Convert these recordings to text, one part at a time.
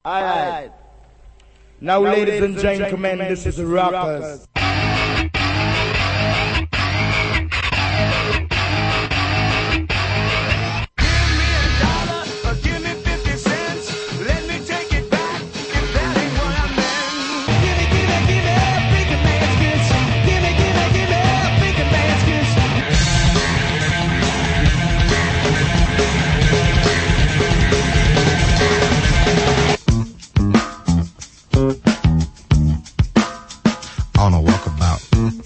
Alright. Now, ladies and gentlemen, this is the Rockers. On a walkabout.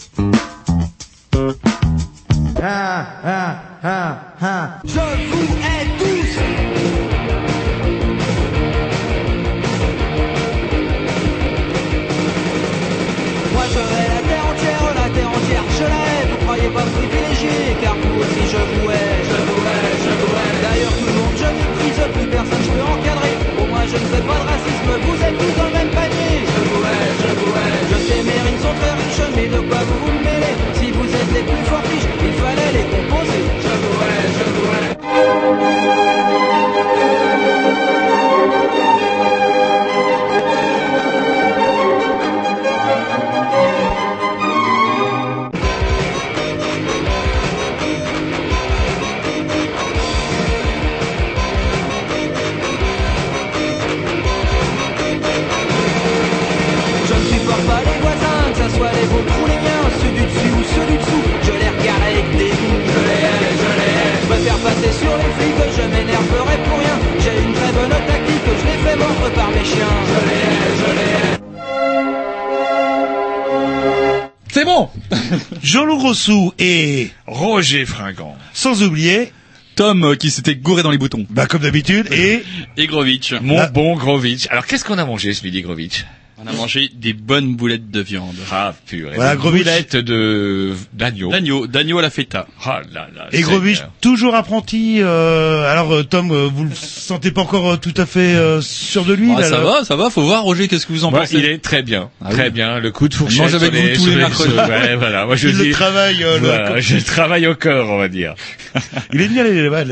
Je vous hais tous. Moi je hais la terre entière, je la hais. Vous croyez pas privilégié, car vous aussi je vous hais, je vous hais, je vous hais. D'ailleurs tout le monde je méprise, plus personne je peux encadrer. Au moins je ne fais pas de racisme, vous êtes tous dans le même panier. Je vous hais, je vous hais. Je sais mes rimes sont très riches, mais de quoi vous vous mêlez? Si vous êtes les plus forts riches, il fallait les composer. Je vous hais, je vous hais. Je ne supporte pas les voisins, que ça soit les vôtres ou les miens, ceux du dessus ou ceux du dessous, je les regarde avec dégoût. Je les hais, je les hais. Je préfère passer sur les flics, je m'énerverai pour rien. J'ai une très bonne tactique, je les fais mordre par mes chiens. Je les hais, je les hais. C'est bon. Jean-Loup Grossou et Roger Fringant. sans oublier, Tom qui s'était gouré dans les boutons. comme d'habitude, et Grovitch. Mon bon Grovitch. Alors qu'est-ce qu'on a mangé ce midi, Grovitch? On a mangé des bonnes boulettes de viande. Ah purée. Voilà, Des Grovitch. boulettes d'agneau. D'agneau à la feta. Ah là là. et Grovitch, Seigneur. toujours apprenti. Alors Tom, vous le sentez pas encore tout à fait sûr de lui Ah, là, ça va, faut voir Roger, qu'est-ce que vous en Ouais, pensez? il est très bien, Ah très oui. bien. Le coup de fourchette. mange avec sur vous tous les sur mercredis. Ouais, voilà. Moi je Il dis. le travaille. Voilà, je travaille au corps, on va dire. Il est bien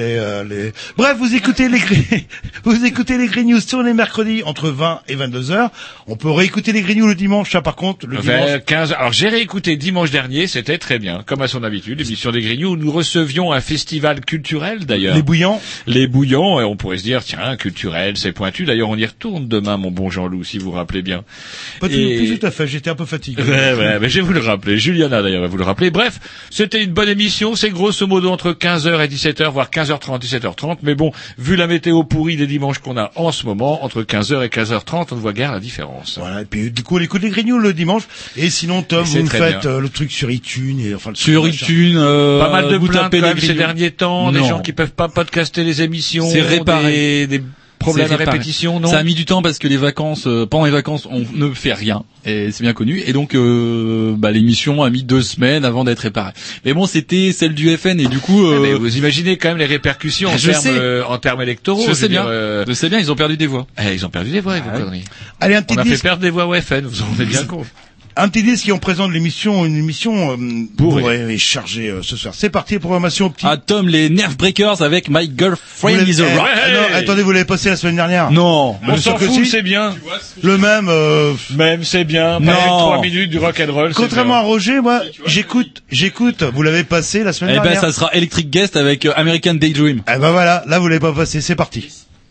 les. Bref, vous écoutez vous écoutez les Green News sur les mercredis entre 20 et 22 heures. On peut réécouter les Green News le dimanche, ça par contre, le dimanche. Vers 15. Alors j'ai réécouté dimanche dernier, c'était très bien, comme à son habitude, l'émission des Grignoux, où nous recevions un festival culturel d'ailleurs. Les bouillants. Les Bouillons, et on pourrait se dire, tiens, culturel, c'est pointu. D'ailleurs, on y retourne demain, mon bon Jean-Loup, si vous vous rappelez bien. Pas Et- plus tout à fait, j'étais un peu fatigué. Ouais, mais je vais vous le rappeler. Juliana, d'ailleurs, va vous le rappeler. Bref, c'était une bonne émission. C'est grosso modo entre 15h et 17h, voire 15h30, 17h30. Mais bon, vu la météo pourrie des dimanches qu'on a en ce moment, entre 15h et 15h30, on ne voit guère la différence. Voilà, et puis du coup on écoute les Green News le dimanche, et sinon Tom, Et c'est vous me très faites bien. le truc sur iTunes, et enfin le Sur machin. iTunes, Pas mal de vous plaintes tapez quand les même ces Grignoux. derniers temps, des Non. gens qui peuvent pas podcaster les émissions, C'est réparé. des problèmes C'est de réparé. répétition, non? Ça a mis du temps parce que les vacances, pendant les vacances, on ne fait rien, et c'est bien connu. Et donc, l'émission a mis 2 semaines avant d'être réparée. Mais bon, c'était celle du FN, et du coup, Mais vous imaginez quand même les répercussions Je sais. en termes électoraux. je sais veux bien, dire, je sais bien, ils ont perdu des voix. ils ont perdu des voix avec vos ouais. conneries. Allez, un On petit a fait disque, perdre des voix au FN, vous en rendez bien compte. un petit disque qui en présente l'émission, une émission bourrée et chargée ce soir. C'est parti, programmation au petit. Ah, Tom, les Nerve Breakers avec My Vous Girlfriend l'avez- is a Rock. Ah non, attendez, vous l'avez passé la semaine dernière? Non. On Bien s'en sûr que fout, si. c'est bien. Le même, Même c'est bien. Non. 3 minutes du rock'n'roll. c'est contrairement à bien. Roger, moi, j'écoute, vous l'avez passé la semaine Eh ben, dernière. ça sera Electric Guest avec American Daydream. Eh ben voilà, là vous l'avez pas passé, c'est parti.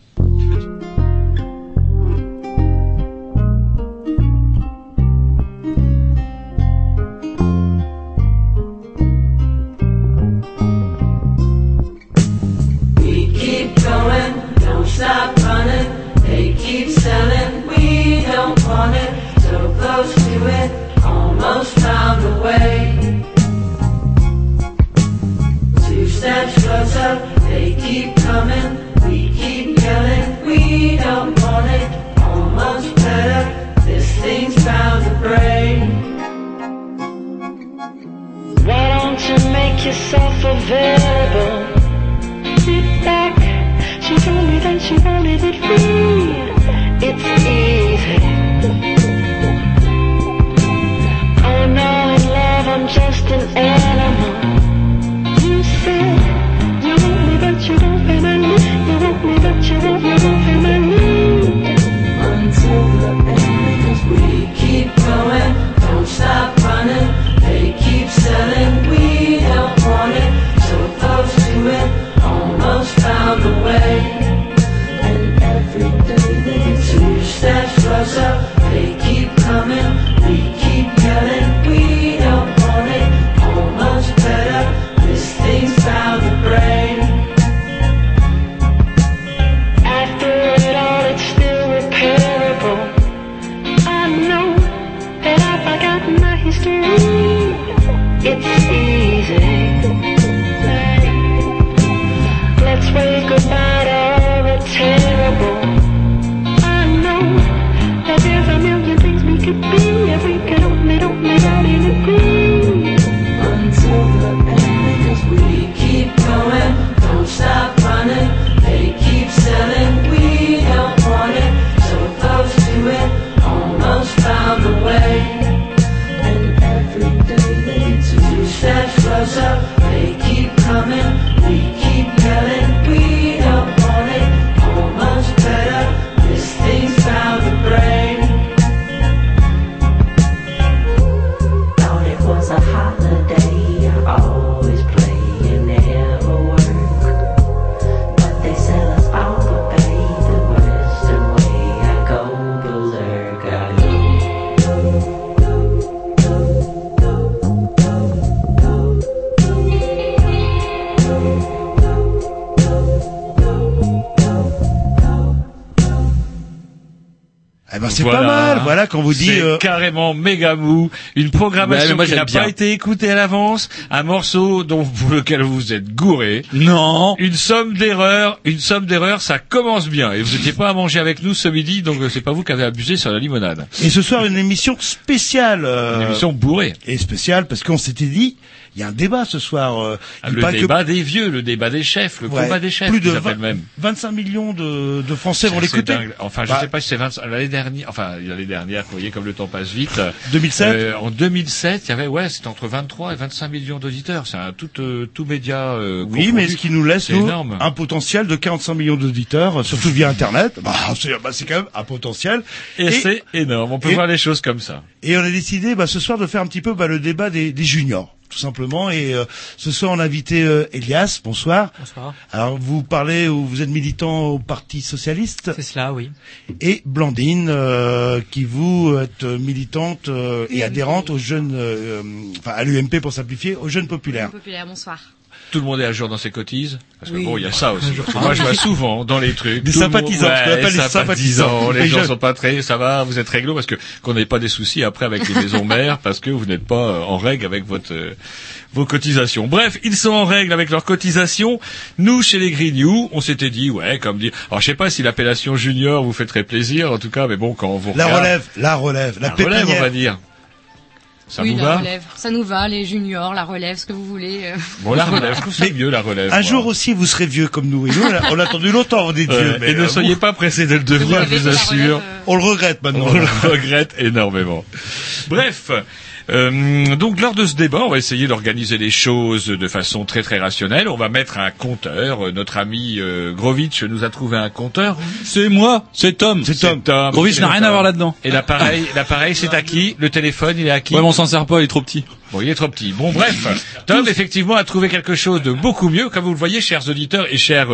We keep going, don't stop running. They keep selling, we don't want it. So close to it, almost found a way. 2 steps closer, they keep coming. We keep yelling, we don't want it. Almost better, this thing's bound to break. Why don't you make yourself available? Sit back. She told me that she wanted it free. It's easy. Oh no, in love I'm just an animal. You said you want me but you don't feel my need. You want me but you don't feel my need. Eh ben c'est pas mal, voilà, quand vous dit... C'est carrément méga mou, une programmation moi, qui n'a j'aime bien. pas été écoutée à l'avance, un morceau pour lequel vous êtes gouré, Non. une somme d'erreurs, ça commence bien. Et vous n'étiez pas à manger avec nous ce midi, donc c'est pas vous qui avez abusé sur la limonade. Et ce soir, une émission spéciale. Une émission bourrée. Et spéciale, parce qu'on s'était dit, il y a un débat ce soir. Il Le paraît que- débat des vieux, le débat des chefs, le Ouais, combat des chefs, plus de ils appellent même. 25 millions de Français vont C'est l'écouter. dingue. Enfin, je Bah, sais pas si c'est 20, l'année dernière, vous voyez comme le temps passe vite. 2007. En 2007, il y avait, c'était entre 23 et 25 millions d'auditeurs. C'est un tout média, Oui, confondu. mais ce qui nous laisse, C'est nous, énorme. un potentiel de 45 millions d'auditeurs, surtout via Internet. C'est quand même un potentiel. Et c'est énorme. On peut et- voir les choses comme ça. Et on a décidé ce soir de faire un petit peu le débat des juniors, tout simplement. Et ce soir, on a invité Elias. Bonsoir. Bonsoir. Alors, vous parlez, ou vous êtes militant au Parti Socialiste. C'est cela, oui. Et Blandine, qui vous êtes militante et adhérente aux jeunes, à l'UMP pour simplifier, aux jeunes populaires. Populaire, bonsoir. Tout le monde est à jour dans ses cotises. Parce que Oui. bon, il y a ça aussi. Parce que moi, je vois souvent dans les trucs. Des tout le monde- sympathisants, ce qu'on appelle les sympathisants. Les Les gens jeunes. sont pas très, ça va, vous êtes réglo parce que qu'on n'ait pas des soucis après avec les maisons mères parce que vous n'êtes pas en règle avec vos cotisations. Bref, ils sont en règle avec leurs cotisations. Nous, chez les Green New, on s'était dit, comme dire, alors je sais pas si l'appellation junior vous fait très plaisir, en tout cas, mais bon, quand on vous La regarde, relève, la la relève, on pépinière. va dire. Ça oui, vous la va? relève. Ça nous va, les juniors, la relève, ce que vous voulez. Bon, la relève, je trouve ça mieux, la relève. Un moi. jour aussi, vous serez vieux comme nous. Et nous, on a attendu longtemps, on est vieux. Et ne soyez pas pressés de le devenir, je vous assure. On le regrette maintenant. On le regrette énormément. Bref. Donc lors de ce débat, on va essayer d'organiser les choses de façon très très rationnelle. On va mettre un compteur. Notre ami Grovitch nous a trouvé un compteur. C'est moi. C'est Tom. C'est Tom. Grovitch n'a rien à voir là-dedans. Et l'appareil, c'est à qui? Le téléphone, il est à qui? Ouais, mais on s'en sert pas, il est trop petit. Bon, il est trop petit. Bon, bref, Tom effectivement a trouvé quelque chose de beaucoup mieux, comme vous le voyez, chers auditeurs et chers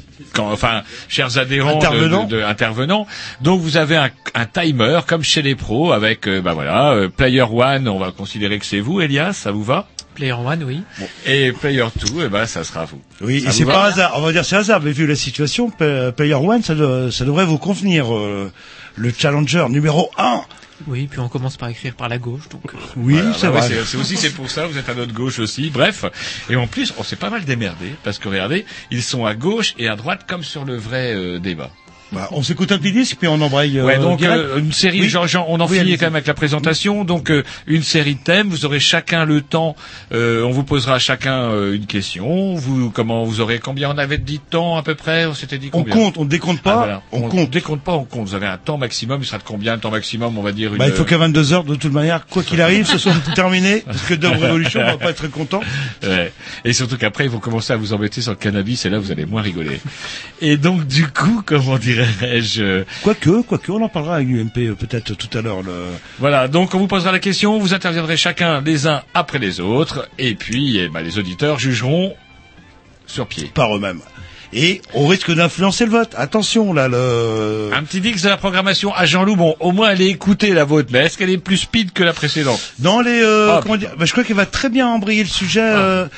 chers adhérents intervenants. Donc vous avez un timer comme chez les pros avec Player One, on va considérer que c'est vous, Elias, ça vous va? Player One, oui. Bon. Et Player 2, ça sera vous. Oui, Ça et c'est vous pas va hasard. On va dire c'est hasard, mais vu la situation, Player One, ça devrait vous convenir. Le challenger numéro 1. Oui, puis on commence par écrire par la gauche, donc. Oui, Voilà, c'est ouais, vrai. c'est pour ça, vous êtes à notre gauche aussi. Bref. Et en plus, on s'est pas mal démerdé, parce que regardez, ils sont à gauche et à droite comme sur le vrai débat. On s'écoute un petit disque, puis on embraye. Donc direct. une série, Oui. on en Oui, finit allez-y. quand même avec la présentation. Donc une série de thèmes, vous aurez chacun le temps. On vous posera chacun une question. Vous aurez combien on avait dit de temps à peu près? On s'était dit On combien? compte, on décompte pas, voilà. on compte. Décompte pas, on compte. Vous avez un temps maximum. Il sera de combien un temps maximum? On va dire une. Il faut qu'à 22h, de toute manière, quoi qu'il arrive, ce soit terminé, parce que Dub Revolution, on va pas être très content. Ouais. Et surtout qu'après, ils vont commencer à vous embêter sur le cannabis, et là, vous allez moins rigoler. Et donc, du coup, comment dirais-je, Quoique, on en parlera avec l'UMP peut-être tout à l'heure. voilà. Donc, on vous posera la question, vous interviendrez chacun les uns après les autres, et puis, les auditeurs jugeront sur pied. Par eux-mêmes. Et on risque d'influencer le vote. Attention, là, Un petit dix de la programmation à Jean-Loup. Bon, au moins, elle est écoutée, la vôtre, mais est-ce qu'elle est plus speed que la précédente? Dans les, Ah. comment dire, je crois qu'elle va très bien embrayer le sujet.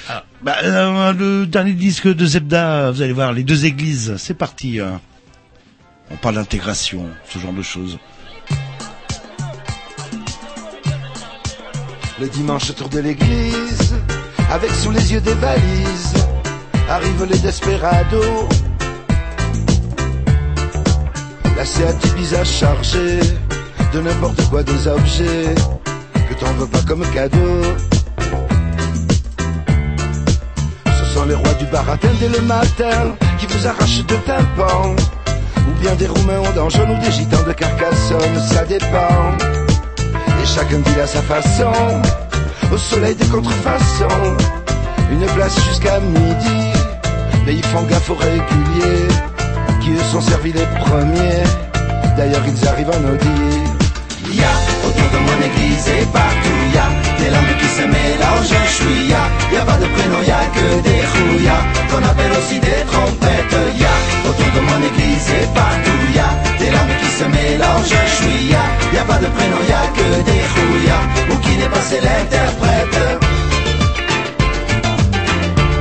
Le dernier disque de Zebda, vous allez voir, les deux églises, c'est parti. On parle d'intégration, ce genre de choses. Le dimanche autour de l'église, avec sous les yeux des valises, arrivent les desperados. La Seat Ibiza chargée de n'importe quoi, des objets que t'en veux pas comme cadeau. Ce sont les rois du baratin dès le matin qui vous arrachent de tympan, ou bien des Roumains d'Angers ou des gitans de Carcassonne, ça dépend. Et chacun dit à sa façon, au soleil des contrefaçons, une place jusqu'à midi, mais ils font gaffe aux réguliers, qui eux sont servis les premiers, d'ailleurs ils arrivent en Audi. Y'a autour de mon église et partout, y'a des langues qui se mélangent, chouïa, y'a pas de prénom, y'a que des rouillas, qu'on appelle aussi des trompettes, y'a autour de mon église et partout, y'a des langues qui se mélangent, chouïa, y'a pas de prénom, y'a que des rouillas, ou qui n'est pas c'est l'interprète.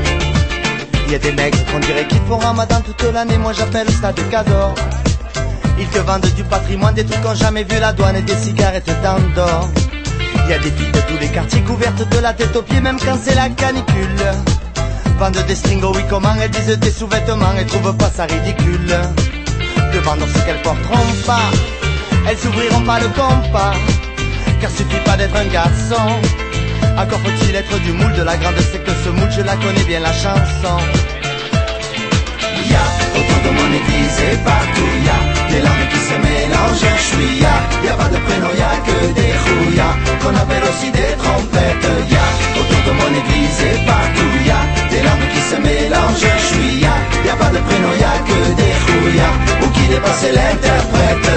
Y a des mecs qu'on dirait qu'ils font ramadan toute l'année, moi j'appelle ça des cadors. Ils te vendent du patrimoine, des trucs qu'on jamais vu la douane et des cigarettes d'Andorre. Y a des filles de tous les quartiers couvertes de la tête aux pieds, même quand c'est la canicule. Vendent des stringos, oui comment, elles disent des sous-vêtements et trouvent pas ça ridicule. De vendre ce qu'elles porteront pas, elles s'ouvriront pas le compas. Car suffit pas d'être un garçon, encore faut-il être du moule de la grande secte. Ce moule je la connais bien la chanson. Y'a autour de mon église et partout y'a des langues qui se mélangent. Y'a pas de prénom, y'a que des rouillas qu'on appelle aussi des trompettes. Y'a autour de mon église et partout y'a des langues qui se mélangent. Y'a pas de prénom, y'a que des rouillas ou qui dépasse l'interprète.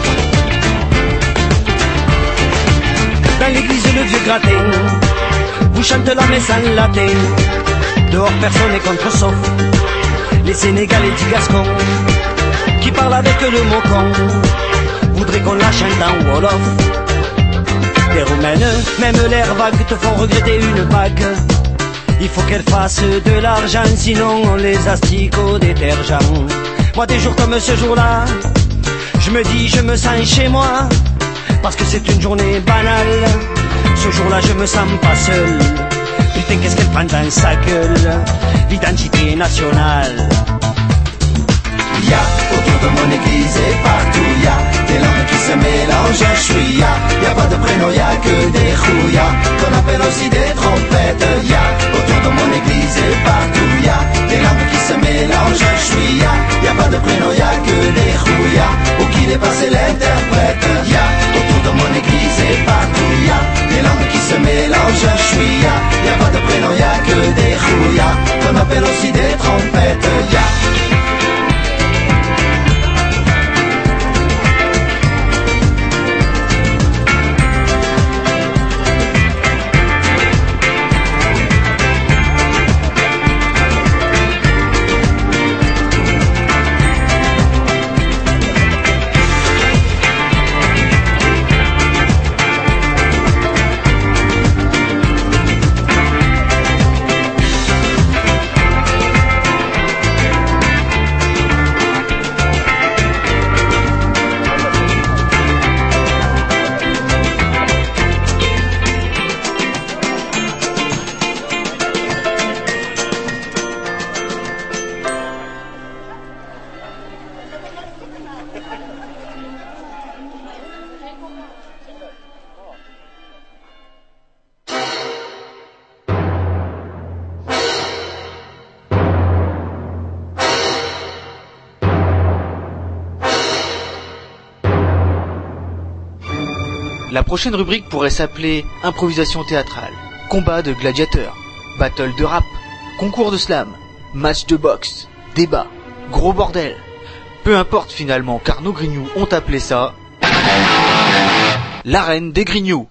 Dans l'église le vieux gratin vous chante la messe en latin. Dehors personne n'est contre sauf les Sénégalais du Gascon qui parlent avec le mot con. Voudrait qu'on la chante en Wolof. Les Roumaines, même l'air vague te font regretter une bague. Il faut qu'elles fassent de l'argent, sinon on les astique au détergent. Moi des jours comme ce jour-là, je me dis je me sens chez moi, parce que c'est une journée banale. Ce jour-là je me sens pas seul. Putain qu'est-ce qu'elle prend dans sa gueule, l'identité nationale. Y'a autour de mon église et partout y'a des langues qui se mélangent. Y'a pas de prénom, y'a que des rouillas qu'on appelle aussi des trompettes. Y'a autour de mon église et partout y'a des langues qui se mélangent. Y'a pas de prénom, y'a que des rouillas ou qui dépasse l'interprète. Y'a autour de mon église et partout y'a des langues qui se mélangent. Y'a pas de prénom, y'a que des rouillas qu'on appelle aussi des trompettes. La prochaine rubrique pourrait s'appeler improvisation théâtrale, combat de gladiateurs, battle de rap, concours de slam, match de boxe, débat, gros bordel. Peu importe finalement, car nos grignoux ont appelé ça l'arène des grignoux.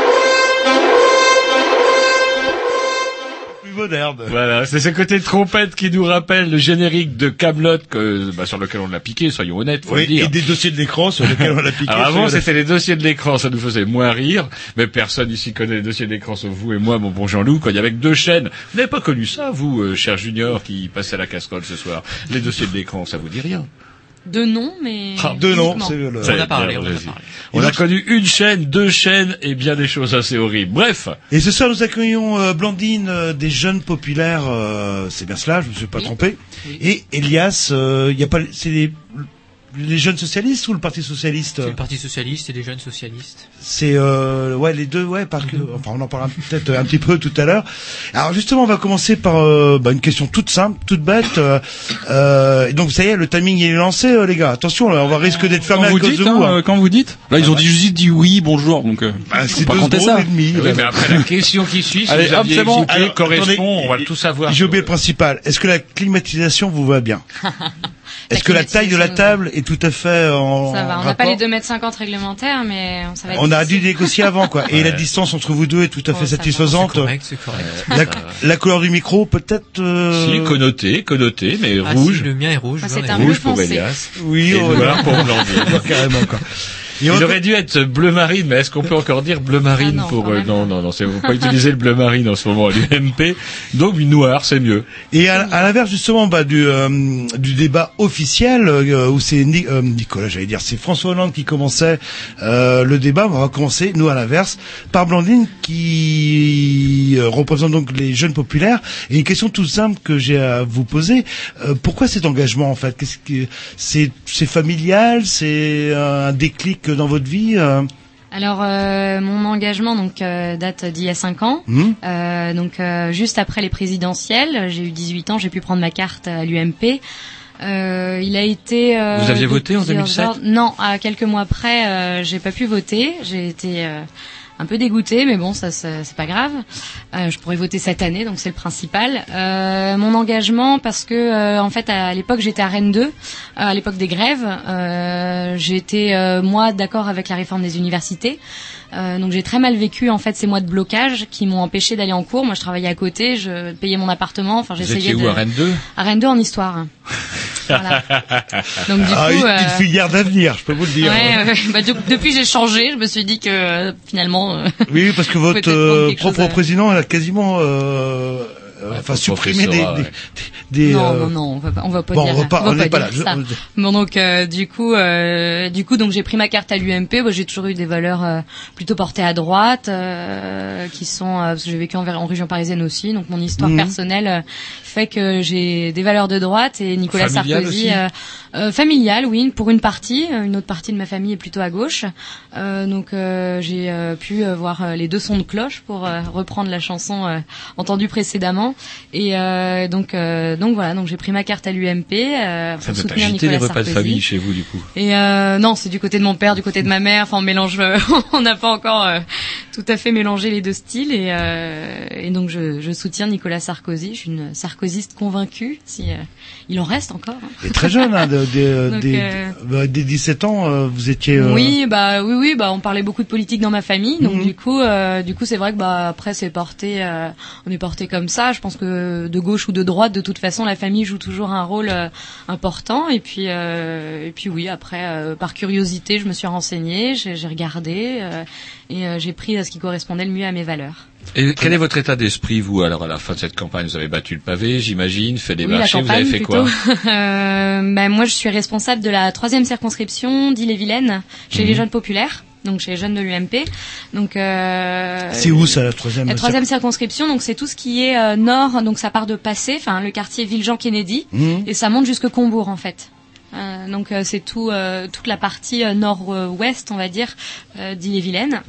Moderne. Voilà, c'est ce côté trompette qui nous rappelle le générique de Kaamelott sur lequel on l'a piqué, soyons honnêtes, faut le dire. Et des dossiers de l'écran sur lesquels on l'a piqué. Alors avant, c'était les dossiers de l'écran, ça nous faisait moins rire, mais personne ici connaît les dossiers de l'écran sauf vous et moi, mon bon Jean-Loup, quand il y avait que 2 chaînes. Vous n'avez pas connu ça, vous, cher Junior, qui passait à la casserole ce soir. Les dossiers de l'écran, ça vous dit rien? De nom, mais... de nom, c'est le... On a parlé. On a connu 1 chaîne, 2 chaînes et bien des choses assez horribles. Bref. Et ce soir, nous accueillons Blandine des Jeunes Populaires, c'est bien cela, je me suis pas trompé. Oui. Et Elias, y a pas, c'est les Jeunes Socialistes ou le Parti Socialiste? C'est le Parti Socialiste et les Jeunes Socialistes. C'est ouais, les deux, ouais, enfin on en parlera peut-être un petit peu tout à l'heure. Alors justement, on va commencer par une question toute simple, toute bête. Et donc ça y est, le timing il est lancé, les gars. Attention, là, on va risquer d'être fermé à cause de vous. Quand vous dites, là ils ont juste dit oui, bonjour, donc c'est pas compter ça. Et demi, oui, mais après la question qui suit, si vous aviez hésité, correspond, on va tout savoir. J'ai oublié le principal. Est-ce que la climatisation vous va bien? Est-ce que la taille de la table est tout à fait en Ça va, on n'a rapport pas les 2,50 m réglementaires, mais ça va être on a dû difficile. négocier avant, quoi. Et la distance entre vous deux est tout à fait satisfaisante. C'est correct. La couleur du micro, peut-être Si, connoté, mais Ah, rouge. Si, le mien est rouge. Ah, c'est jaune et un rouge. Rouge pour foncé. Elias. oui, Et noir pour Blandine. carrément, quoi. Il aurait dû être bleu marine, mais est-ce qu'on peut encore dire bleu marine non, pour non, c'est faut pas pas. utiliser le bleu marine en ce moment à l'UMP. Donc noir, c'est mieux. Et à l'inverse justement du débat officiel où c'est Nicolas, j'allais dire, c'est François Hollande qui commençait le débat. On va commencer nous à l'inverse par Blandine qui représente donc les jeunes populaires. Et une question toute simple que j'ai à vous poser, pourquoi cet engagement en fait? Qu'est-ce que c'est familial, c'est un déclic dans votre vie? Alors mon engagement date d'il y a 5 ans. Juste après les présidentielles, j'ai eu 18 ans, j'ai pu prendre ma carte à l'UMP. Il a été Vous aviez voté en 2007? Non, à quelques mois près, j'ai pas pu voter. J'ai été un peu dégoûtée, mais bon, ça c'est pas grave. Je pourrais voter cette année, donc c'est le principal. Mon engagement, parce que en fait à l'époque j'étais à Rennes 2, à l'époque des grèves. J'étais moi d'accord avec la réforme des universités. Donc j'ai très mal vécu en fait ces mois de blocage qui m'ont empêché d'aller en cours. Moi je travaillais à côté, je payais mon appartement. Enfin j'essayais. Vous étiez où à Rennes 2? À Rennes 2 en histoire. Voilà. Donc du coup, une filière d'avenir, je peux vous le dire. Depuis j'ai changé. Je me suis dit que finalement. Oui, parce que votre propre président a quasiment supprimer des non, on va pas dire on n'est pas là. Bon donc du coup donc j'ai pris ma carte à l'UMP. J'ai toujours eu des valeurs plutôt portées à droite qui sont parce que j'ai vécu en région parisienne aussi, donc mon histoire personnelle fait que j'ai des valeurs de droite. Et Nicolas Sarkozy familial, oui, pour une partie. Une autre partie de ma famille est plutôt à gauche. Donc j'ai pu voir les deux sons de cloche pour reprendre la chanson entendue précédemment. Et donc voilà, donc j'ai pris ma carte à l'UMP pour soutenir Nicolas les repas Sarkozy. De famille chez vous du coup. Et non, c'est du côté de mon père, du côté de ma mère. Enfin, on mélange, on n'a pas encore tout à fait mélangé les deux styles. Et donc je soutiens Nicolas Sarkozy. Je suis une sarkozyste convaincue, si il en reste encore. Hein. Et très jeune, hein, dès 17 ans, vous étiez. Oui, on parlait beaucoup de politique dans ma famille. Donc du coup, c'est vrai que après c'est porté, on est porté comme ça. Je pense que de gauche ou de droite, de toute façon, la famille joue toujours un rôle important. Et puis oui, après, par curiosité, je me suis renseignée, j'ai regardé et j'ai pris ce qui correspondait le mieux à mes valeurs. Et quel est votre état d'esprit, vous, alors, à la fin de cette campagne? Vous avez battu le pavé, j'imagine, fait des marchés, vous avez fait plutôt. Quoi? Moi, je suis responsable de la 3e circonscription d'Ille-et-Vilaine, chez les jeunes populaires. Donc chez les jeunes de l'UMP. Donc c'est où ça, la 3e? La 3e circonscription, donc c'est tout ce qui est nord, donc ça part de Passé, enfin le quartier Ville-Jean-Kennedy, et ça monte jusque Combourg en fait. Donc c'est toute la partie nord-ouest, on va dire, d'Ille-et-Vilaine.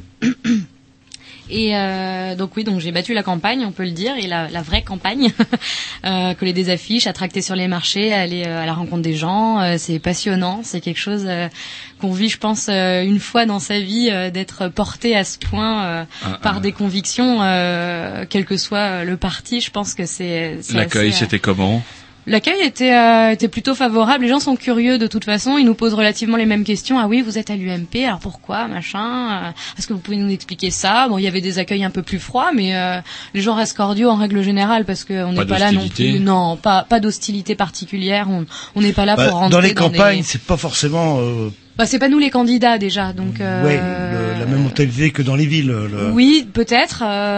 Et donc j'ai battu la campagne, on peut le dire, et la vraie campagne, coller des affiches, à tracter sur les marchés, aller à la rencontre des gens, c'est passionnant, c'est quelque chose qu'on vit, je pense, une fois dans sa vie, d'être porté à ce point par des convictions, quel que soit le parti. Je pense que c'est l'accueil, assez, c'était comment? L'accueil était plutôt favorable. Les gens sont curieux de toute façon. Ils nous posent relativement les mêmes questions. Ah oui, vous êtes à l'UMP, alors pourquoi, machin? Est-ce que vous pouvez nous expliquer ça? Bon, il y avait des accueils un peu plus froids, mais les gens restent cordiaux en règle générale parce que on n'est pas là non plus. Non, pas d'hostilité particulière. On n'est pas là pour rentrer dans les campagnes. C'est pas forcément. C'est pas nous les candidats déjà, donc. La même mentalité que dans les villes. Oui, peut-être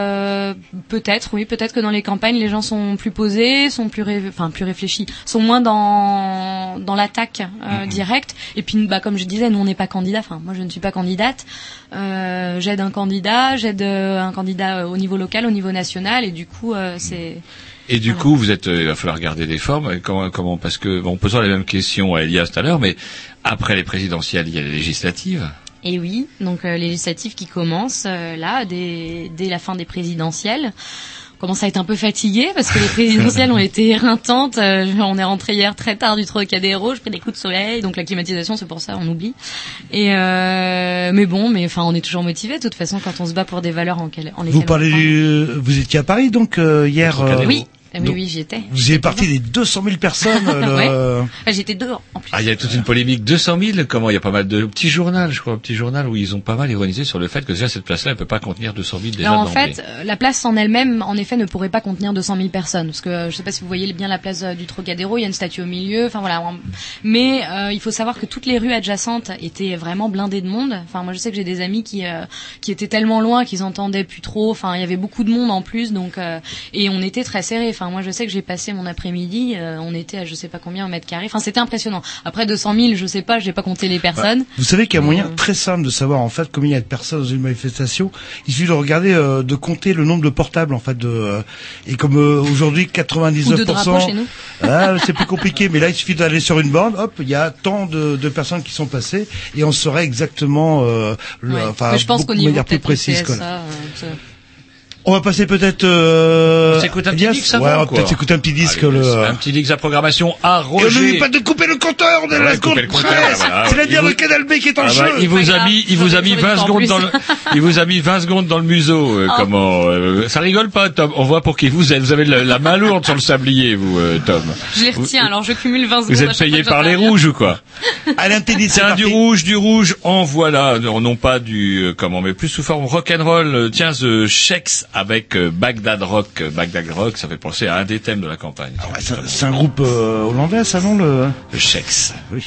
que dans les campagnes les gens sont plus posés, sont plus réfléchis, sont moins dans l'attaque directe. Et puis comme je disais, nous on n'est pas candidats. Enfin, moi je ne suis pas candidate. J'aide un candidat au niveau local, au niveau national, et du coup c'est. Et du coup, il va falloir garder des formes. Comment, parce que, on posera les mêmes questions à Elias tout à l'heure, mais après les présidentielles, il y a les législatives. Et oui, donc les législatives qui commencent là, dès la fin des présidentielles. On commence à être un peu fatigué parce que les présidentielles ont été éreintantes. On est rentré hier très tard du Trocadéro, j'ai pris des coups de soleil, donc la climatisation, c'est pour ça, on oublie. Et mais on est toujours motivé de toute façon quand on se bat pour des valeurs en lesquelles vous étiez à Paris donc hier. Oui. Oui, j'y étais. Vous y êtes parti des 200 000 personnes. J'étais dehors, en plus. Ah, il y a toute une polémique. 200 000, comment? Il y a pas mal de petits journaux, je crois, un petit journal où ils ont pas mal ironisé sur le fait que déjà cette place-là, elle peut pas contenir 200 000 déjà. Non, en fait, la place en elle-même, en effet, ne pourrait pas contenir 200 000 personnes. Parce que, je sais pas si vous voyez bien la place du Trocadéro, il y a une statue au milieu, enfin voilà. Mais, il faut savoir que toutes les rues adjacentes étaient vraiment blindées de monde. Enfin, moi, je sais que j'ai des amis qui étaient tellement loin qu'ils entendaient plus trop. Enfin, il y avait beaucoup de monde en plus, donc, et on était très serrés. Enfin, moi, je sais que j'ai passé mon après-midi, on était à je sais pas combien mètres carrés. Enfin, c'était impressionnant. Après 200 000, je sais pas, j'ai pas compté les personnes. Vous savez qu'il y a un moyen très simple de savoir en fait combien il y a de personnes dans une manifestation. Il suffit de regarder, de compter le nombre de portables en fait et comme aujourd'hui 99%. Ou de drapeaux chez nous. C'est plus compliqué, mais là il suffit d'aller sur une borne, hop, il y a tant de personnes qui sont passées et on saurait exactement mais je pense qu'au niveau plus précise. CSA, on va passer peut-être. On s'écoute un petit disque, ça va. Ouais, on va peut-être écouter un petit disque. Un petit disque à programmation à Roger. Et n'oublie pas de couper le compteur de la seconde presse. C'est-à-dire le Canal B qui est en jeu. Il vous a mis 20 secondes dans il vous a mis 20 secondes dans le museau. Comment ça rigole pas, Tom. On voit pour qui vous êtes. Vous avez la main lourde sur le sablier, vous, Tom. Je les retiens. Alors je cumule 20 secondes. Vous êtes payé par les rouges ou quoi? Tiens, du rouge. En voilà. Non pas du mais plus sous forme rock'n'roll. Tiens, The Shakes avec Bagdad Rock. Bagdad Rock, ça fait penser à un des thèmes de la campagne. C'est un groupe hollandais, ça, non, le Shakes. Oui.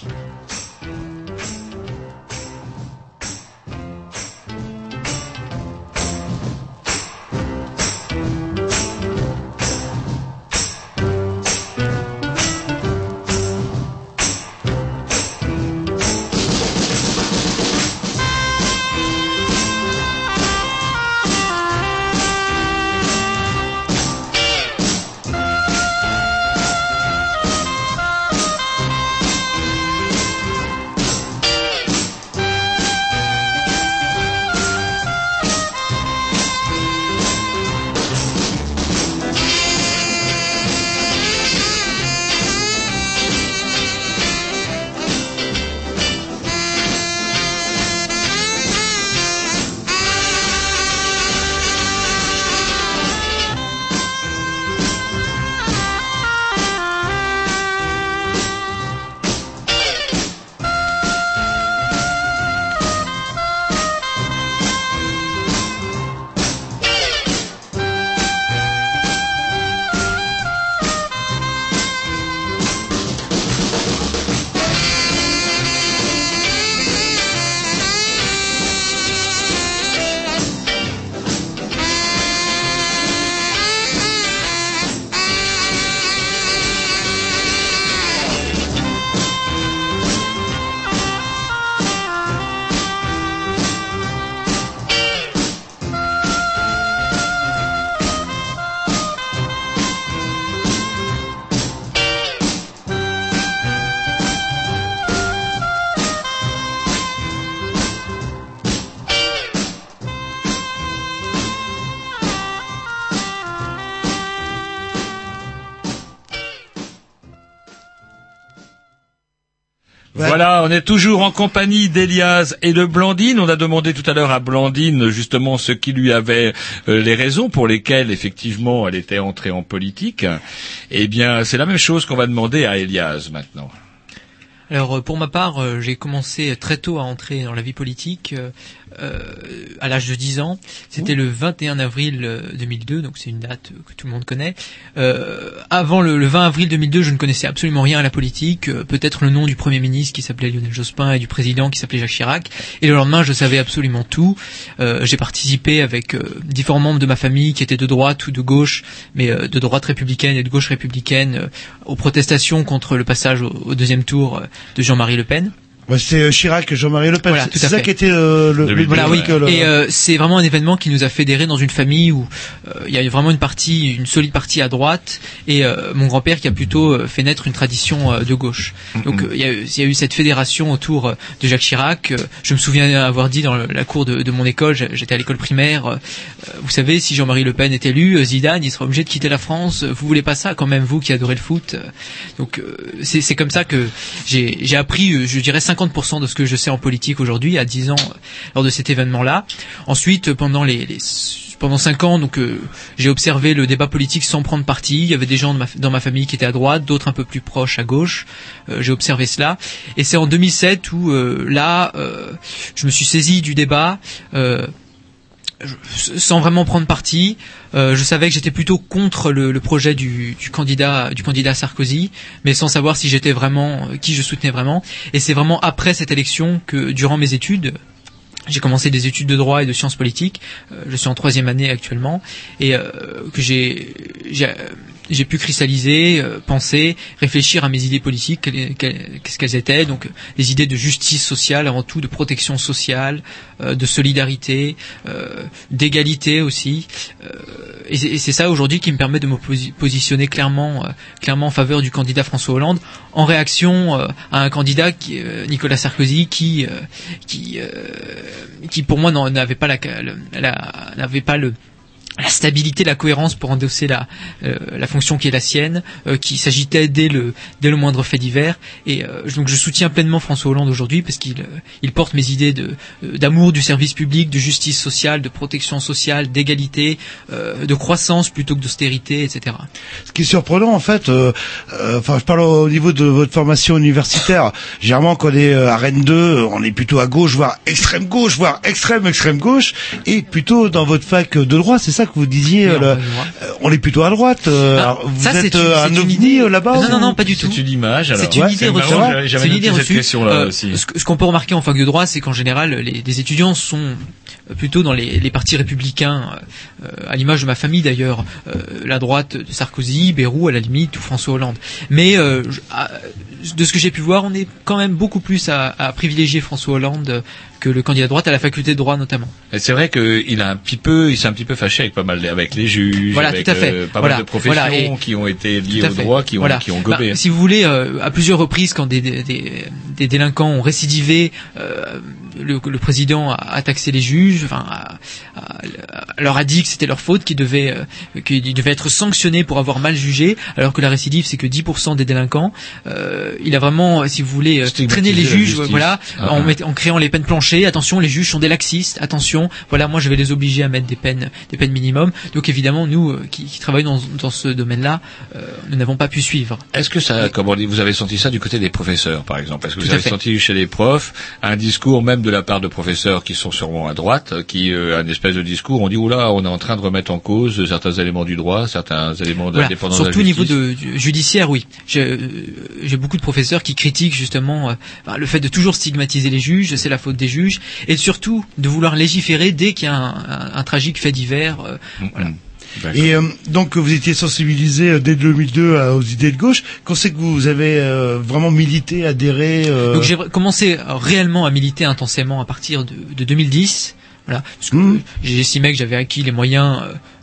Voilà, on est toujours en compagnie d'Elias et de Blandine. On a demandé tout à l'heure à Blandine justement ce qui lui avait les raisons pour lesquelles effectivement elle était entrée en politique. Eh bien, c'est la même chose qu'on va demander à Elias maintenant. Alors pour ma part, j'ai commencé très tôt à entrer dans la vie politique, à l'âge de 10 ans. C'était le 21 avril 2002, donc c'est une date que tout le monde connaît. Avant le 20 avril 2002, je ne connaissais absolument rien à la politique, peut-être le nom du Premier ministre qui s'appelait Lionel Jospin et du président qui s'appelait Jacques Chirac. Et le lendemain, je savais absolument tout. J'ai participé avec différents membres de ma famille qui étaient de droite ou de gauche, mais de droite républicaine et de gauche républicaine, aux protestations contre le passage au deuxième tour de Jean-Marie Le Pen. Ouais, c'est Chirac et Jean-Marie Le Pen. Voilà, c'est ça qui était voilà, oui. Et c'est vraiment un événement qui nous a fédérés dans une famille où il y a vraiment une solide partie à droite et mon grand-père qui a plutôt fait naître une tradition de gauche. Donc il y a eu cette fédération autour de Jacques Chirac. Je me souviens avoir dit dans la cour de mon école, j'étais à l'école primaire, vous savez, si Jean-Marie Le Pen est élu, Zidane il sera obligé de quitter la France. Vous voulez pas ça quand même, vous qui adorez le foot. Donc c'est comme ça que j'ai appris, je dirais 50% de ce que je sais en politique aujourd'hui, à 10 ans, lors de cet événement-là. Ensuite, pendant pendant 5 ans, donc j'ai observé le débat politique sans prendre parti. Il y avait des gens dans ma famille qui étaient à droite, d'autres un peu plus proches à gauche. J'ai observé cela, et c'est en 2007 où je me suis saisi du débat. Sans vraiment prendre parti, je savais que j'étais plutôt contre le projet du candidat Sarkozy, mais sans savoir si j'étais vraiment qui je soutenais vraiment. Et c'est vraiment après cette élection que, durant mes études, j'ai commencé des études de droit et de sciences politiques. Je suis en 3e année actuellement, et que j'ai pu cristalliser, penser, réfléchir à mes idées politiques, qu'est-ce qu'elles étaient. Donc des idées de justice sociale avant tout, de protection sociale, de solidarité, d'égalité aussi. Et c'est ça aujourd'hui qui me permet de me positionner clairement en faveur du candidat François Hollande, en réaction à un candidat Nicolas Sarkozy qui pour moi n'avait pas la stabilité, la cohérence pour endosser la fonction qui est la sienne, qui s'agitait dès le moindre fait divers. Et donc je soutiens pleinement François Hollande aujourd'hui, parce qu'il porte mes idées d'amour du service public, de justice sociale, de protection sociale, d'égalité, de croissance plutôt que d'austérité, etc. Ce qui est surprenant, en fait, je parle au niveau de votre formation universitaire. Généralement, quand on est à Rennes 2, on est plutôt à gauche, voire extrême gauche, voire extrême gauche, et plutôt dans votre fac de droit, c'est ça que vous disiez, on est plutôt à droite. Alors, vous êtes un ovni là-bas? Non, pas du tout. C'est une image. Alors. C'est une idée reçue. C'est une idée reçue. Ce qu'on peut remarquer en fac de droit, c'est qu'en général, les étudiants sont plutôt dans les partis républicains, à l'image de ma famille d'ailleurs, la droite de Sarkozy, Bayrou à la limite, ou François Hollande. Mais de ce que j'ai pu voir, on est quand même beaucoup plus à privilégier François Hollande que le candidat de droite à la faculté de droit notamment. Et c'est vrai qu'il s'est un petit peu fâché avec les juges, voilà, avec tout à fait. Pas mal de professions qui ont été liées au droit, qui ont gobé. Si vous voulez, à plusieurs reprises, quand des délinquants ont récidivé, le président a taxé les juges, leur a dit que c'était leur faute, qu'ils devaient être sanctionnés pour avoir mal jugé, alors que la récidive c'est que 10% des délinquants. Il a vraiment, si vous voulez, traîné les juges, en créant les peines planchées. Attention, les juges sont des laxistes. Attention, moi je vais les obliger à mettre des peines minimum. Donc évidemment, nous qui travaillons dans ce domaine-là, nous n'avons pas pu suivre. Est-ce que ça, vous avez senti ça du côté des professeurs, par exemple? Est-ce que vous avez senti chez les profs un discours même de la part de professeurs qui sont sûrement à droite, qui un espèce de discours, on dit oula, on est en train de remettre en cause certains éléments du droit, certains éléments de l'indépendance de la justice. Surtout au niveau judiciaire, oui. J'ai beaucoup de professeurs qui critiquent justement le fait de toujours stigmatiser les juges, c'est la faute des juges, et surtout de vouloir légiférer dès qu'il y a un tragique fait divers. Voilà. Et donc vous étiez sensibilisé dès 2002 aux idées de gauche. Quand c'est que vous avez vraiment milité, adhéré Donc j'ai commencé réellement à militer intensément à partir de 2010. Voilà, parce que j'estimais que j'avais acquis les moyens,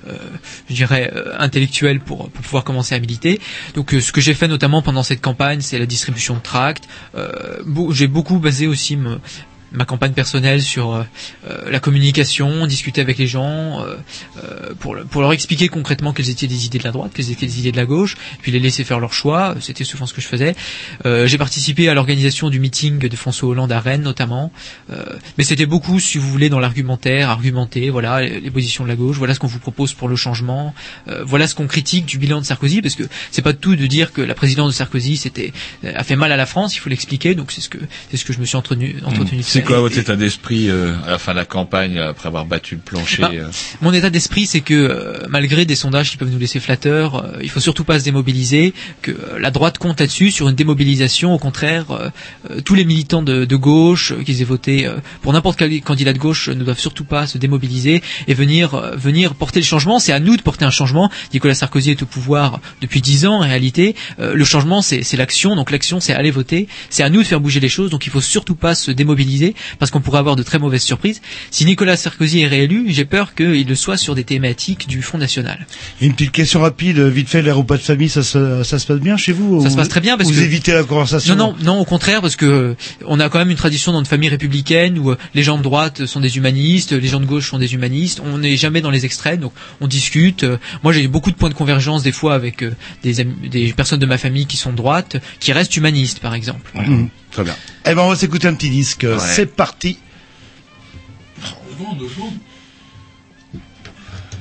intellectuels pour pouvoir commencer à militer. Donc ce que j'ai fait notamment pendant cette campagne, c'est la distribution de tracts. J'ai beaucoup basé aussi ma campagne personnelle sur la communication, discuter avec les gens, pour leur expliquer concrètement quelles étaient les idées de la droite, quelles étaient les idées de la gauche, puis les laisser faire leur choix. C'était souvent ce que je faisais. J'ai participé à l'organisation du meeting de François Hollande à Rennes notamment, mais c'était beaucoup, si vous voulez, dans l'argumentaire, argumenter, voilà les positions de la gauche, voilà ce qu'on vous propose pour le changement, voilà ce qu'on critique du bilan de Sarkozy, parce que c'est pas tout de dire que la présidence de Sarkozy a fait mal à la France, il faut l'expliquer. Donc c'est ce que je me suis entretenu de faire. C'est quoi votre état d'esprit à la fin de la campagne, après avoir battu le plancher? Mon état d'esprit, c'est que malgré des sondages qui peuvent nous laisser flatteurs, il faut surtout pas se démobiliser, que la droite compte là-dessus, sur une démobilisation. Au contraire, tous les militants de gauche, qu'ils aient voté pour n'importe quel candidat de gauche, ne doivent surtout pas se démobiliser et venir porter le changement. C'est à nous de porter un changement. Nicolas Sarkozy est au pouvoir depuis 10 ans en réalité. Le changement, c'est l'action. Donc l'action, c'est aller voter. C'est à nous de faire bouger les choses. Donc il faut surtout pas se démobiliser, parce qu'on pourrait avoir de très mauvaises surprises. Si Nicolas Sarkozy est réélu, j'ai peur qu'il le soit sur des thématiques du Front National. Une petite question rapide, vite fait, les repas de famille, ça se passe bien chez vous? Ça se passe très bien, parce que vous évitez la conversation? Non, au contraire, parce que on a quand même une tradition dans notre famille républicaine où les gens de droite sont des humanistes, les gens de gauche sont des humanistes. On n'est jamais dans les extrêmes, donc on discute. Moi, j'ai beaucoup de points de convergence des fois avec des personnes de ma famille qui sont de droite, qui restent humanistes, par exemple. Voilà. Très bien. Eh ben, on va s'écouter un petit disque. C'est parti.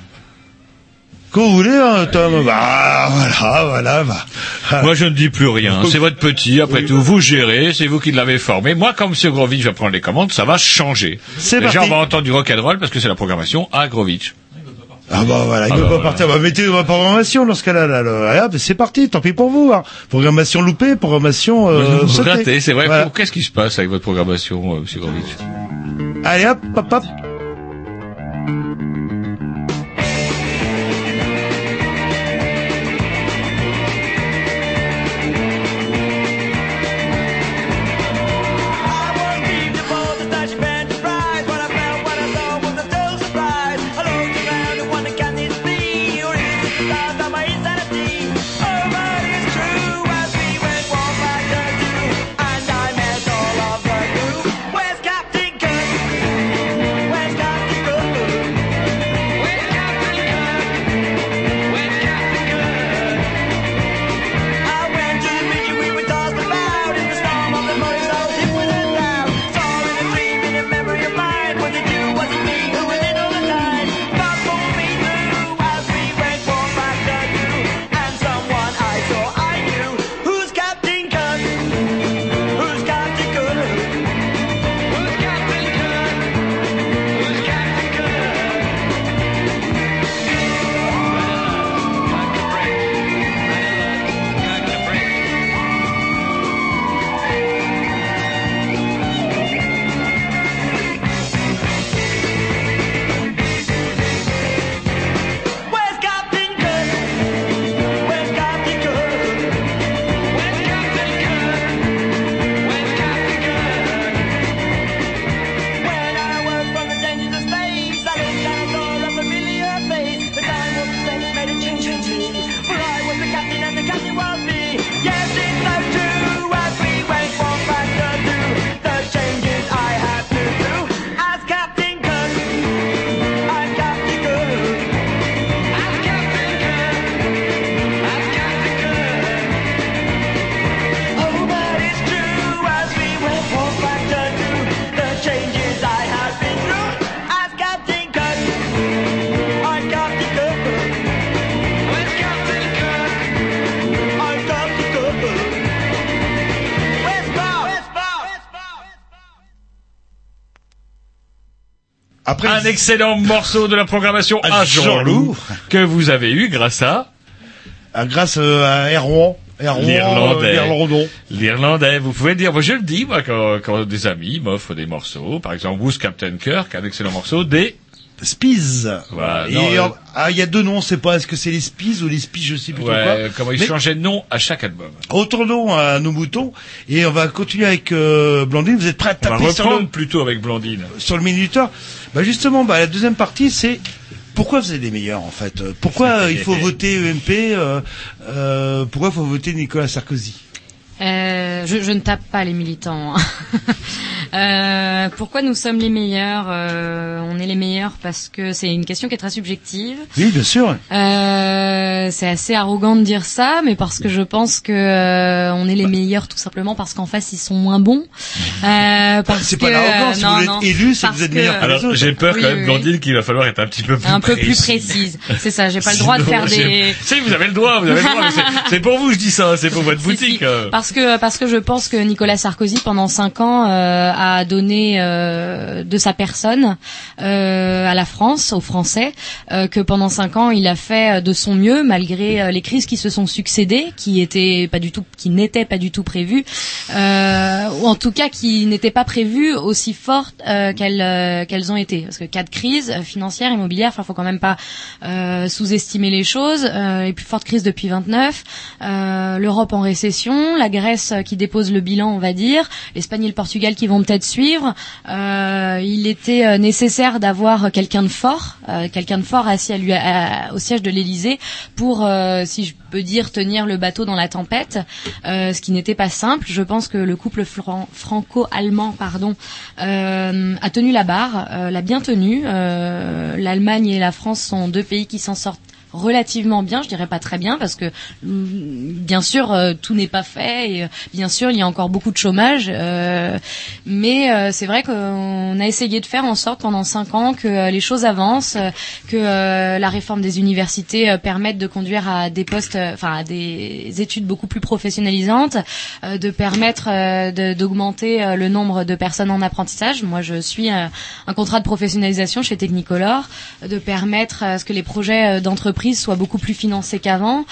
Quand vous voulez, hein, Tom. Bah, voilà. Moi, je ne dis plus rien. C'est votre petit, après tout. Vous gérez, c'est vous qui l'avez formé. Moi, quand M. Grovitch va prendre les commandes, ça va changer. C'est Déjà, parti. on va entendre du rock'n'roll parce que c'est la programmation à Grovitch. Ah bah voilà, il veut pas partir. Bah mettez ma programmation dans ce cas-là. Là. Hop, c'est parti, tant pis pour vous. Hein. Programmation loupée, programmation Vous sautée. grattez, c'est vrai. Voilà. Qu'est-ce qui se passe avec votre programmation, M. Grovitch? Allez hop. Après, un excellent morceau de la programmation à Jean-Loup que vous avez eu grâce à Erwan. L'Irlandais. Vous pouvez dire, moi je le dis, moi, quand des amis m'offrent des morceaux, par exemple, Who's Captain Kirk, un excellent morceau des Spies. Voilà, il y a deux noms, c'est pas, est-ce que c'est les Spies ou les Spies, je sais plus quoi. Comment ils changeaient de nom à chaque album. Retournons à nos moutons, et on va continuer avec, Blandine. Vous êtes prêts à taper plutôt avec Blandine. Sur le minuteur. Bah, justement, la deuxième partie, c'est, pourquoi vous êtes les meilleurs, en fait? Pourquoi il faut voter EMP, pourquoi il faut voter Nicolas Sarkozy? Je ne tape pas les militants. Pourquoi nous sommes les meilleurs? On est les meilleurs parce que c'est une question qui est très subjective. Oui, bien sûr. C'est assez arrogant de dire ça, mais parce que je pense que on est les meilleurs tout simplement parce qu'en face ils sont moins bons. C'est pas l'arrogance. Si vous êtes élu, c'est que vous êtes meilleur que les autres. J'ai peur quand même, Blandine, qu'il va falloir être un petit peu plus précise. C'est ça. J'ai pas le droit de faire des. Si, vous avez le droit. C'est pour vous, je dis ça. C'est pour votre boutique. Parce que je pense que Nicolas Sarkozy pendant 5 ans a donné de sa personne à la France, aux Français, que pendant 5 ans il a fait de son mieux malgré les crises qui se sont succédées, qui n'étaient pas du tout prévues, ou en tout cas qui n'étaient pas prévues aussi fortes qu'elles ont été. Parce que cas de crise financière, immobilière, faut quand même pas sous-estimer les choses. Les plus fortes crises depuis 29, l'Europe en récession, la Grèce qui dépose le bilan, on va dire, l'Espagne et le Portugal qui vont peut-être suivre. Il était nécessaire d'avoir quelqu'un de fort assis au siège de l'Élysée pour, si je peux dire, tenir le bateau dans la tempête, ce qui n'était pas simple. Je pense que le couple franco-allemand, a tenu la barre, l'a bien tenu. L'Allemagne et la France sont deux pays qui s'en sortent relativement bien, je dirais pas très bien, parce que bien sûr tout n'est pas fait et bien sûr il y a encore beaucoup de chômage, mais c'est vrai qu'on a essayé de faire en sorte pendant 5 ans que les choses avancent, que la réforme des universités permette de conduire à des postes, à des études beaucoup plus professionnalisantes, de permettre d'augmenter le nombre de personnes en apprentissage. Moi, je suis un contrat de professionnalisation chez Technicolor, de permettre à ce que les projets d'entreprise soient beaucoup plus financés qu'avant,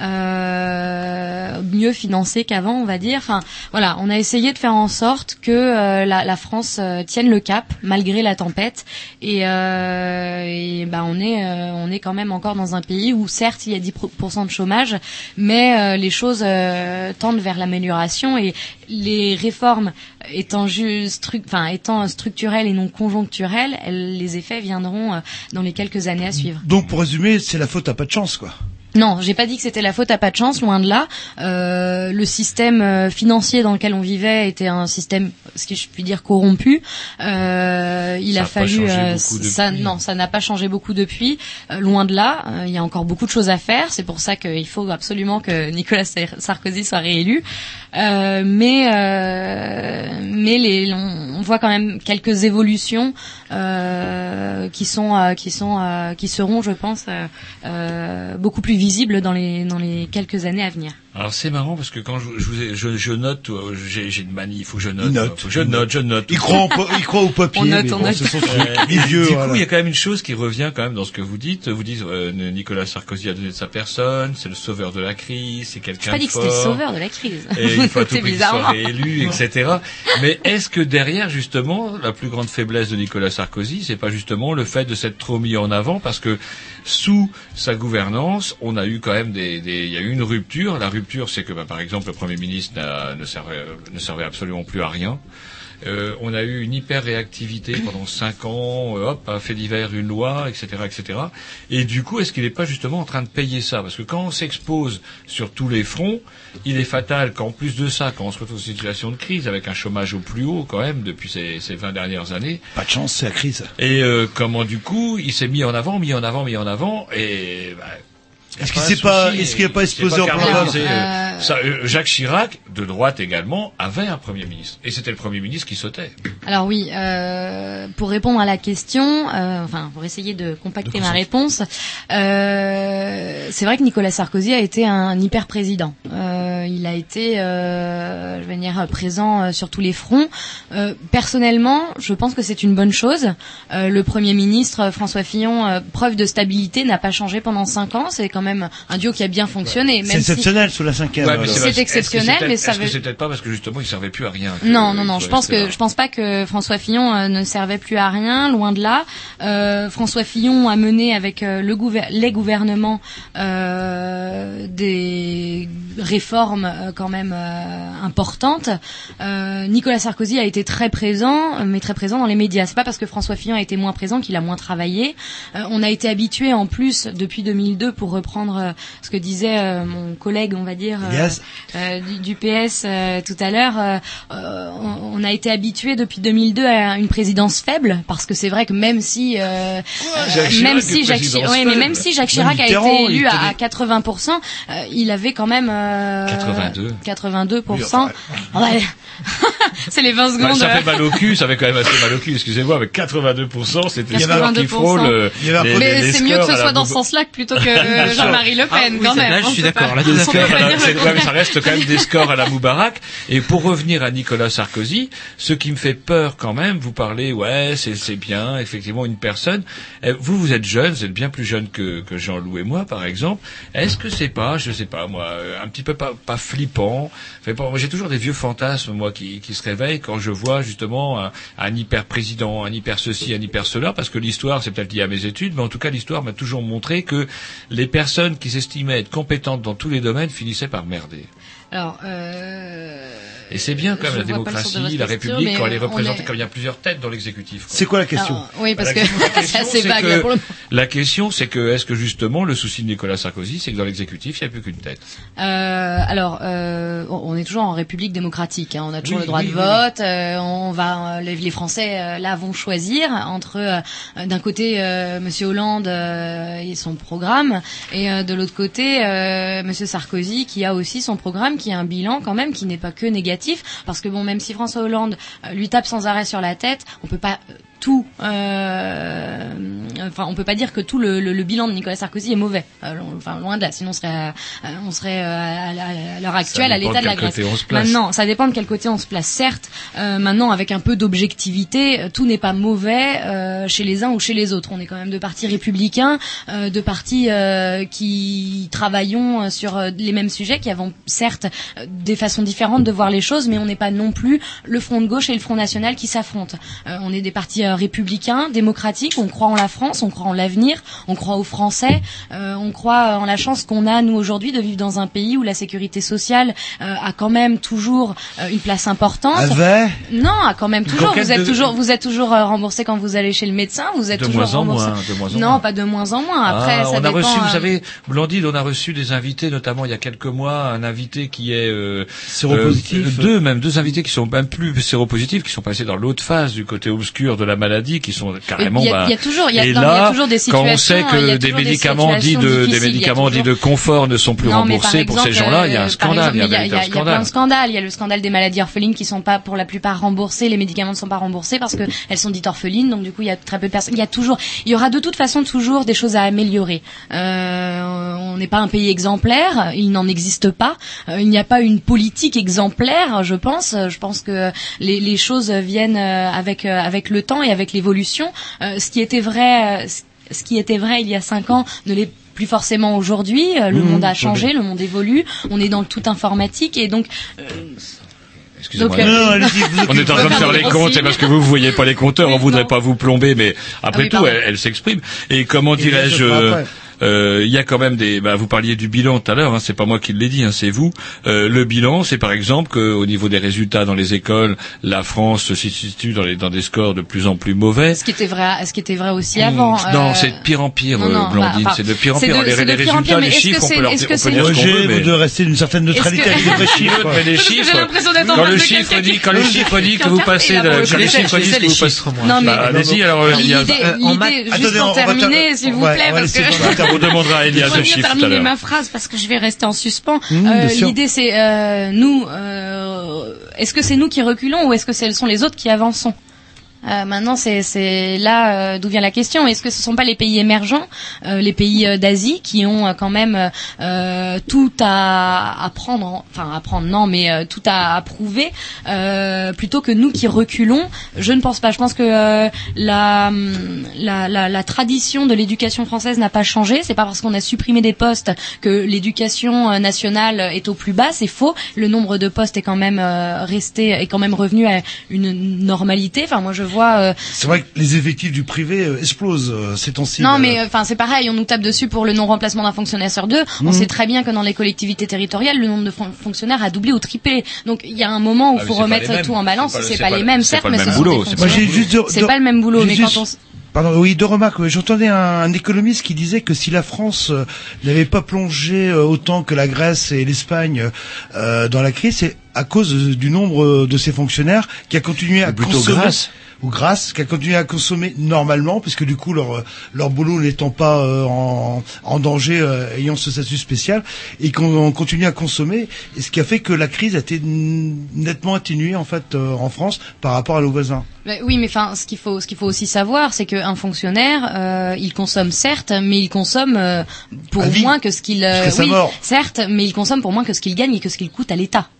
mieux financés qu'avant, on va dire. Enfin, voilà, on a essayé de faire en sorte que la France tienne le cap malgré la tempête. Et on est quand même encore dans un pays où certes il y a 10% de chômage, mais les choses tendent vers l'amélioration et les réformes étant structurelles et non conjoncturelles, les effets viendront dans les quelques années à suivre. Donc pour résumer, c'est la faute à pas de chance, quoi. Non, j'ai pas dit que c'était la faute à pas de chance, loin de là. Le système financier dans lequel on vivait était un système, ce que je puis dire, corrompu. Il a fallu ça n'a pas changé beaucoup depuis. Loin de là, il y a encore beaucoup de choses à faire. C'est pour ça qu'il faut absolument que Nicolas Sarkozy soit réélu. Mais on voit quand même quelques évolutions qui seront, je pense, beaucoup plus visible dans les quelques années à venir. Alors c'est marrant parce que quand je note, j'ai une manie, il faut que je note. Je note. Il croit au papier. On note. C'est son truc. Du coup, il y a quand même une chose qui revient quand même dans ce que vous dites. Vous dites Nicolas Sarkozy a donné de sa personne, c'est le sauveur de la crise, c'est quelqu'un de fort. J'ai pas dit que c'était le sauveur de la crise. Et il faut à tout prix qu'il soit réélu, etc. Mais est-ce que derrière, justement, la plus grande faiblesse de Nicolas Sarkozy, c'est pas justement le fait de s'être trop mis en avant, parce que sous sa gouvernance, on a eu quand même il y a eu une rupture. La rupture, c'est que, par exemple, le Premier ministre ne servait absolument plus à rien. On a eu une hyper-réactivité pendant 5 ans, un fait divers, une loi, etc., etc. Et du coup, est-ce qu'il n'est pas justement en train de payer ça? Parce que quand on s'expose sur tous les fronts, il est fatal qu'en plus de ça, quand on se retrouve dans une situation de crise, avec un chômage au plus haut quand même depuis ces 20 dernières années. Pas de chance, c'est la crise. Et comment du coup, il s'est mis en avant, et... Est-ce qu'il n'a pas explosé en plein Jacques Chirac, de droite également, avait un Premier ministre. Et c'était le Premier ministre qui sautait. Alors oui, pour répondre à la question, pour essayer de compacter ma réponse, c'est vrai que Nicolas Sarkozy a été un hyper-président. Il a été, présent sur tous les fronts. Personnellement, je pense que c'est une bonne chose. Le Premier ministre, François Fillon, preuve de stabilité, n'a pas changé pendant 5 ans. C'est quand même un duo qui a bien fonctionné. C'est exceptionnel sous la 5e. Ouais, c'est exceptionnel, mais ça veut... Est-ce que c'est peut-être pas parce que justement il servait plus à rien? Non. Je pense pas que François Fillon ne servait plus à rien, loin de là. François Fillon a mené avec les gouvernements des réformes quand même importantes. Nicolas Sarkozy a été très présent, mais très présent dans les médias. C'est pas parce que François Fillon a été moins présent qu'il a moins travaillé. On a été habitué en plus depuis 2002, pour reprendre ce que disait mon collègue, on va dire, du PS tout à l'heure, on a été habitué depuis 2002 à une présidence faible, parce que c'est vrai que même si Jacques Chirac a été élu à 80%, il avait quand même 82%. Ouais. C'est les 20 secondes. Ça fait mal au cul, ça fait quand même assez mal au cul, excusez-moi, avec 82%, c'était le score qui frôle mais c'est mieux que ce soit dans ce sens-là plutôt que Jean-Marie Le Pen, quand même. Là, je suis d'accord. Ça reste quand même des scores à la Moubarak. Et pour revenir à Nicolas Sarkozy, ce qui me fait peur quand même, vous parlez, c'est bien, effectivement, une personne. Vous êtes jeune, vous êtes bien plus jeune que Jean-Loup et moi, par exemple. Est-ce que c'est pas, je sais pas, moi, un petit peu pas flippant? Moi, j'ai toujours des vieux fantasmes, moi, qui se réveillent quand je vois, justement, un hyper-président, un hyper-ceci, un hyper-cela, parce que l'histoire, c'est peut-être lié à mes études, mais en tout cas, l'histoire m'a toujours montré que les personnes qui s'estimaient être compétentes dans tous les domaines finissaient par merder. Alors, Et c'est bien quand même la je vois pas le sens de démocratie, votre la question, République, quand elle est mais on représentée, est- comme il y a plusieurs têtes dans l'exécutif. quoi. C'est quoi la question? Alors, oui, parce La que question, c'est assez c'est vague que- là pour le La question, c'est que, est-ce que justement, le souci de Nicolas Sarkozy, c'est que dans l'exécutif, il n'y a plus qu'une tête? On est toujours en République démocratique. Hein. On a toujours Oui, le droit oui, de oui, vote. Les Français là vont choisir entre d'un côté Monsieur Hollande et son programme, et de l'autre côté Monsieur Sarkozy qui a aussi son programme, qui a un bilan quand même qui n'est pas que négatif, parce que bon, même si François Hollande lui tape sans arrêt sur la tête, on peut pas tout, on peut pas dire que tout le bilan de Nicolas Sarkozy est mauvais. Loin de là. Sinon, on serait à l'heure actuelle à l'état de la Grèce. Maintenant, ça dépend de quel côté on se place. Certes, maintenant, avec un peu d'objectivité, tout n'est pas mauvais chez les uns ou chez les autres. On est quand même deux partis républicains, deux partis qui travaillons sur les mêmes sujets, qui avons certes des façons différentes de voir les choses, mais on n'est pas non plus le Front de gauche et le Front national qui s'affrontent. On est des partis républicains, démocratiques, on croit en la France, on croit en l'avenir, on croit aux Français, on croit en la chance qu'on a, nous, aujourd'hui, de vivre dans un pays où la sécurité sociale a quand même toujours une place importante. Non, a quand même toujours. Vous êtes toujours remboursé quand vous allez chez le médecin, vous êtes toujours remboursé. De moins en non, moins. pas de moins en moins. Après, ça on a dépend. reçu, vous savez, Blandine, on a reçu des invités, notamment il y a quelques mois, un invité qui est séropositif. Deux invités qui sont même plus séropositifs, qui sont passés dans l'autre phase du côté obscur de la maladie, qui sont carrément. Il y a toujours des situations. Quand on sait que des médicaments dits de confort ne sont plus remboursés pour ces gens-là, il y a un scandale. Il y a plein de scandales. Il y a le scandale des maladies orphelines qui sont pas pour la plupart remboursées. Les médicaments ne sont pas remboursés parce que elles sont dites orphelines. Donc du coup, il y a très peu de personnes. Il y aura de toute façon toujours des choses à améliorer. On n'est pas un pays exemplaire. Il n'en existe pas. Il n'y a pas une politique exemplaire, je pense. Je pense que les choses viennent avec le temps et avec l'évolution. Ce qui était vrai il y a 5 ans ne l'est plus forcément aujourd'hui. Le monde a changé, le monde évolue. On est dans le tout informatique et donc. Excusez-moi. On est en train de faire les comptes, c'est parce que vous voyez pas les compteurs, on voudrait pas vous plomber, mais après tout, elle s'exprime. Et comment dirais-je, il y a quand même vous parliez du bilan tout à l'heure, hein, c'est pas moi qui l'ai dit, hein, c'est vous. Le bilan, c'est par exemple qu'au niveau des résultats dans les écoles, la France se situe dans des scores de plus en plus mauvais. Ce qui était vrai aussi avant. Non, c'est de pire en pire, Blandine, c'est de pire en pire. Les résultats, les chiffres, on peut dire ce qu'on veut, mais de rester d'une certaine neutralité avec les vrais chiffres. Mais les chiffres, quand le chiffre dit que vous passez Non, mais allez-y, alors, l'idée, juste pour terminer, s'il vous plaît, parce que on demandera à Elias le chiffre tout à terminer l'heure. ma phrase parce que je vais rester en suspens. L'idée c'est nous. Est-ce que c'est nous qui reculons ou est-ce que ce sont les autres qui avançons? Maintenant, c'est là d'où vient la question. Est-ce que ce sont pas les pays émergents, les pays d'Asie, qui ont quand même tout à prendre, mais tout à prouver, plutôt que nous qui reculons? Je ne pense pas. Je pense que la tradition de l'éducation française n'a pas changé. C'est pas parce qu'on a supprimé des postes que l'éducation nationale est au plus bas. C'est faux. Le nombre de postes est quand même est quand même revenu à une normalité. Enfin, moi, je vois. C'est vrai que les effectifs du privé explosent ces temps-ci. Non, mais c'est pareil. On nous tape dessus pour le non-remplacement d'un fonctionnaire sur 2. On sait très bien que dans les collectivités territoriales, le nombre de fonctionnaires a doublé ou triplé. Donc il y a un moment où il faut remettre tout en balance. C'est pas les mêmes, certes, mais c'est pas le même boulot. Mais quand on Pardon, oui, deux remarques. J'entendais un économiste qui disait que si la France n'avait pas plongé autant que la Grèce et l'Espagne dans la crise, c'est à cause du nombre de ces fonctionnaires qui a continué à consommer. Qui a continué à consommer normalement, puisque du coup leur boulot n'étant pas en danger, ayant ce statut spécial, et qu'on continue à consommer, et ce qui a fait que la crise a été nettement atténuée en fait en France par rapport à nos voisins. Oui, mais ce qu'il faut aussi savoir, c'est qu'un fonctionnaire, il consomme certes, mais il consomme pour moins que ce qu'il certes, mais il consomme pour moins que ce qu'il gagne et que ce qu'il coûte à l'État.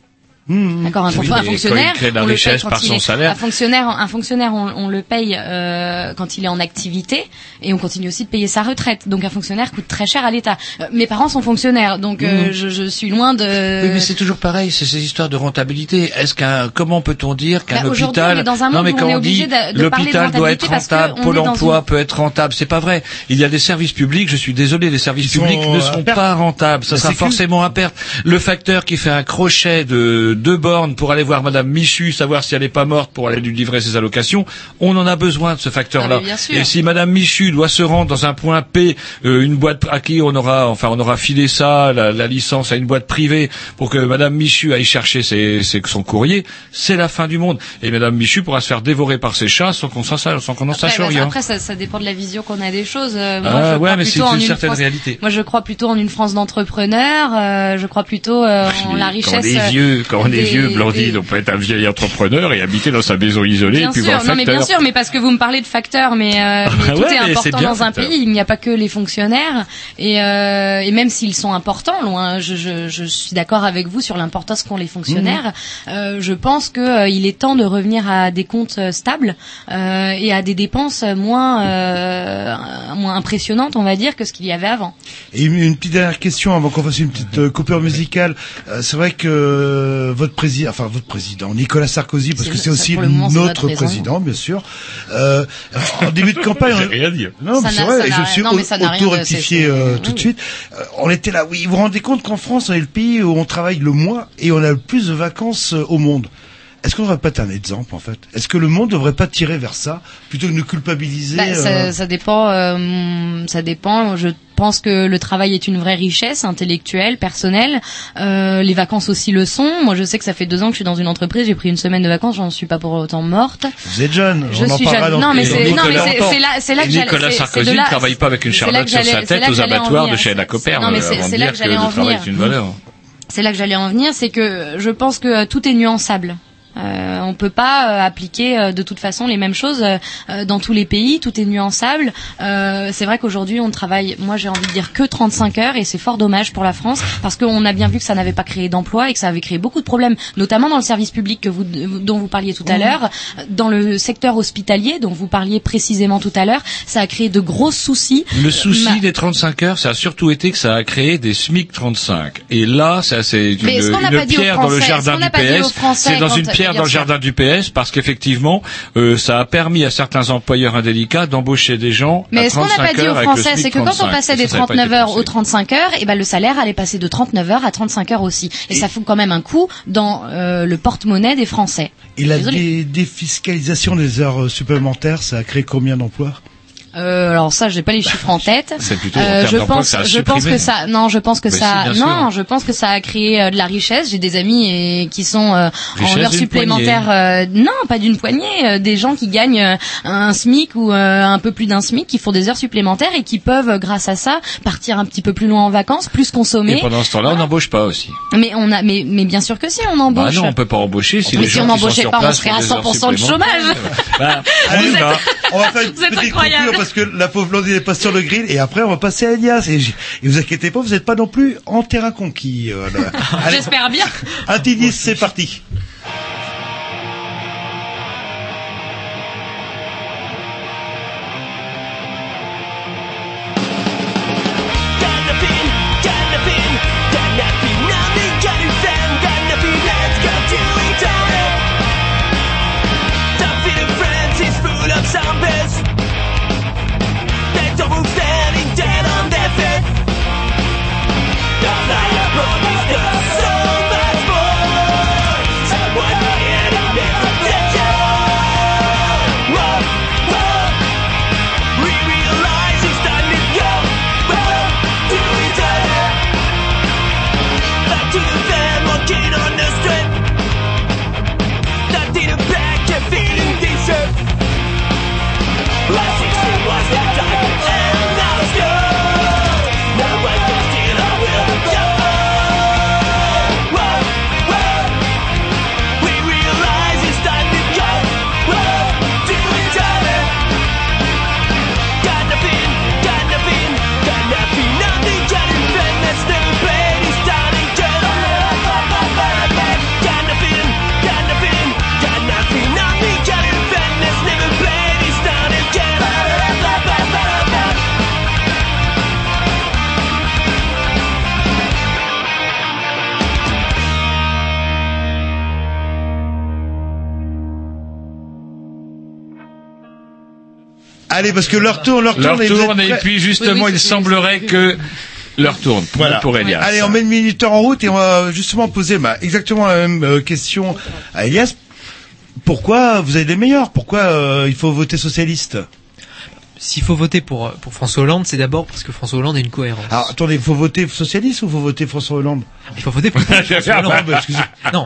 D'accord, un fonctionnaire, il crée de la richesse par son salaire. Un fonctionnaire, on le paye quand il est en activité, et on continue aussi de payer sa retraite. Donc un fonctionnaire coûte très cher à l'État. Mes parents sont fonctionnaires, donc je suis loin de. Oui, mais c'est toujours pareil, c'est ces histoires de rentabilité. Comment peut-on dire qu'un hôpital, on est dans un monde où on est obligé de l'hôpital doit être rentable, Pôle emploi peut être rentable, c'est pas vrai. Il y a des services publics, je suis désolé, les services publics ne seront pas rentables, ça sera forcément à perte. Le facteur qui fait un crochet de 2 bornes pour aller voir Madame Michu, savoir si elle est pas morte pour aller lui livrer ses allocations, on en a besoin de ce facteur-là. Et si Madame Michu doit se rendre dans un point P, une boîte à qui on aura filé ça, la licence à une boîte privée pour que Madame Michu aille chercher son courrier, c'est la fin du monde. Et Madame Michu pourra se faire dévorer par ses chats sans qu'on en sache rien. Après, ça dépend de la vision qu'on a des choses. Mais c'est une certaine réalité. Moi, je crois plutôt en une France d'entrepreneurs. Je crois plutôt en la richesse. Quand on est vieux, Blandine, on peut être un vieil entrepreneur et habiter dans sa maison isolée. Bien sûr, mais parce que vous me parlez de facteurs, mais tout est important dans un pays. Il n'y a pas que les fonctionnaires, et même s'ils sont importants, loin, je suis d'accord avec vous sur l'importance qu'ont les fonctionnaires. Je pense que il est temps de revenir à des comptes stables et à des dépenses moins impressionnantes, on va dire, que ce qu'il y avait avant. Et une petite dernière question avant qu'on fasse une petite coupure musicale. C'est vrai que votre président Nicolas Sarkozy, parce que c'est aussi notre président, bien sûr. En début de campagne, rien dire. Non, mais c'est vrai. Je suis auto-rectifié tout de suite. On était là. Oui, vous vous rendez compte qu'en France, on est le pays où on travaille le moins et on a le plus de vacances au monde. Est-ce qu'on ne devrait pas être un exemple, en fait? Est-ce que le monde ne devrait pas tirer vers ça, plutôt que de nous culpabiliser? Ça dépend. Je pense que le travail est une vraie richesse intellectuelle, personnelle. Les vacances aussi le sont. Moi, je sais que ça fait 2 ans que je suis dans une entreprise. J'ai pris une semaine de vacances. J'en suis pas pour autant morte. Vous êtes jeune. Je suis jeune. Non, mais c'est là que Nicolas Sarkozy ne travaille pas avec une charlotte sur sa tête aux abattoirs de chez la Coperne. Non, mais c'est là que j'allais en venir. C'est là que j'allais en venir. C'est que je pense que tout est nuançable. On peut pas appliquer de toute façon les mêmes choses dans tous les pays, tout est nuançable. C'est vrai qu'aujourd'hui on travaille, moi j'ai envie de dire que 35 heures, et c'est fort dommage pour la France parce qu'on a bien vu que ça n'avait pas créé d'emplois et que ça avait créé beaucoup de problèmes, notamment dans le service public dont vous parliez tout à l'heure, dans le secteur hospitalier dont vous parliez précisément tout à l'heure. Ça a créé de gros soucis. Le souci des 35 heures, ça a surtout été que ça a créé des SMIC 35. Et là, ça c'est une pierre dans le jardin du PS. C'est dans une pierre dans le jardin du PS parce qu'effectivement ça a permis à certains employeurs indélicats d'embaucher des gens. Mais ce qu'on n'a pas dit aux Français, c'est que quand on passait des 39 heures aux 35 heures, et ben le salaire allait passer de 39 heures à 35 heures aussi. Et ça fout quand même un coup dans le porte-monnaie des Français. Et la défiscalisation des heures supplémentaires, ça a créé combien d'emplois? Alors ça, j'ai pas les chiffres en tête. C'est plutôt je pense que ça a créé de la richesse. J'ai des amis qui sont en heures supplémentaires. Non, pas d'une poignée. Des gens qui gagnent un SMIC ou un peu plus d'un SMIC, qui font des heures supplémentaires et qui peuvent, grâce à ça, partir un petit peu plus loin en vacances, plus consommer. Et pendant ce temps-là, on n'embauche pas aussi. Mais bien sûr que si, on embauche. Bah non, on peut pas embaucher si les gens on n'embauchait pas, on serait à 100% de chômage. On va faire une petite coupure parce que la pauvre Blandine est pas sur le grill, et après on va passer à Elias. Et vous inquiétez pas, vous n'êtes pas non plus en terrain conquis. J'espère bien. Un tennis, c'est parti. The fire promised us so much more. Allez, parce que leur tourne, et puis justement, il semblerait que l'heure tourne. Voilà. Pour Elias. Allez, on met le minuteur en route et on va justement poser exactement la même question à Elias. Pourquoi vous avez des meilleurs? Pourquoi il faut voter socialiste? S'il faut voter pour François Hollande, c'est d'abord parce que François Hollande a une cohérence. Alors, attendez, il faut voter socialiste ou il faut voter François Hollande? Il faut voter pour François Hollande. Non.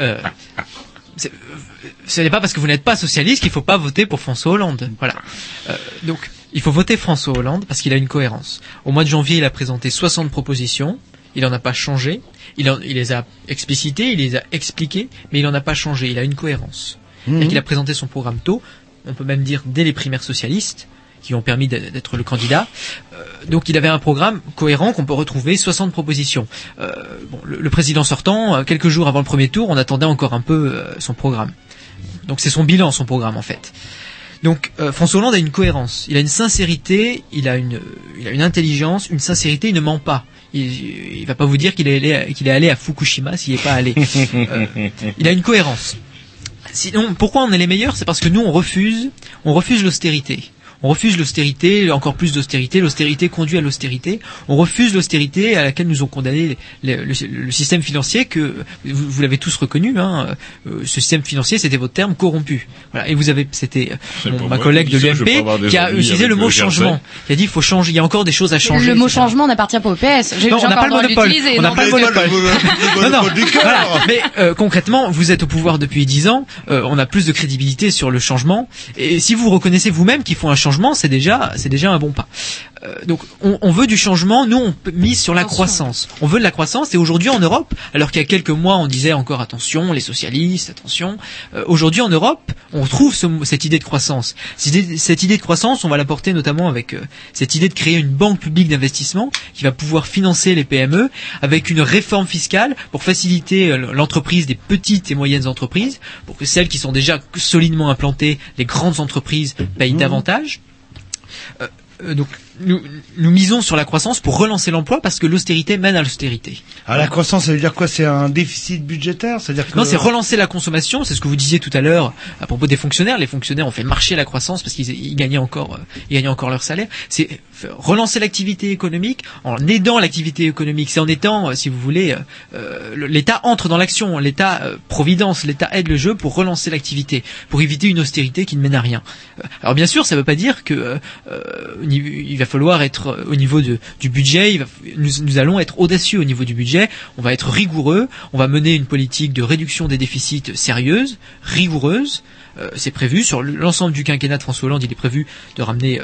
Ce n'est pas parce que vous n'êtes pas socialiste qu'il ne faut pas voter pour François Hollande. Voilà. Donc, il faut voter François Hollande parce qu'il a une cohérence. Au mois de janvier, il a présenté 60 propositions. Il n'en a pas changé. Il les a explicitées, il les a expliquées, mais il n'en a pas changé. Il a une cohérence. Et qu'il a présenté son programme tôt. On peut même dire dès les primaires socialistes, qui ont permis d'être le candidat. Donc il avait un programme cohérent qu'on peut retrouver, 60 propositions. Le président sortant, quelques jours avant le premier tour, on attendait encore un peu son programme. Donc c'est son bilan, son programme en fait. Donc François Hollande a une cohérence, il a une sincérité, il a une intelligence, une sincérité, il ne ment pas. Il va pas vous dire qu'il est allé à Fukushima s'il n'est pas allé. Il a une cohérence. Sinon, pourquoi on est les meilleurs? C'est parce que nous on refuse l'austérité. On refuse l'austérité, encore plus d'austérité. L'austérité conduit à l'austérité. On refuse l'austérité à laquelle nous ont condamné le système financier que vous l'avez tous reconnu. Ce système financier, c'était votre terme corrompu. Voilà. Et c'était ma collègue de l'UMP qui a utilisé le mot changement, qui a dit il faut changer. Il y a encore des choses à changer. Le mot changement n'appartient pas au PS. Non, on n'a pas le monopole. On n'a pas le monopole. Mais concrètement, vous êtes au pouvoir depuis 10 ans. On a plus de crédibilité sur le changement. Et si vous reconnaissez vous-même qu'il faut un changement, c'est déjà un bon pas. Donc on veut du changement, nous on mise sur la croissance. On veut de la croissance et aujourd'hui en Europe, alors qu'il y a quelques mois on disait encore attention, les socialistes, attention, aujourd'hui en Europe on trouve cette idée de croissance. Cette idée de croissance, on va la porter notamment avec cette idée de créer une banque publique d'investissement qui va pouvoir financer les PME avec une réforme fiscale pour faciliter l'entreprise des petites et moyennes entreprises, pour que celles qui sont déjà solidement implantées, les grandes entreprises, payent davantage. Donc nous misons sur la croissance pour relancer l'emploi parce que l'austérité mène à l'austérité. Alors la croissance, ça veut dire quoi? C'est un déficit budgétaire? C'est-à-dire que... Non, c'est relancer la consommation. C'est ce que vous disiez tout à l'heure à propos des fonctionnaires. Les fonctionnaires ont fait marcher la croissance parce qu'ils gagnaient encore leur salaire. C'est relancer l'activité économique en aidant l'activité économique. C'est en étant, si vous voulez, l'État entre dans l'action. L'État providence, l'État aide le jeu pour relancer l'activité, pour éviter une austérité qui ne mène à rien. Alors bien sûr, ça ne veut pas dire que il va falloir être au niveau du budget, nous allons être audacieux au niveau du budget, on va être rigoureux, on va mener une politique de réduction des déficits sérieuse, rigoureuse, c'est prévu sur l'ensemble du quinquennat de François Hollande, il est prévu de ramener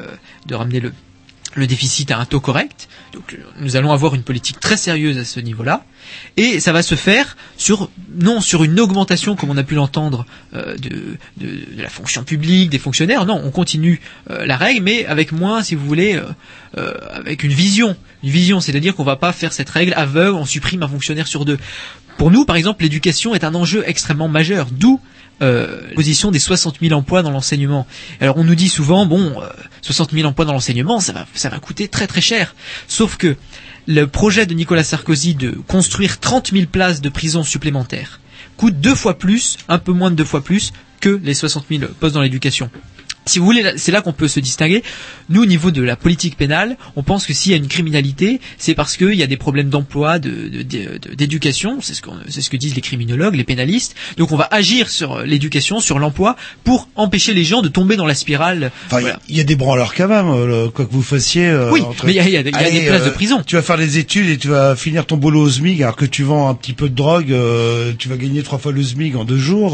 le déficit à un taux correct. Donc nous allons avoir une politique très sérieuse à ce niveau-là, et ça va se faire non sur une augmentation comme on a pu l'entendre de la fonction publique, des fonctionnaires. Non, on continue la règle, mais avec moins, si vous voulez, avec une vision. Une vision, c'est-à-dire qu'on va pas faire cette règle aveugle, on supprime un fonctionnaire sur 2. Pour nous, par exemple, l'éducation est un enjeu extrêmement majeur, d'où la position des 60 000 emplois dans l'enseignement. Alors on nous dit souvent, 60 000 emplois dans l'enseignement, ça va coûter très très cher. Sauf que le projet de Nicolas Sarkozy de construire 30 000 places de prison supplémentaires coûte 2 fois plus, un peu moins de 2 fois plus, que les 60 000 postes dans l'éducation. Si vous voulez, c'est là qu'on peut se distinguer. Nous, au niveau de la politique pénale, on pense que s'il y a une criminalité, c'est parce qu'il y a des problèmes d'emploi, d'éducation. C'est ce que disent les criminologues, les pénalistes. Donc, on va agir sur l'éducation, sur l'emploi, pour empêcher les gens de tomber dans la spirale. Enfin, voilà. Il y a des branleurs quand même, quoi que vous fassiez. Oui, mais il y a des places de prison. Tu vas faire des études et tu vas finir ton boulot au SMIC, alors que tu vends un petit peu de drogue, tu vas gagner 3 fois le SMIC en 2 jours.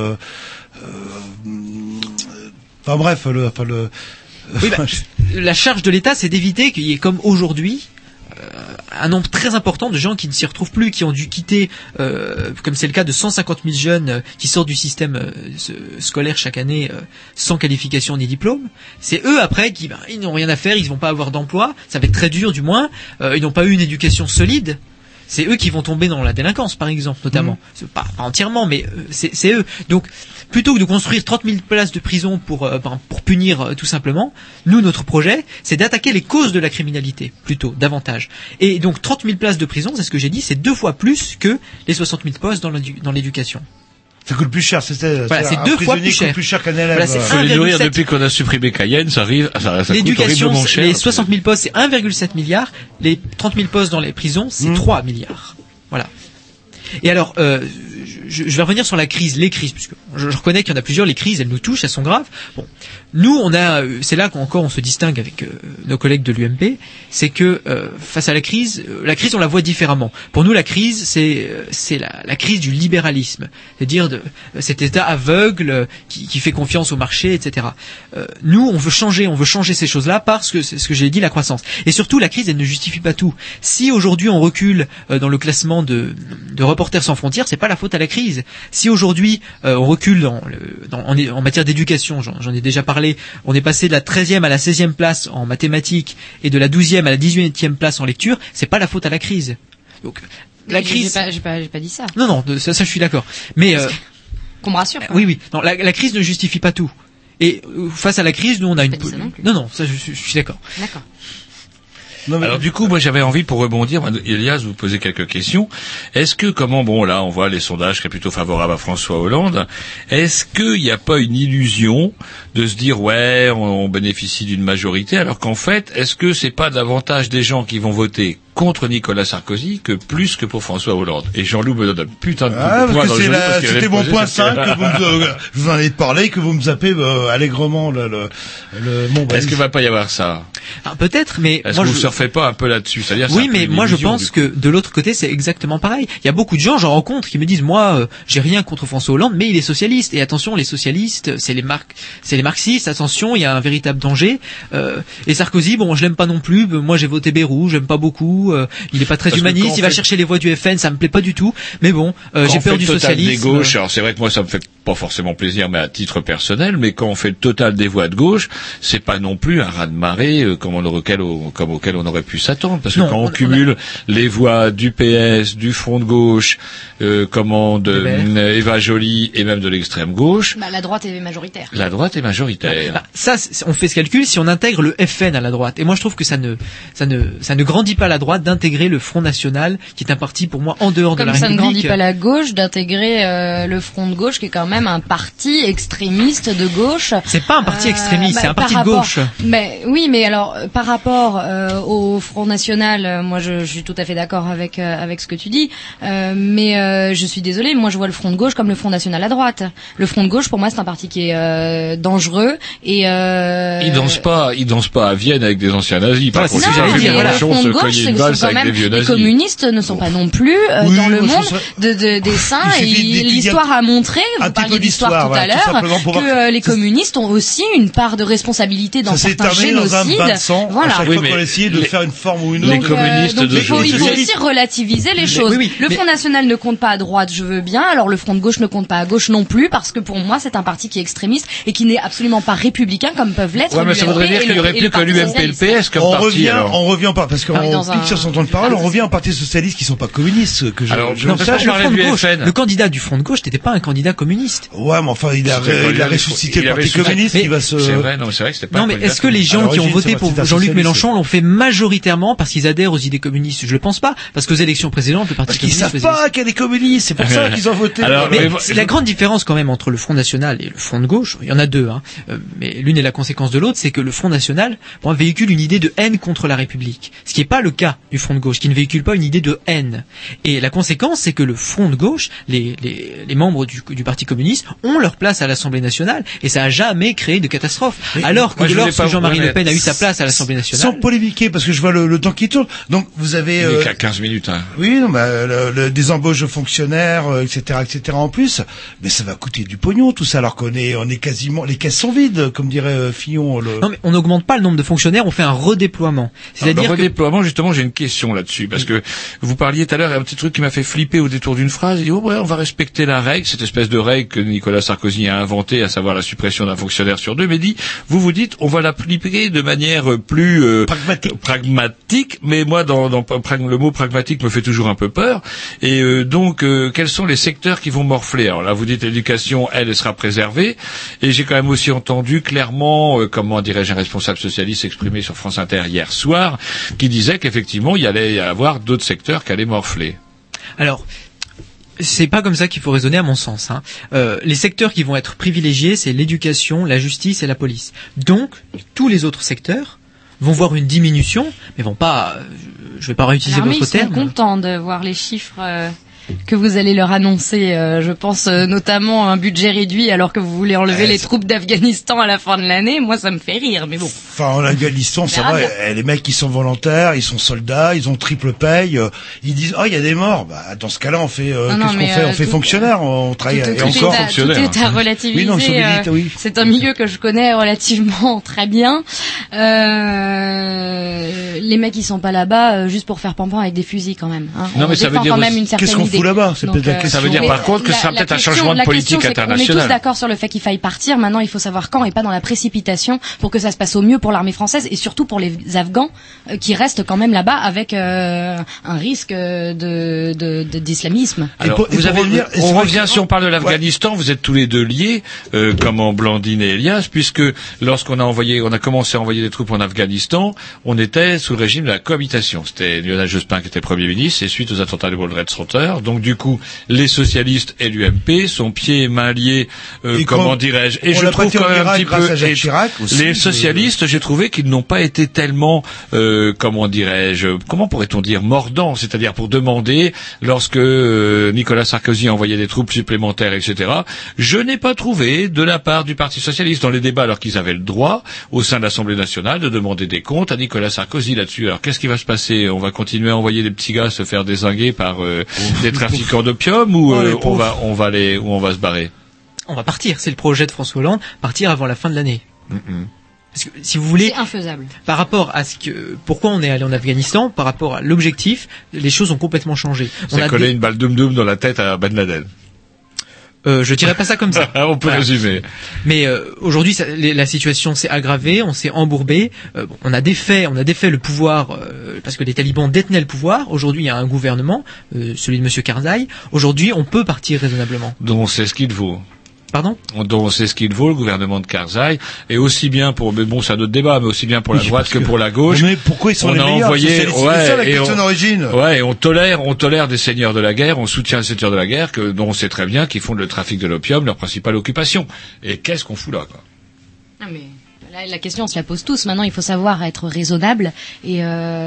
Enfin bref, oui, la charge de l'État, c'est d'éviter qu'il y ait comme aujourd'hui un nombre très important de gens qui ne s'y retrouvent plus, qui ont dû quitter, comme c'est le cas de 150 000 jeunes qui sortent du système scolaire chaque année sans qualification ni diplôme. C'est eux après qui ils n'ont rien à faire, ils vont pas avoir d'emploi, ça va être très dur du moins, ils n'ont pas eu une éducation solide. C'est eux qui vont tomber dans la délinquance, par exemple, notamment. Pas entièrement, mais c'est eux. Donc, plutôt que de construire 30 000 places de prison pour punir tout simplement, nous, notre projet, c'est d'attaquer les causes de la criminalité, plutôt, davantage. Et donc, 30 000 places de prison, c'est ce que j'ai dit, c'est 2 fois plus que les 60 000 postes dans l'éducation. Ça coûte plus cher, c'est 2 fois plus cher. Coûte plus cher qu'un élève. Voilà, c'est Faut les nourrir depuis qu'on a supprimé Cayenne, ça coûte l'éducation, horriblement cher. les 60 000 postes, c'est 1,7 milliard. Les 30 000 postes dans les prisons, c'est 3 milliards. Voilà. Et alors, je vais revenir sur les crises, puisque je reconnais qu'il y en a plusieurs, les crises, elles nous touchent, elles sont graves. Bon, nous, c'est là qu'encore on se distingue avec nos collègues de l'UMP, c'est que face à la crise, on la voit différemment. Pour nous, la crise, c'est la crise du libéralisme, c'est-à-dire de cet État aveugle qui fait confiance au marché, etc. Nous, on veut changer ces choses-là parce que c'est ce que j'ai dit, la croissance. Et surtout, la crise, elle ne justifie pas tout. Si aujourd'hui on recule dans le classement de Reporters sans frontières, c'est pas la faute à la crise. Si aujourd'hui on recule en matière d'éducation, j'en ai déjà parlé, on est passé de la 13e à la 16e place en mathématiques et de la 12e à la 18e place en lecture, c'est pas la faute à la crise. Donc la crise, j'ai pas dit ça. Non, ça je suis d'accord. Mais qu'on me rassure. Oui. Non, la crise ne justifie pas tout. Et face à la crise, nous on a une. Non, ça je suis d'accord. D'accord. Alors du coup, moi j'avais envie, pour rebondir, Elias, vous poser quelques questions. Est-ce que, là on voit les sondages qui sont plutôt favorables à François Hollande, est-ce qu'il n'y a pas une illusion de se dire ouais, on bénéficie d'une majorité, alors qu'en fait, est-ce que c'est pas davantage des gens qui vont voter contre Nicolas Sarkozy que plus que pour François Hollande? Et Jean-Loup me donne un putain de coup de poing dans le genou parce que c'était mon point 5 que je vous en ai parlé, que vous me zappez allègrement Est-ce qu'il va pas y avoir ça? Alors, peut-être, mais est-ce que vous surfez pas un peu là-dessus? C'est-à-dire, oui, mais moi je pense que de l'autre côté c'est exactement pareil. Il y a beaucoup de gens, j'en rencontre, qui me disent moi j'ai rien contre François Hollande, mais il est socialiste. Et attention, les socialistes, c'est les marxistes. Attention, il y a un véritable danger. Et Sarkozy, bon, je l'aime pas non plus. Moi j'ai voté Bayrou, j'aime pas beaucoup. Il est pas très humaniste. Il va chercher les voix du FN, ça me plaît pas du tout. Mais bon, j'ai peur du socialisme. Des gauches, alors c'est vrai que moi ça me fait pas forcément plaisir, mais à titre personnel. Mais quand on fait le total des voix de gauche, c'est pas non plus un raz-de-marée auquel on aurait pu s'attendre, parce que quand on cumule les voix du PS, du Front de gauche, Eva Joly et même de l'extrême gauche, la droite est majoritaire. La droite est majoritaire. Ça, on fait ce calcul si on intègre le FN à la droite. Et moi, je trouve que ça ne grandit pas la droite d'intégrer le Front National, qui est un parti pour moi en dehors de la République. Comme ça ne grandit pas la gauche d'intégrer le Front de gauche, qui est quand même un parti extrémiste de gauche. C'est pas un parti extrémiste, c'est un parti de gauche. Mais oui, mais alors par rapport au Front National, moi je suis tout à fait d'accord avec ce que tu dis, mais je suis désolée, moi je vois le Front de gauche comme le Front National à droite. Le Front de gauche, pour moi, c'est un parti qui est dangereux et il danse pas à Vienne avec des anciens nazis. Par contre, le Front de gauche, c'est quand même les communistes ne sont pas non plus dans le monde des saints, et l'histoire a montré, vous parliez d'histoire tout à l'heure, que les communistes ont aussi une part de responsabilité dans certains génocides. Voilà. À chaque fois qu'on a essayé de faire une forme ou une autre. Les communistes il faut aussi relativiser les choses. Le Front National ne compte pas à droite, je veux bien, alors le Front de gauche ne compte pas à gauche non plus, parce que pour moi c'est un parti qui est extrémiste et qui n'est absolument pas républicain comme peuvent l'être mais ça voudrait dire qu'il y aurait plus que l'UMP et le PS comme parti. On revient pas, parce qu'on pique sur son temps de parole, on revient en parti socialiste qui sont pas communistes, que le candidat du Front de gauche n'était pas un candidat communiste. Ouais, mais enfin, il a ressuscité le parti communiste qui va se... C'est vrai, c'est vrai que c'était pas. Non, mais est-ce que les gens qui ont voté pour Jean-Luc Mélenchon l'ont fait majoritairement parce qu'ils adhèrent aux idées communistes? Je le pense pas, parce qu'aux élections précédentes, le parti communiste... Parce qu'ils savent pas qu'il y a des communistes, c'est pour ça qu'ils ont voté. Mais la grande différence quand même entre le Front National et le Front de gauche, il y en a deux, mais l'une est la conséquence de l'autre, c'est que le Front National, pour moi, véhicule une idée de haine contre la République. Ce qui n'est pas le cas du Front de gauche, qui ne véhicule pas une idée de haine. Et la conséquence, c'est que le Front de gauche, les membres du Parti communiste ont leur place à l'Assemblée nationale, et ça a jamais créé de catastrophe. Alors que lorsque Jean-Marie Le Pen a eu sa place à l'Assemblée nationale... Sans polémiquer, parce que je vois le temps qui tourne. Donc, vous avez... Il est qu'à 15 minutes, Oui, non, des embauches de fonctionnaires, etc., en plus. Mais ça va coûter du pognon, tout ça, alors qu'on est quasiment... Les caisses sont vides, comme dirait Fillon. Non, mais on n'augmente pas le nombre de fonctionnaires, on fait un redéploiement. C'est-à-dire le redéploiement, justement, j'ai une question là-dessus, parce que vous parliez tout à l'heure, il y a un petit truc qui m'a fait flipper au détour d'une phrase. Il dit, on va respecter la règle, cette espèce de règle que Nicolas Sarkozy a inventée, à savoir la suppression d'un fonctionnaire sur deux, mais vous dites, on va l'appliquer de manière plus pragmatique, mais moi, le mot pragmatique me fait toujours un peu peur. Et donc, quels sont les secteurs qui vont morfler? Alors là, vous dites l'éducation, elle sera préservée, et j'ai quand même aussi entendu clairement, comment dirais-je, un responsable socialiste s'exprimer sur France Inter hier soir, qui disait qu'effectivement, il y allait y avoir d'autres secteurs qui allaient morfler. Alors, C'est pas comme ça qu'il faut raisonner à mon sens. Les secteurs qui vont être privilégiés, c'est l'éducation, la justice et la police. Donc, tous les autres secteurs vont voir une diminution, mais vont pas, je vais pas réutiliser votre terme. Ils sont contents de voir les chiffres que vous allez leur annoncer. Je pense notamment à un budget réduit alors que vous voulez enlever les troupes d'Afghanistan à la fin de l'année. Moi, ça me fait rire, mais bon. Enfin, en Afghanistan, ça va. Les mecs qui sont volontaires, ils sont soldats, ils ont triple paye. Ils disent, il y a des morts. Bah, dans ce cas-là, on fait qu'est-ce qu'on fait? On fait fonctionnaire. On travaille et encore fonctionnaire. Tout est à relativiser. Oui, c'est un milieu que je connais relativement très bien. Les mecs, ils sont pas là-bas juste pour faire pampan avec des fusils quand même. Non, mais ça veut dire quand même une certaine idée. Là-bas, c'est peut-être la question. Ça veut dire par contre que ce sera peut-être un changement de politique internationale. On est tous d'accord sur le fait qu'il faille partir. Maintenant, il faut savoir quand et pas dans la précipitation pour que ça se passe au mieux pour l'armée française et surtout pour les Afghans qui restent quand même là-bas avec un risque d'islamisme. Alors, on revient si on parle de l'Afghanistan, vous êtes tous les deux liés, comme en Blandine et Elias, puisque lorsqu'on a commencé à envoyer des troupes en Afghanistan, on était sous le régime de la cohabitation. C'était Lionel Jospin qui était Premier ministre et suite aux attentats de World Trade Center. Donc du coup, les socialistes et l'UMP sont pieds et mains liés, comment dirais-je. Et je trouve quand même un petit peu Chirac aussi, les socialistes, j'ai trouvé qu'ils n'ont pas été tellement, comment dirais-je, comment pourrait-on dire, mordants, c'est-à-dire pour demander, lorsque Nicolas Sarkozy a envoyé des troupes supplémentaires, etc. Je n'ai pas trouvé de la part du Parti socialiste dans les débats, alors qu'ils avaient le droit au sein de l'Assemblée nationale de demander des comptes à Nicolas Sarkozy là-dessus. Alors qu'est-ce qui va se passer? On va continuer à envoyer des petits gars se faire dézinguer par des trafiquants d'opium ou on va se barrer? On va partir. C'est le projet de François Hollande, partir avant la fin de l'année. Parce que, si vous voulez, c'est infaisable. Par rapport à pourquoi on est allé en Afghanistan, par rapport à l'objectif, les choses ont complètement changé. On a collé une balle doum-doum dans la tête à Ben Laden. Je dirais pas ça comme ça. On peut résumer. Mais aujourd'hui, la situation s'est aggravée, on s'est embourbé. On a défait le pouvoir parce que les talibans détenaient le pouvoir. Aujourd'hui, il y a un gouvernement, celui de Monsieur Karzai. Aujourd'hui, on peut partir raisonnablement. Donc c'est ce qu'il faut. Pardon? Donc c'est ce qu'il vaut, le gouvernement de Karzai, et aussi bien pour, mais bon, c'est un autre débat, mais aussi bien pour la droite que pour la gauche. Mais pourquoi ils sont les meilleurs? C'est ça la question d'origine. Ouais, et on tolère des seigneurs de la guerre, on soutient les seigneurs de la guerre, dont on sait très bien qu'ils font le trafic de l'opium leur principale occupation. Et qu'est-ce qu'on fout là, quoi? Ah, mais la question, on se la pose tous. Maintenant, il faut savoir être raisonnable et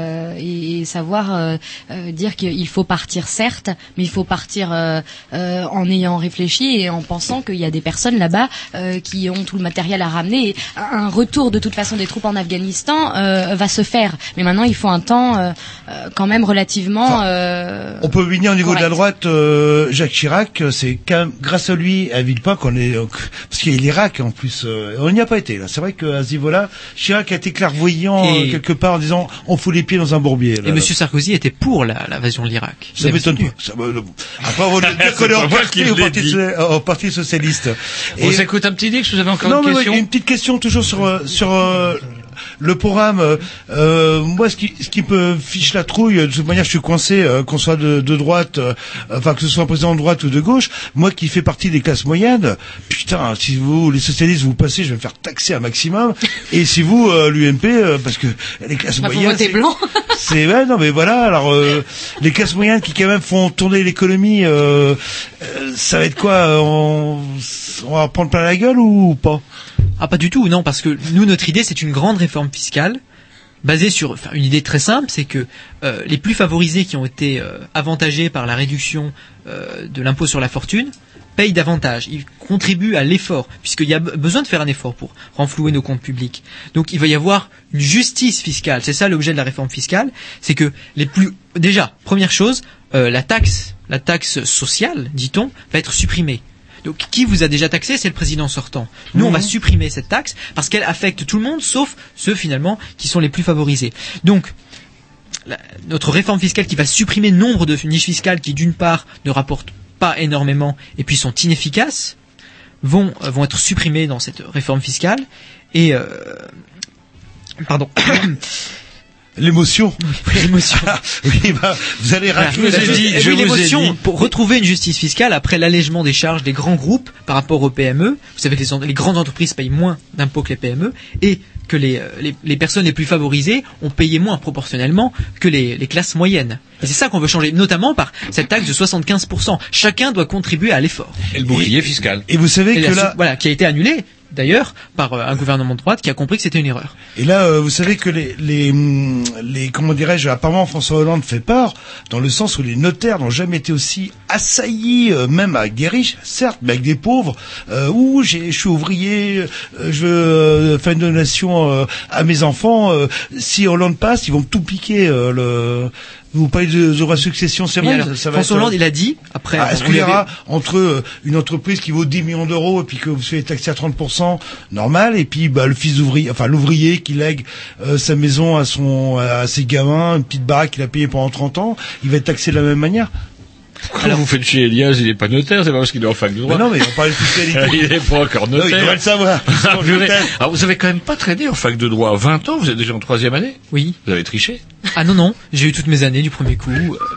savoir dire qu'il faut partir, certes, mais il faut partir en ayant réfléchi et en pensant qu'il y a des personnes là-bas qui ont tout le matériel à ramener. Et un retour de toute façon des troupes en Afghanistan va se faire. Mais maintenant, il faut un temps quand même relativement. On peut venir au niveau de la droite. Jacques Chirac, c'est quand même grâce à lui, à Villepin, qu'on est parce qu'il y a l'Irak en plus. On n'y a pas été là. C'est vrai que à ce niveau-là, Chirac a été clairvoyant quelque part en disant on fout les pieds dans un bourbier. Là, et Monsieur Sarkozy était pour l'invasion de l'Irak. Ça m'étonne pas. Après, on va dire qu'on est au Parti socialiste. On s'écoute un petit Dix, vous avez encore une question? Une petite question toujours sur le programme. Moi, ce qui me fiche la trouille, de toute manière, je suis coincé, qu'on soit de droite, enfin que ce soit un président de droite ou de gauche. Moi, qui fais partie des classes moyennes, putain, si vous, les socialistes, vous passez, je vais me faire taxer un maximum. Et si vous, l'UMP, parce que les classes moyennes, c'est ouais, non, mais voilà. Alors, les classes moyennes qui quand même font tourner l'économie, ça va être quoi? On va prendre plein la gueule ou pas? Ah, pas du tout, non, parce que nous, notre idée, c'est une grande réforme fiscale basée sur une idée très simple, c'est que les plus favorisés qui ont été avantagés par la réduction de l'impôt sur la fortune payent davantage. Ils contribuent à l'effort, puisqu'il y a besoin de faire un effort pour renflouer nos comptes publics. Donc, il va y avoir une justice fiscale. C'est ça l'objet de la réforme fiscale, c'est que déjà, première chose, la taxe sociale, dit-on, va être supprimée. Donc, qui vous a déjà taxé? C'est le président sortant. Nous, on va supprimer cette taxe parce qu'elle affecte tout le monde, sauf ceux, finalement, qui sont les plus favorisés. Donc, notre réforme fiscale qui va supprimer nombre de niches fiscales qui, d'une part, ne rapportent pas énormément et puis sont inefficaces, vont être supprimées dans cette réforme fiscale. Et, pardon. L'émotion. L'émotion. Oui, vous allez racler. L'émotion pour retrouver une justice fiscale après l'allègement des charges des grands groupes par rapport aux PME. Vous savez que les grandes entreprises payent moins d'impôts que les PME et que les personnes les plus favorisées ont payé moins proportionnellement que les classes moyennes. Et c'est ça qu'on veut changer, notamment par cette taxe de 75%. Chacun doit contribuer à l'effort. Et le bouclier fiscal. Et vous savez que là... Voilà, qui a été annulé, d'ailleurs, par un gouvernement de droite qui a compris que c'était une erreur. Et là, vous savez que les comment dirais-je, apparemment François Hollande fait peur, dans le sens où les notaires n'ont jamais été aussi assaillis, même avec des riches, certes, mais avec des pauvres, où je suis ouvrier, je veux faire une donation à mes enfants, si Hollande passe, ils vont tout piquer, vous parlez de droit de succession, c'est vrai. Ça va François Hollande, il a dit, après... est-ce qu'il y aura entre une entreprise qui vaut 10 millions d'euros et puis que vous soyez taxé à 30%, normal, et puis le fils d'ouvrier, enfin l'ouvrier qui lègue sa maison à ses gamins, une petite baraque qu'il a payée pendant 30 ans, il va être taxé de la même manière? Alors vous faites chier Elias, il est pas notaire, c'est pas parce qu'il est en fac de droit. Mais non, mais on parle de fiscalité. Il est pas encore notaire. Non, il devrait le savoir. Alors vous avez quand même pas traîné en fac de droit. 20 ans, vous êtes déjà en 3e année? Oui. Vous avez triché? Ah non, j'ai eu toutes mes années du premier coup.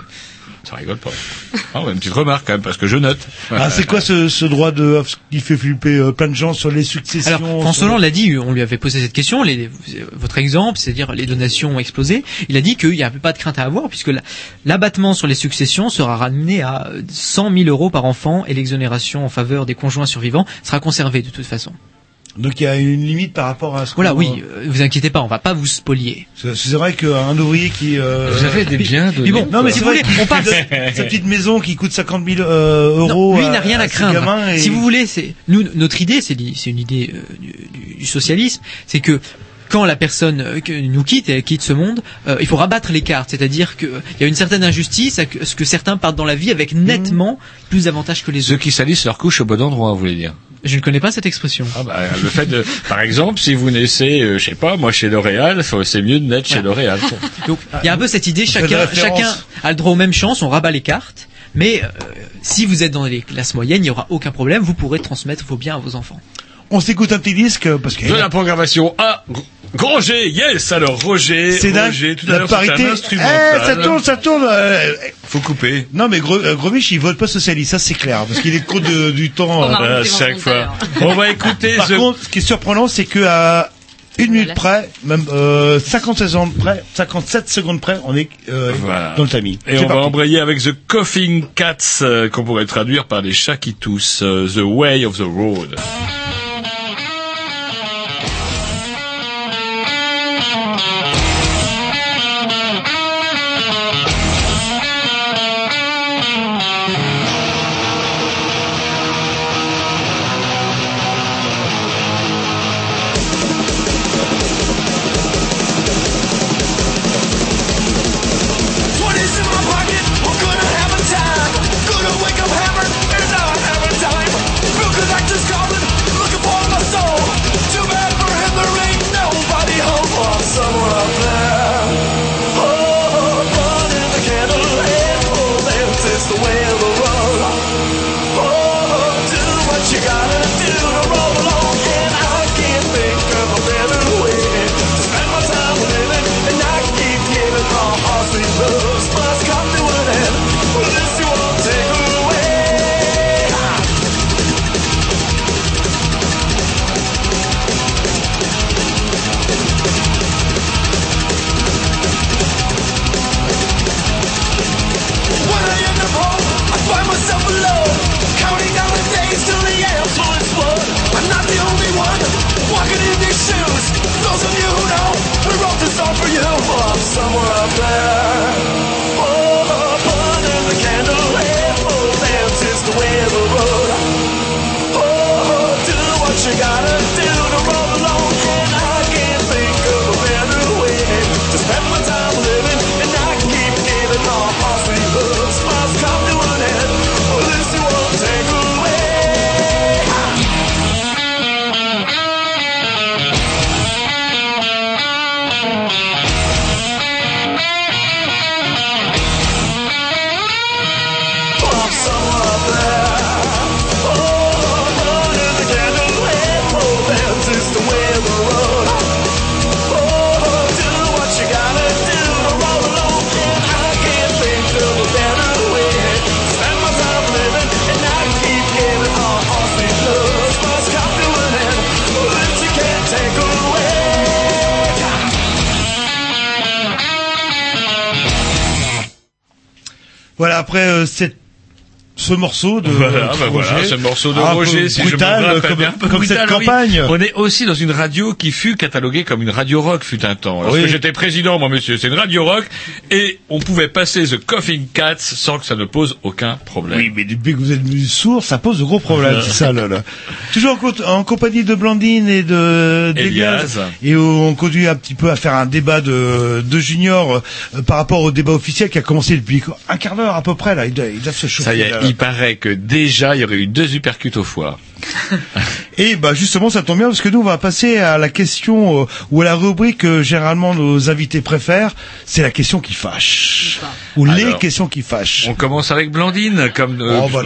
Ça rigole pas. Ah ouais, une petite remarque quand même, parce que je note. Ah, c'est quoi ce droit qui fait flipper plein de gens sur les successions? Alors, François Hollande l'a dit, on lui avait posé cette question, votre exemple, c'est-à-dire les donations ont explosé. Il a dit qu'il n'y avait pas de crainte à avoir, puisque l'abattement sur les successions sera ramené à 100 000 euros par enfant et l'exonération en faveur des conjoints survivants sera conservée de toute façon. Donc il y a une limite par rapport à ce voilà, oui, vous inquiétez pas, on va pas vous spolier. C'est vrai qu'un ouvrier qui... Vous avez des biens de... Mais bon, non, mais si vous voulez, on passe... Sa petite maison qui coûte 50 000 euros... Non, lui, il n'a rien à craindre. Et... Si vous voulez, notre idée, c'est une idée du socialisme, c'est que quand la personne nous quitte et elle quitte ce monde, il faut rabattre les cartes, c'est-à-dire qu'il y a une certaine injustice à ce que certains partent dans la vie avec nettement plus d'avantages que les autres. Ceux qui salissent leur couche au bon endroit, vous voulez dire? Je ne connais pas cette expression. Ah bah, le fait de, par exemple, si vous naissez, je sais pas, moi chez L'Oréal, c'est mieux de naître chez L'Oréal. Donc, il y a un peu cette idée, chacun a le droit aux mêmes chances, on rabat les cartes, mais si vous êtes dans les classes moyennes, il n'y aura aucun problème, vous pourrez transmettre vos biens à vos enfants. On s'écoute un petit disque parce que... De la programmation à Roger, yes, alors Roger, tout à l'heure c'est un instrumental. Ça tourne. Faut couper. Non mais Gros-Mich, il vote pas socialiste, ça c'est clair, parce qu'il est trop du temps chaque fois. On va écouter. Par contre, ce qui est surprenant, c'est que à 1 minute près, même 57 secondes près, on est voilà. dans le tamis. Et on va embrayer avec The Coughing Cats, qu'on pourrait traduire par les chats qui toussent, The Way of the Road. Voilà, après ce morceau de Roger, ce morceau de Roger, si brutal, je me rappelle bien, comme brutal, cette campagne. Oui. On est aussi dans une radio qui fut cataloguée comme une radio rock fut un temps. Lorsque j'étais président, moi monsieur, c'est une radio rock et on pouvait passer The Coughing Cats sans que ça ne pose aucun problème. Oui, mais depuis que vous êtes devenu sourd, ça pose de gros problèmes, c'est ça là. Toujours en compagnie de Blandine et d'Elias, et on conduit un petit peu à faire un débat de junior par rapport au débat officiel qui a commencé depuis un quart d'heure à peu près là. Il doit se chauffer. Ça y est, il paraît que déjà il y aurait eu 2 uppercuts au foie. Et justement ça tombe bien parce que nous on va passer à la question ou à la rubrique que généralement nos invités préfèrent, c'est la question qui fâche. Ou les questions qui fâchent. On commence avec Blandine comme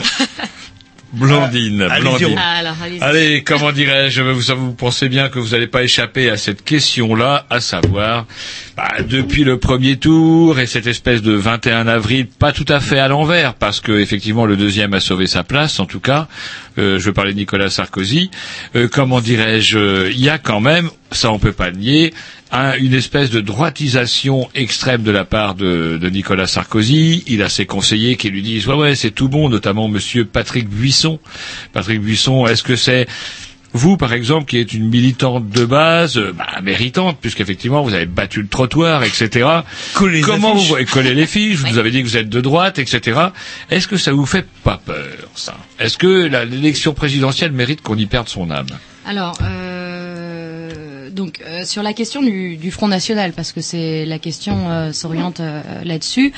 Blandine. Allez, comment dirais-je, vous pensez bien que vous n'allez pas échapper à cette question-là, à savoir, depuis le premier tour et cette espèce de 21 avril, pas tout à fait à l'envers, parce que effectivement le deuxième a sauvé sa place, en tout cas, je veux parler de Nicolas Sarkozy, comment dirais-je, il y a quand même, ça on peut pas le nier, une espèce de droitisation extrême de la part de Nicolas Sarkozy. Il a ses conseillers qui lui disent ouais c'est tout bon, notamment monsieur Patrick Buisson. Patrick Buisson, est-ce que c'est vous, par exemple, qui êtes une militante de base, méritante, puisqu'effectivement vous avez battu le trottoir, etc. Comment vous voyez coller les fiches, vous avez dit que vous êtes de droite, etc. Est-ce que ça vous fait pas peur, ça? Est-ce que l'élection présidentielle mérite qu'on y perde son âme? Alors, donc sur la question du Front National, parce que c'est la question s'oriente là-dessus.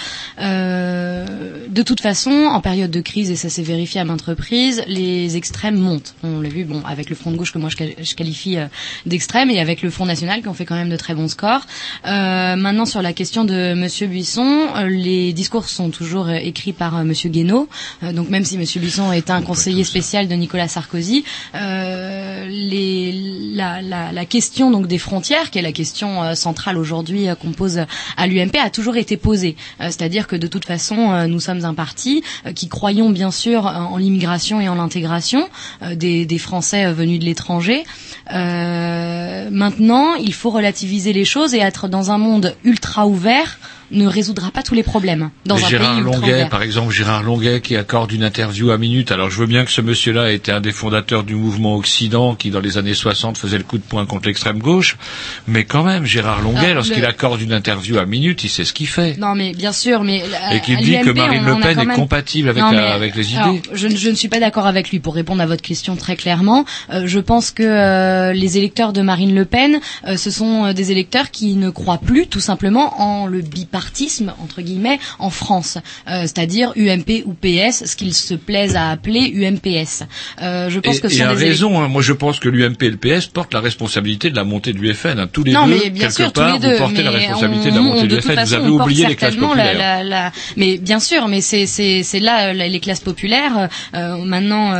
De toute façon, en période de crise, et ça s'est vérifié à maintes reprises, les extrêmes montent. On l'a vu, avec le Front de gauche que moi je qualifie d'extrême, et avec le Front National qui ont fait quand même de très bons scores. Maintenant, sur la question de Monsieur Buisson, les discours sont toujours écrits par Monsieur Guénaud. Donc même si Monsieur Buisson est un conseiller spécial de Nicolas Sarkozy, la question donc des frontières, qui est la question centrale aujourd'hui qu'on pose à l'UMP, a toujours été posée. C'est-à-dire que de toute façon, nous sommes un parti qui croyons bien sûr en l'immigration et en l'intégration des Français venus de l'étranger. Maintenant, il faut relativiser les choses et être dans un monde ultra ouvert ne résoudra pas tous les problèmes dans un Gérard pays ultra Longuet, ouvert. par exemple, Gérard Longuet qui accorde une interview à Minute. Alors je veux bien que ce monsieur-là était un des fondateurs du mouvement Occident qui dans les années 60 faisait le coup de poing contre l'extrême gauche, mais quand même Gérard Longuet, lorsqu'il accorde une interview à Minute, il sait ce qu'il fait. Non mais bien sûr, mais et qu'il dit que Marine Le Pen est compatible avec les idées. Alors, je ne suis pas d'accord avec lui pour répondre à votre question très clairement. Je pense que les électeurs de Marine Le Pen, ce sont des électeurs qui ne croient plus tout simplement en le bipartisme entre guillemets en France, c'est-à-dire UMP ou PS, ce qu'ils se plaisent à appeler UMPS. Je pense que ce sont des raison. Moi, je pense que l'UMP et le PS portent la responsabilité de la montée de l'UFN. Tous les deux, mais bien sûr, quelque part, vous portez la responsabilité de la montée de l'UFN. Vous avez oublié les classes populaires. Mais bien sûr, mais c'est là les classes populaires. Maintenant,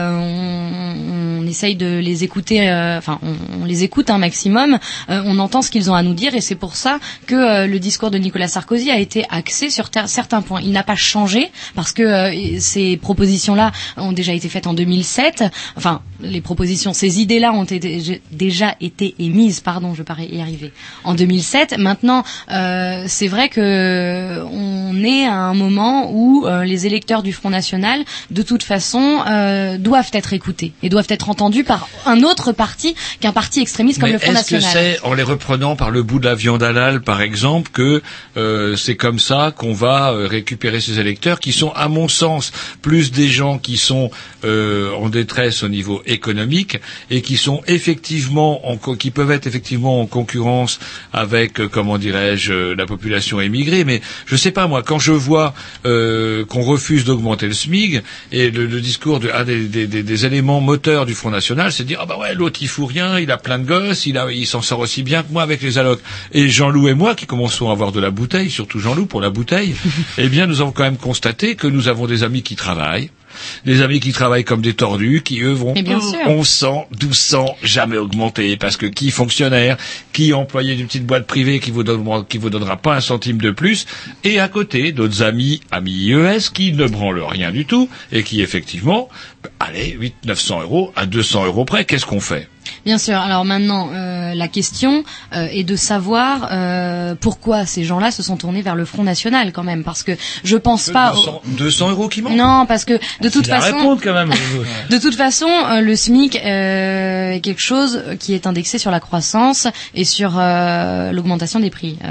on essaye de les écouter. On les écoute un maximum. On entend ce qu'ils ont à nous dire, et c'est pour ça que le discours de Nicolas Sarkozy a été axé sur certains points. Il n'a pas changé parce que ces propositions-là ont déjà été faites en 2007. Enfin, ces idées-là ont déjà été émises. Pardon, je vais pas y arriver. En 2007. Maintenant, c'est vrai que on est à un moment où les électeurs du Front National, de toute façon, doivent être écoutés et doivent être entendus par un autre parti qu'un parti extrémiste comme le Front National. Est-ce que c'est en les reprenant par le bout de la viande halal, par exemple, que c'est comme ça qu'on va récupérer ces électeurs qui sont, à mon sens, plus des gens qui sont en détresse au niveau économique et qui sont effectivement qui peuvent être effectivement en concurrence avec la population émigrée. Mais je sais pas, moi, quand je vois qu'on refuse d'augmenter le SMIC, et le discours des éléments moteurs du Front National, c'est de dire l'autre il fout rien, il a plein de gosses, il s'en sort aussi bien que moi avec les allocs. Et Jean-Loup et moi qui commençons à avoir de la bouteille, surtout Jean-Loup pour la bouteille, eh bien nous avons quand même constaté que nous avons des amis qui travaillent, comme des tordus, qui eux vont 1100, 1200, jamais augmenter, parce que qui fonctionnaire, qui employé d'une petite boîte privée qui vous donnera pas un centime de plus, et à côté d'autres amis IES qui ne branlent rien du tout, et qui effectivement, 900 euros à 200 euros près, qu'est-ce qu'on fait? Bien sûr. Alors maintenant, la question est de savoir pourquoi ces gens-là se sont tournés vers le Front National quand même, parce que je pense pas 200 € qui manquent. Non, parce que de toute façon, répondre quand même. De toute façon, le SMIC est quelque chose qui est indexé sur la croissance et sur l'augmentation des prix.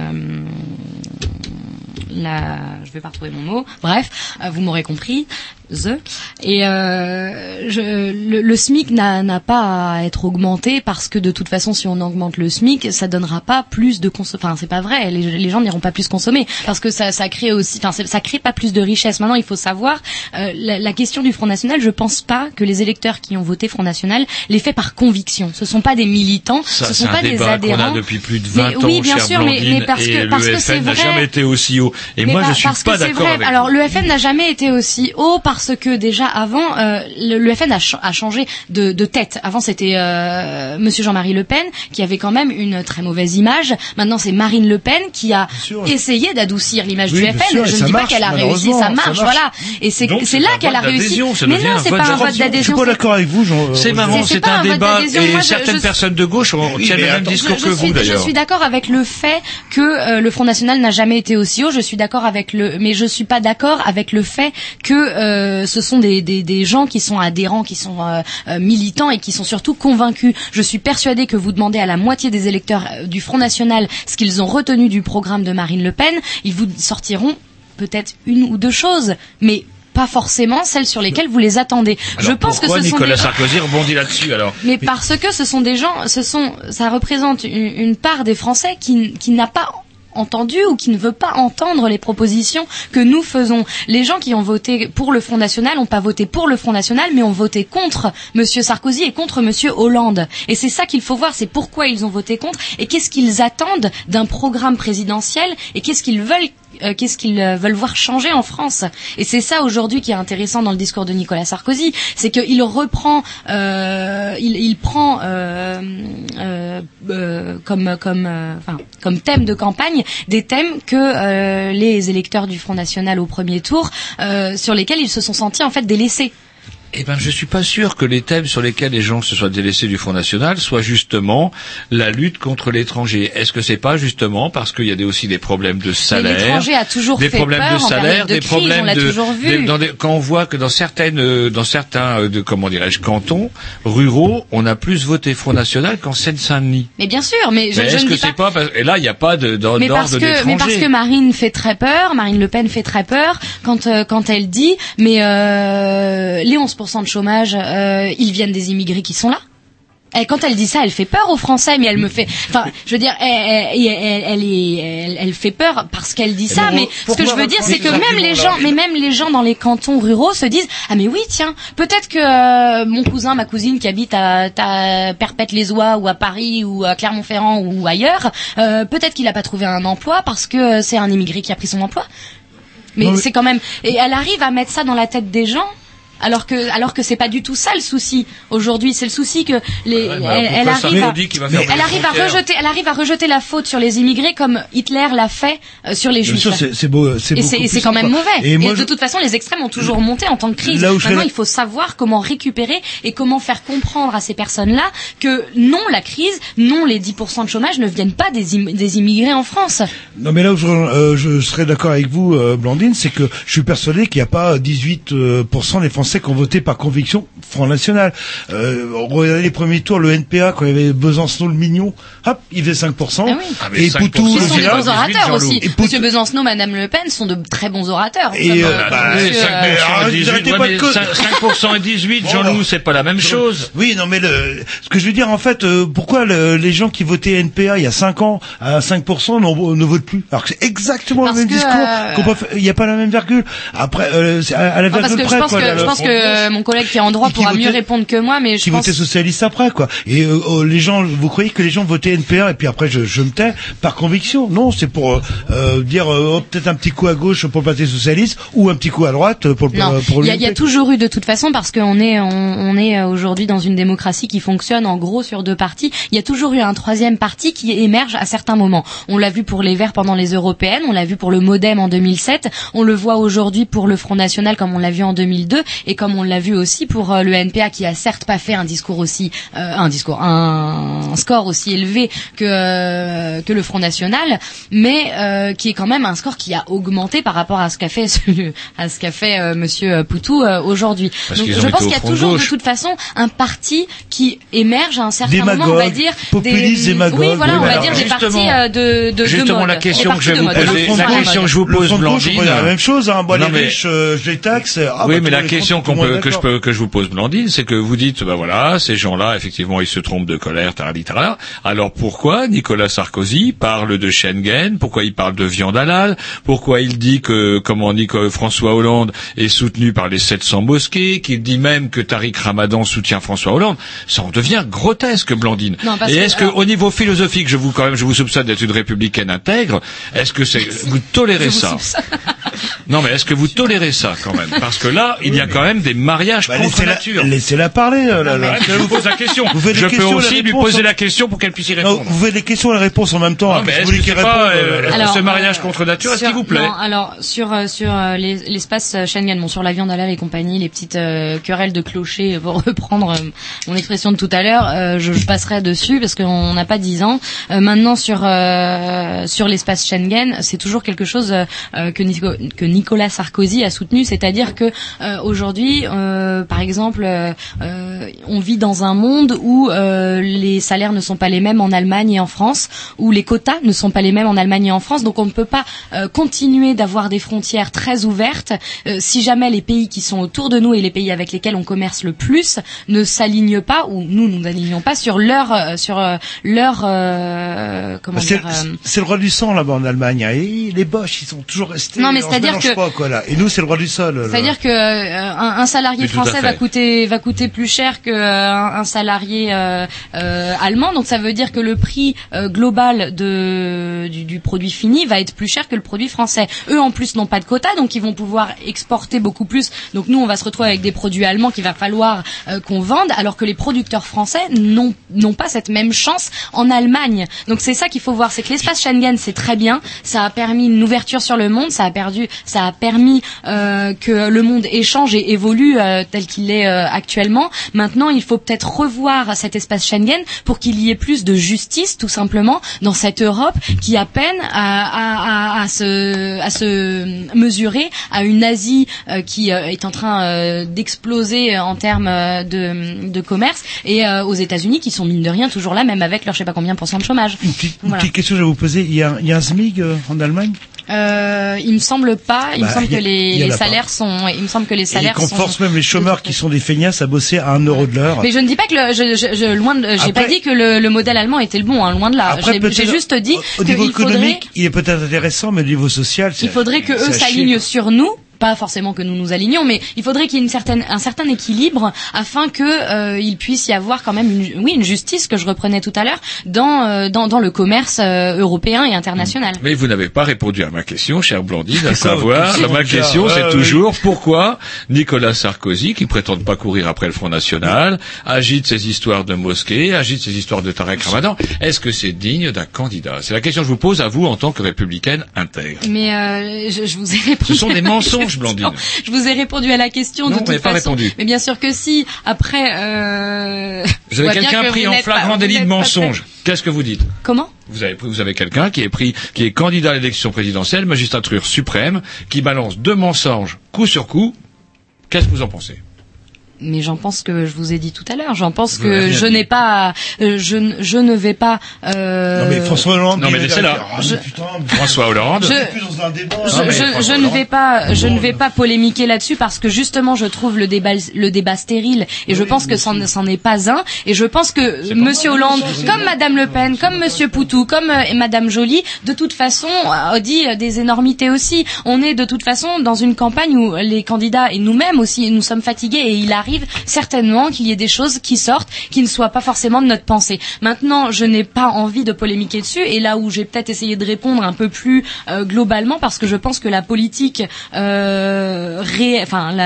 Je vais pas retrouver mon mot. Bref, vous m'aurez compris. Et le SMIC n'a pas à être augmenté parce que de toute façon, si on augmente le SMIC, ça donnera pas plus de enfin, c'est pas vrai. Les gens n'iront pas plus consommer parce que ça crée aussi, enfin, ça crée pas plus de richesse. Maintenant, il faut savoir la question du Front National. Je pense pas que les électeurs qui ont voté Front National l'aient fait par conviction. Ce sont pas des militants, ce sont pas des adhérents. Qu'on a depuis plus de 20 ans, oui, bien sûr, mais parce que c'est vrai. n'a jamais été aussi haut. Et moi, je suis pas d'accord avec. Alors, le FN n'a jamais été aussi haut parce que déjà avant, le FN a changé de tête. Avant, c'était Monsieur Jean-Marie Le Pen qui avait quand même une très mauvaise image. Maintenant, c'est Marine Le Pen qui a essayé d'adoucir l'image du FN. Sûr, je ne dis pas qu'elle a réussi, ça marche, voilà. Et c'est là qu'elle a réussi. Mais non, c'est pas un vote d'adhésion. Je suis pas d'accord avec vous, Jean. C'est marrant, c'est un débat et certaines personnes de gauche tiennent le même discours que vous d'ailleurs. Je suis d'accord avec le fait que le Front National n'a jamais été aussi haut. Je suis d'accord mais je suis pas d'accord avec le fait que ce sont des gens qui sont adhérents, qui sont militants et qui sont surtout convaincus. Je suis persuadée que vous demandez à la moitié des électeurs du Front National ce qu'ils ont retenu du programme de Marine Le Pen, ils vous sortiront peut-être une ou deux choses, mais pas forcément celles sur lesquelles vous les attendez. Alors je pense que Nicolas Sarkozy rebondit là-dessus alors. Mais parce que ce sont des gens, ça représente une part des Français qui n'a pas entendu ou qui ne veut pas entendre les propositions que nous faisons. Les gens qui ont voté pour le Front National n'ont pas voté pour le Front National, mais ont voté contre Monsieur Sarkozy et contre Monsieur Hollande. Et c'est ça qu'il faut voir, c'est pourquoi ils ont voté contre et qu'est-ce qu'ils attendent d'un programme présidentiel et qu'est-ce qu'ils veulent voir changer en France. Et c'est ça aujourd'hui qui est intéressant dans le discours de Nicolas Sarkozy, c'est qu'il reprend, il prend comme thème de campagne des thèmes que les électeurs du Front National au premier tour, sur lesquels ils se sont sentis en fait délaissés. Eh ben, je suis pas sûr que les thèmes sur lesquels les gens se soient délaissés du Front National soient justement la lutte contre l'étranger. Est-ce que c'est pas justement parce qu'il y a aussi des problèmes de salaire, mais l'étranger a toujours des fait problèmes peur de salaire, des crise, problèmes quand on voit que dans certains comment dirais-je cantons ruraux, on a plus voté Front National qu'en Seine-Saint-Denis. Mais bien sûr, mais je est-ce ne que dis c'est pas. Et là, il n'y a pas d'ordre d'étranger. Mais parce que Marine fait très peur, Marine Le Pen fait très peur quand elle dit mais les 11% de chômage, ils viennent des immigrés qui sont là. Et quand elle dit ça, elle fait peur aux Français, mais elle me fait, enfin, je veux dire, elle fait peur parce qu'elle dit ça, mais ce que je veux dire, c'est que même les gens dans les cantons ruraux se disent, ah mais oui, tiens, peut-être que mon cousin, ma cousine qui habite à Perpète-les-Oies ou à Paris ou à Clermont-Ferrand ou ailleurs, peut-être qu'il a pas trouvé un emploi parce que c'est un immigré qui a pris son emploi. Mais c'est quand même, et elle arrive à mettre ça dans la tête des gens. Alors que c'est pas du tout ça le souci aujourd'hui, c'est le souci que elle arrive à rejeter la faute sur les immigrés comme Hitler l'a fait sur les Juifs. C'est quand même mauvais. Et de toute façon, les extrêmes ont toujours monté en temps de crise. Maintenant, il faut savoir comment récupérer et comment faire comprendre à ces personnes-là que non, la crise, non, les 10% de chômage ne viennent pas des immigrés en France. Non, mais là où je serais d'accord avec vous, Blandine, c'est que je suis persuadé qu'il n'y a pas 18% des Français qui ont voté par conviction Front National. Regardez les premiers tours, le NPA, quand il y avait Besancenot, le Mignon, hop, il faisait 5%. Ah oui. Et Poutou, ils sont des bons orateurs aussi. Monsieur Besancenot, Madame Le Pen sont de très bons orateurs. Et 5% et 18, Jean-Loup, c'est pas la même chose. Oui, non, mais ce que je veux dire, en fait, pourquoi les gens qui votaient NPA il y a 5 ans à 5% ne votent plus? Alors que c'est exactement le même discours. Il n'y a pas la même virgule. Après, à la virgule près, quoi. Je pense que mon collègue qui est en droit pourra mieux répondre que moi, mais qui votait socialiste après, quoi. Et les gens, vous croyez que les gens votaient NPA et puis après je me tais par conviction? Non, c'est pour dire peut-être un petit coup à gauche pour le Parti socialiste ou un petit coup à droite pour il y a toujours eu de toute façon, parce qu'on est aujourd'hui dans une démocratie qui fonctionne en gros sur deux partis. Il y a toujours eu un troisième parti qui émerge à certains moments. On l'a vu pour les Verts pendant les européennes, on l'a vu pour le MoDem en 2007, on le voit aujourd'hui pour le Front National comme on l'a vu en 2002, et comme on l'a vu aussi pour le NPA qui a certes pas fait un score aussi élevé que le Front National, mais qui est quand même un score qui a augmenté par rapport à ce qu'a fait Monsieur Poutou aujourd'hui. Donc je pense qu'il y a toujours de toute façon un parti qui émerge à un certain moment, on va dire populiste, démagogue. Oui, voilà, on va dire des partis de justement mode. La question que je vous pose, Blandine. La même chose, hein. Bon, les riches, je les taxe. Oui, mais la question que je vous pose, Blandine, c'est que vous dites, bah voilà, ces gens-là, effectivement, ils se trompent de colère, taralitara. Alors pourquoi Nicolas Sarkozy parle de Schengen? Pourquoi il parle de viande halal? Pourquoi il dit que, François Hollande est soutenu par les 700 mosquées, qu'il dit même que Tariq Ramadan soutient François Hollande? Ça en devient grotesque, Blandine. Et est-ce que, au niveau philosophique, je vous soupçonne d'être une républicaine intègre, est-ce que vous tolérez ça? Non, mais est-ce que vous tolérez ça, quand même? Parce que là, il y a quand même des mariages contre nature. Laissez-la parler, je vous pose la question. Je peux aussi lui poser la question pour qu'elle puisse y répondre. Vous faites les questions et les réponses en même temps. Non, mais est-ce que c'est pas ce mariage contre nature, est-ce qu'il vous plaît? Non, alors, sur l'espace Schengen, sur la viande halal et compagnie, les petites querelles de clochers, pour reprendre mon expression de tout à l'heure, je passerai dessus parce qu'on n'a pas 10 ans. Maintenant, sur l'espace Schengen, c'est toujours quelque chose que Nicolas Sarkozy a soutenu, c'est-à-dire que aujourd'hui, par exemple, on vit dans un monde où les salaires ne sont pas les mêmes en Allemagne et en France, où les quotas ne sont pas les mêmes en Allemagne et en France, donc on ne peut pas continuer d'avoir des frontières très ouvertes si jamais les pays qui sont autour de nous et les pays avec lesquels on commerce le plus ne s'alignent pas, ou nous alignons pas sur leur comment dire. C'est le roi du sang là-bas en Allemagne, hein, et les Boches ils sont toujours restés. Non, mais c'est-à-dire que pas, quoi, là. Et nous c'est le roi du sol. C'est-à-dire que un salarié français va coûter plus cher qu'un salarié allemand, donc ça veut dire que le prix global du produit fini va être plus cher que le produit français. Eux en plus n'ont pas de quota, donc ils vont pouvoir exporter beaucoup plus. Donc nous on va se retrouver avec des produits allemands qu'il va falloir qu'on vende, alors que les producteurs français n'ont pas cette même chance en Allemagne. Donc c'est ça qu'il faut voir, c'est que l'espace Schengen c'est très bien, ça a permis une ouverture sur le monde, ça a permis que le monde échange et évolue tel qu'il est actuellement. Maintenant, il faut peut-être revoir cet espace Schengen pour qu'il y ait plus de justice, tout simplement, dans cette Europe qui a peine à se mesurer à une Asie qui est en train d'exploser en termes de commerce, et aux États-Unis qui sont mine de rien toujours là, même avec leur je sais pas combien % de chômage. Une petite question que je vais vous poser. Il y a un SMIC en Allemagne? Il me semble pas. Il me semble que les salaires sont. Il me semble que les salaires sont. Et qu'on force même les chômeurs qui sont des feignasses à bosser à 1 euro de l'heure. Mais je ne dis pas que j'ai pas dit que le modèle allemand était le bon, hein, loin de là. J'ai juste dit au niveau économique, il est peut-être intéressant, mais au niveau social, il faudrait que eux s'alignent sur nous. Pas forcément que nous nous alignons, mais il faudrait qu'il y ait un certain équilibre afin que il puisse y avoir quand même une justice que je reprenais tout à l'heure dans le commerce européen et international. Mais vous n'avez pas répondu à ma question, chère Blandine, à savoir ma question c'est toujours pourquoi Nicolas Sarkozy, qui prétend ne pas courir après le Front National, agite ces histoires de mosquées, agite ces histoires de Tariq Ramadan. Est-ce que c'est digne d'un candidat? C'est la question que je vous pose à vous en tant que républicaine intègre. Mais je vous ai répondu. Ce sont des mensonges. Blandine. Je vous ai répondu à la question. Non, de toute façon. Pas répondu. Mais bien sûr que si. Après, vous avez quelqu'un pris en flagrant délit de mensonge. Qu'est-ce que vous dites? Comment? Vous avez quelqu'un qui est candidat à l'élection présidentielle, magistrature suprême, qui balance 2 mensonges coup sur coup. Qu'est-ce que vous en pensez? Mais j'en pense que je vous ai dit tout à l'heure. J'en pense que je n'ai pas, je ne vais pas. Non mais François Hollande. Non mais laissez-la. François Hollande. Je ne vais pas polémiquer là-dessus parce que justement je trouve le débat stérile et je pense que c'en est pas un. Et je pense que Monsieur Hollande, comme Madame Le Pen, comme Monsieur Poutou, comme Madame Joly, de toute façon dit des énormités aussi. On est de toute façon dans une campagne où les candidats et nous-mêmes aussi nous sommes fatigués et il arrive certainement qu'il y ait des choses qui sortent qui ne soient pas forcément de notre pensée. Maintenant, je n'ai pas envie de polémiquer dessus et là où j'ai peut-être essayé de répondre un peu plus globalement parce que je pense que la politique les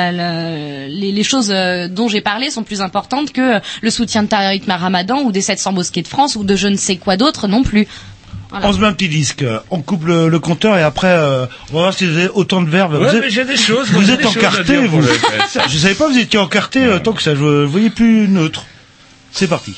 choses dont j'ai parlé sont plus importantes que le soutien de Tariq Ramadan ou des 700 mosquées de France ou de je ne sais quoi d'autre non plus. Voilà. On se met un petit disque, on coupe le compteur et après, on va voir si vous avez autant de verbes. Ouais, mais j'ai des choses. Vous êtes encarté, vous. Je savais pas que vous étiez encarté tant que ça. Je ne voyais plus neutre. C'est parti.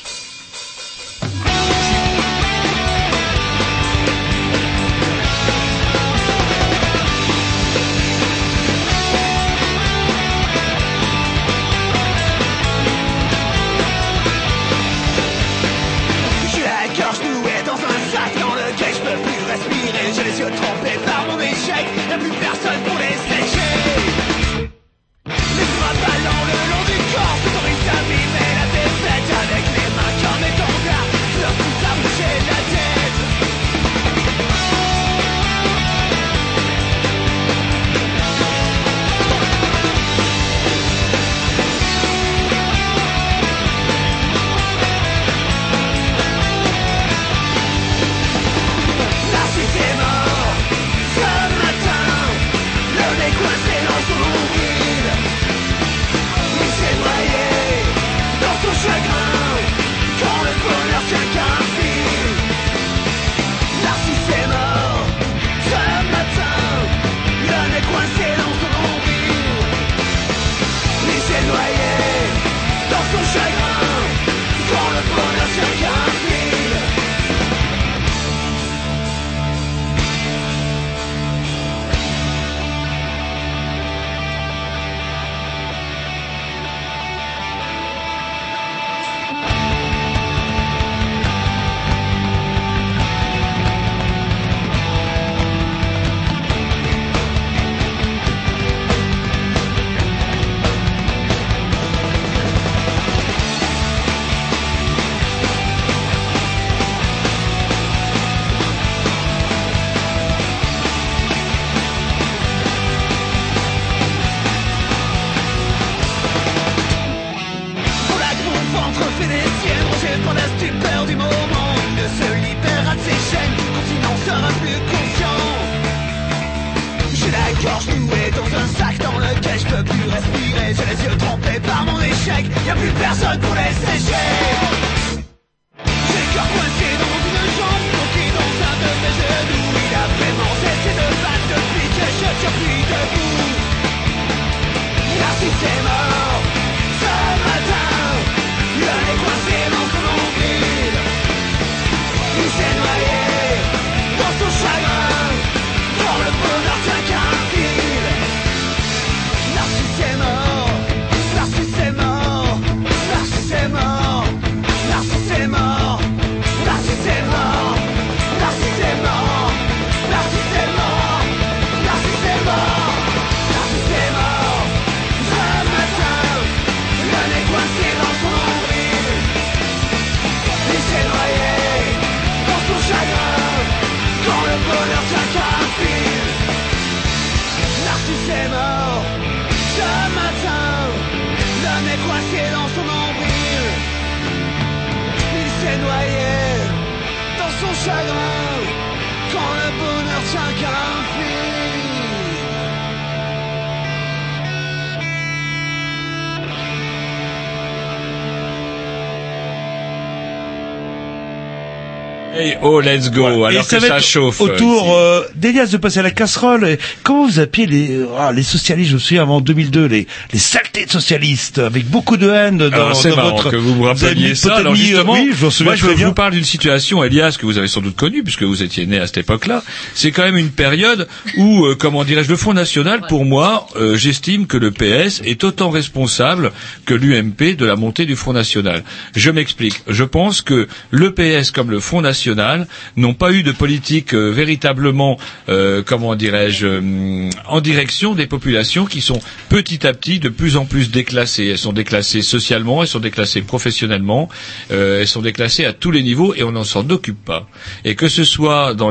Hey, oh, let's go, voilà. Alors que ça chauffe. Autour d'Elias de passer à la casserole. Et comment vous appelez les socialistes, je me souviens, avant 2002, les saletés de socialistes, avec beaucoup de haine dans votre... que vous me rappeliez ça. Alors justement, oui, je vous parle d'une situation, Elias, que vous avez sans doute connue, puisque vous étiez né à cette époque-là. C'est quand même une période où, comment dirais-je, le Front National, pour moi, j'estime que le PS est autant responsable que l'UMP de la montée du Front National. Je m'explique. Je pense que le PS comme le Front National n'ont pas eu de politique véritablement, comment dirais-je, en direction des populations qui sont petit à petit de plus en plus déclassées. Elles sont déclassées socialement, elles sont déclassées professionnellement, elles sont déclassées à tous les niveaux et on n'en s'en occupe pas. Et que ce soit dans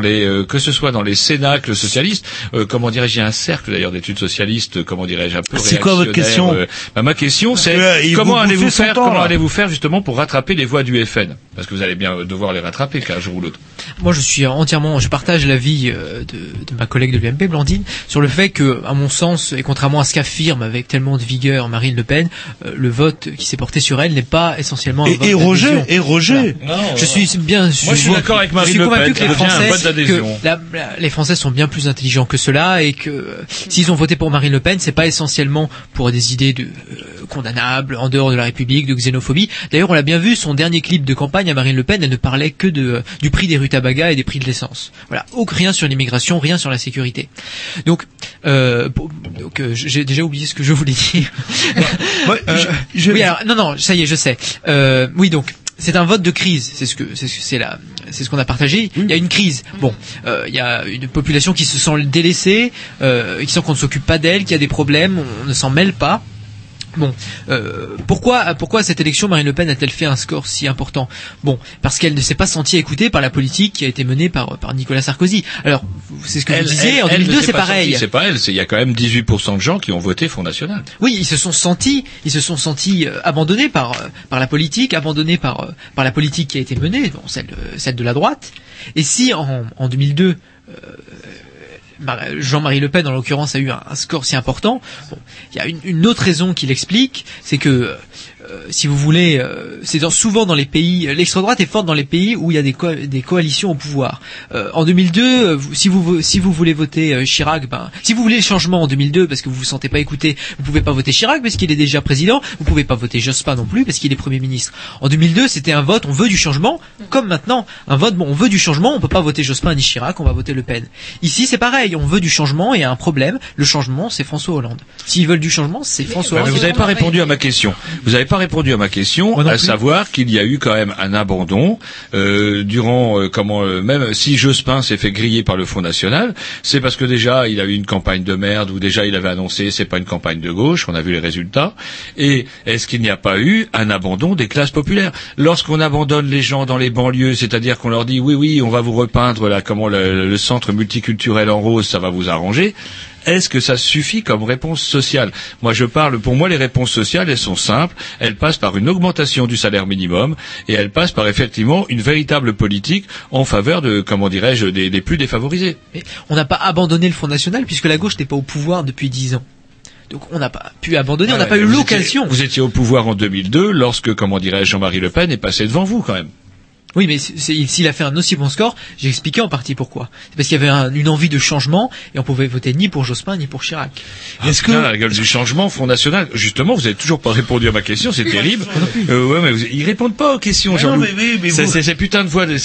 les cénacles socialistes, comment dirais-je, il y a un cercle d'ailleurs d'études socialistes, comment dirais-je, un peu réactionnaire. C'est quoi votre question? Ma question c'est comment allez-vous faire justement pour rattraper les voix du FN? Parce que vous allez bien devoir les rattraper, car jour ou l'autre. Moi, je partage l'avis de ma collègue de l'UMP, Blandine, sur le fait que, à mon sens, et contrairement à ce qu'affirme avec tellement de vigueur Marine Le Pen, le vote qui s'est porté sur elle n'est pas essentiellement un vote d'adhésion. Et Roger. Voilà. Je suis d'accord avec Marine Le Pen. Les Français sont bien plus intelligents que cela, et que s'ils ont voté pour Marine Le Pen, c'est pas essentiellement pour des idées condamnables en dehors de la République, de xénophobie. D'ailleurs, on l'a bien vu, son dernier clip de campagne à Marine Le Pen, elle ne parlait que du prix des rutabagas et des prix de l'essence. Voilà, rien sur l'immigration, rien sur la sécurité. Donc j'ai déjà oublié ce que je voulais dire. Oui, alors non, ça y est, je sais. Oui, donc c'est un vote de crise. C'est ce qu'on a partagé. Il y a une crise. Bon, il y a une population qui se sent délaissée, qui sent qu'on ne s'occupe pas d'elle, qui a des problèmes, on ne s'en mêle pas. Bon, pourquoi cette élection, Marine Le Pen a-t-elle fait un score si important? Bon, parce qu'elle ne s'est pas sentie écoutée par la politique qui a été menée par Nicolas Sarkozy. Alors, c'est ce que vous disiez, en 2002 c'est pareil. C'est pas elle, il y a quand même 18% de gens qui ont voté Front National. Oui, ils se sont sentis abandonnés par la politique, abandonnés par la politique qui a été menée, bon, celle de la droite. Et si en 2002 Jean-Marie Le Pen, en l'occurrence, a eu un score si important. Bon, il y a une autre raison qui l'explique, c'est que si vous voulez, souvent dans les pays, l'extrême droite est forte dans les pays où il y a des coalitions au pouvoir. En 2002, si vous voulez voter Chirac, si vous voulez le changement en 2002 parce que vous vous sentez pas écouté, vous pouvez pas voter Chirac parce qu'il est déjà président, vous pouvez pas voter Jospin non plus parce qu'il est Premier ministre. En 2002, c'était un vote, on veut du changement, comme maintenant, un vote, bon, on veut du changement, on peut pas voter Jospin ni Chirac, on va voter Le Pen. Ici, c'est pareil, on veut du changement et il y a un problème, le changement, c'est François Hollande. S'ils veulent du changement, c'est François Hollande. Mais vous n'avez pas répondu à ma question. À savoir qu'il y a eu quand même un abandon même si Jospin s'est fait griller par le Front National, c'est parce que déjà il a eu une campagne de merde, ou déjà il avait annoncé c'est pas une campagne de gauche, on a vu les résultats. Et est-ce qu'il n'y a pas eu un abandon des classes populaires? Lorsqu'on abandonne les gens dans les banlieues, c'est-à-dire qu'on leur dit oui, on va vous repeindre le centre multiculturel en rose, ça va vous arranger. Est-ce que ça suffit comme réponse sociale? Pour moi, les réponses sociales, elles sont simples. Elles passent par une augmentation du salaire minimum et elles passent par effectivement une véritable politique en faveur des plus défavorisés. Mais on n'a pas abandonné le Front National puisque la gauche n'est pas au pouvoir depuis 10 ans. Donc on n'a pas pu abandonner, on n'a pas eu l'occasion. Vous étiez au pouvoir en 2002 lorsque, Jean-Marie Le Pen est passé devant vous quand même. Oui, mais s'il a fait un aussi bon score, j'ai expliqué en partie pourquoi. C'est parce qu'il y avait une envie de changement et on pouvait voter ni pour Jospin ni pour Chirac. Est-ce que la gueule du changement, Front National, justement, vous avez toujours pas répondu à ma question, c'est terrible. Mais ils répondent pas aux questions, Jean-Loup. C'est ces putains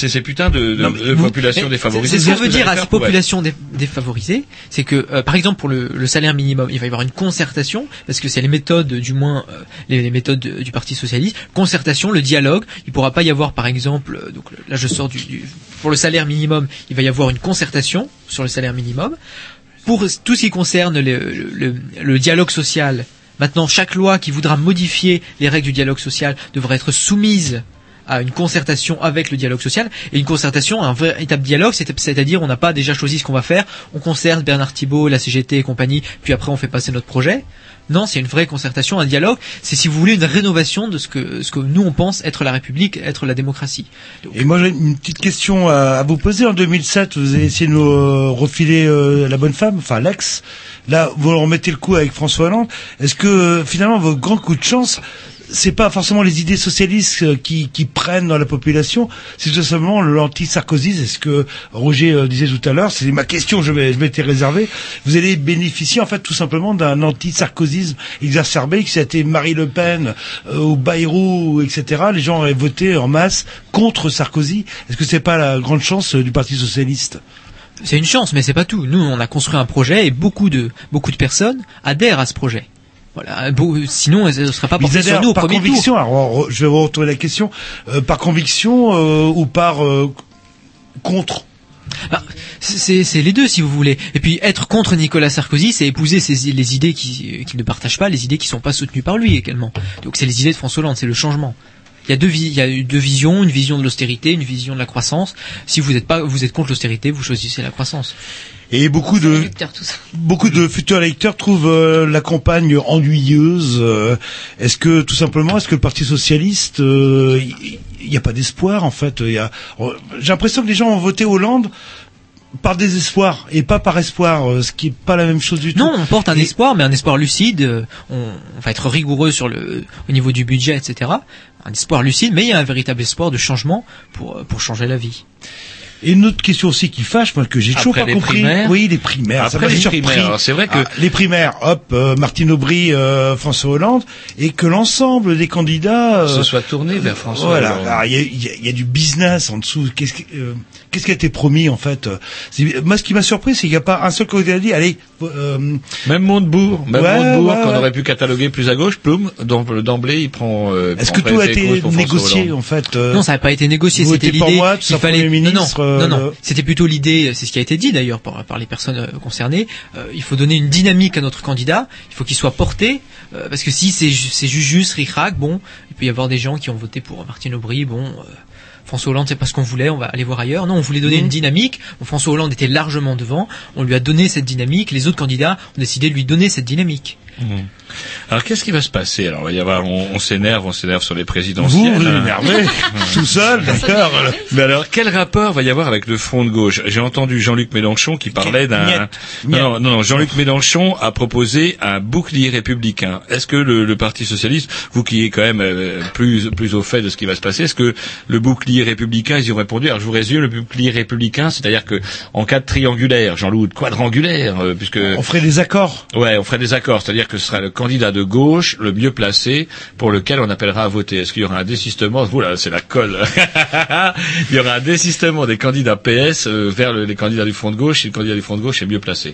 de populations défavorisées. C'est ce que veut dire à ces populations défavorisées, c'est que par exemple pour le salaire minimum, il va y avoir une concertation parce que c'est les méthodes les méthodes du Parti socialiste, concertation, le dialogue, il pourra pas y avoir par exemple donc là je sors pour le salaire minimum, il va y avoir une concertation sur le salaire minimum. Pour tout ce qui concerne le dialogue social, maintenant chaque loi qui voudra modifier les règles du dialogue social devra être soumise à une concertation avec le dialogue social, et une concertation, un véritable dialogue, c'est-à-dire on n'a pas déjà choisi ce qu'on va faire, on concerte Bernard Thibault, la CGT et compagnie, puis après on fait passer notre projet. Non, c'est une vraie concertation, un dialogue, c'est si vous voulez une rénovation de ce que nous on pense être la République, être la démocratie. Donc, et moi j'ai une petite question à vous poser. En 2007, vous avez essayé de nous refiler la bonne femme, enfin l'ex. Là, vous remettez le coup avec François Hollande. Est-ce que finalement votre grand coup de chance, c'est pas forcément les idées socialistes qui prennent dans la population, c'est tout simplement l'anti-sarkozisme. C'est ce que Roger disait tout à l'heure, c'est ma question, je m'étais réservé. Vous allez bénéficier en fait tout simplement d'un anti-sarkozisme exacerbé, que c'était Marie Le Pen ou Bayrou, etc. Les gens auraient voté en masse contre Sarkozy. Est-ce que c'est pas la grande chance du Parti socialiste? C'est une chance, mais c'est pas tout. Nous, on a construit un projet et beaucoup de personnes adhèrent à ce projet. Voilà. Sinon, ce ne serait pas porté sur nous au premier conviction, tour. Alors, je vais vous retourner la question. Par conviction ou par contre? C'est les deux, si vous voulez. Et puis, être contre Nicolas Sarkozy, c'est épouser les idées qu'il ne partage pas, les idées qui ne sont pas soutenues par lui également. Donc, c'est les idées de François Hollande, c'est le changement. Il y a deux visions, une vision de l'austérité, une vision de la croissance. Si vous êtes contre l'austérité, vous choisissez la croissance. Et beaucoup de futurs électeurs trouvent la campagne ennuyeuse. Est-ce que le Parti socialiste il y a pas d'espoir en fait. J'ai l'impression que les gens ont voté Hollande par désespoir et pas par espoir, ce qui est pas la même chose du tout. Non, on porte un espoir, mais un espoir lucide. On va être rigoureux au niveau du budget, etc. Un espoir lucide, mais il y a un véritable espoir de changement pour changer la vie. Et une autre question aussi qui fâche, moi, que j'ai toujours pas compris. Primaires. Oui, les primaires. Après ça m'a les surpris. primaires. Alors, c'est vrai que les primaires, Martine Aubry, François Hollande, et que l'ensemble des candidats se soit tourné vers François voilà. Hollande. Alors, il y a du business en dessous. Qu'est-ce qui a été promis en fait? Moi, ce qui m'a surpris, c'est qu'il n'y a pas un seul candidat qui a dit, allez. Même Montebourg, qu'on ouais. aurait pu cataloguer plus à gauche, Ploum, d'emblée, il prend. Est-ce que tout a été négocié en fait? Non, ça n'a pas été négocié. C'était l'idée. Il fallait. Non. C'était plutôt l'idée. C'est ce qui a été dit d'ailleurs par les personnes concernées. Il faut donner une dynamique à notre candidat. Il faut qu'il soit porté, parce que si c'est juste ric-rac, bon, il peut y avoir des gens qui ont voté pour Martine Aubry, bon. François Hollande, c'est pas ce qu'on voulait, on va aller voir ailleurs. Non, on voulait donner une dynamique. François Hollande était largement devant. On lui a donné cette dynamique. Les autres candidats ont décidé de lui donner cette dynamique. Alors, qu'est-ce qui va se passer? Alors, il va y avoir, on s'énerve sur les présidentielles. Vous énervez tout seul, d'accord. Mais alors, quel rapport va y avoir avec le Front de gauche? J'ai entendu Jean-Luc Mélenchon qui parlait Non, Jean-Luc Mélenchon a proposé un bouclier républicain. Est-ce que le Parti socialiste, vous qui êtes quand même plus au fait de ce qui va se passer, est-ce que le bouclier républicain, ils y ont répondu? Alors, je vous résume, le bouclier républicain, c'est-à-dire que en cas de triangulaire, Jean-Loup, quadrangulaire, puisque on ferait des accords. Ouais, on ferait des accords, c'est-à-dire que ce sera le candidat de gauche le mieux placé pour lequel on appellera à voter. Est-ce qu'il y aura un désistement? Oula, c'est la colle. Il y aura un désistement des candidats PS vers les candidats du Front de gauche si le candidat du Front de gauche est mieux placé.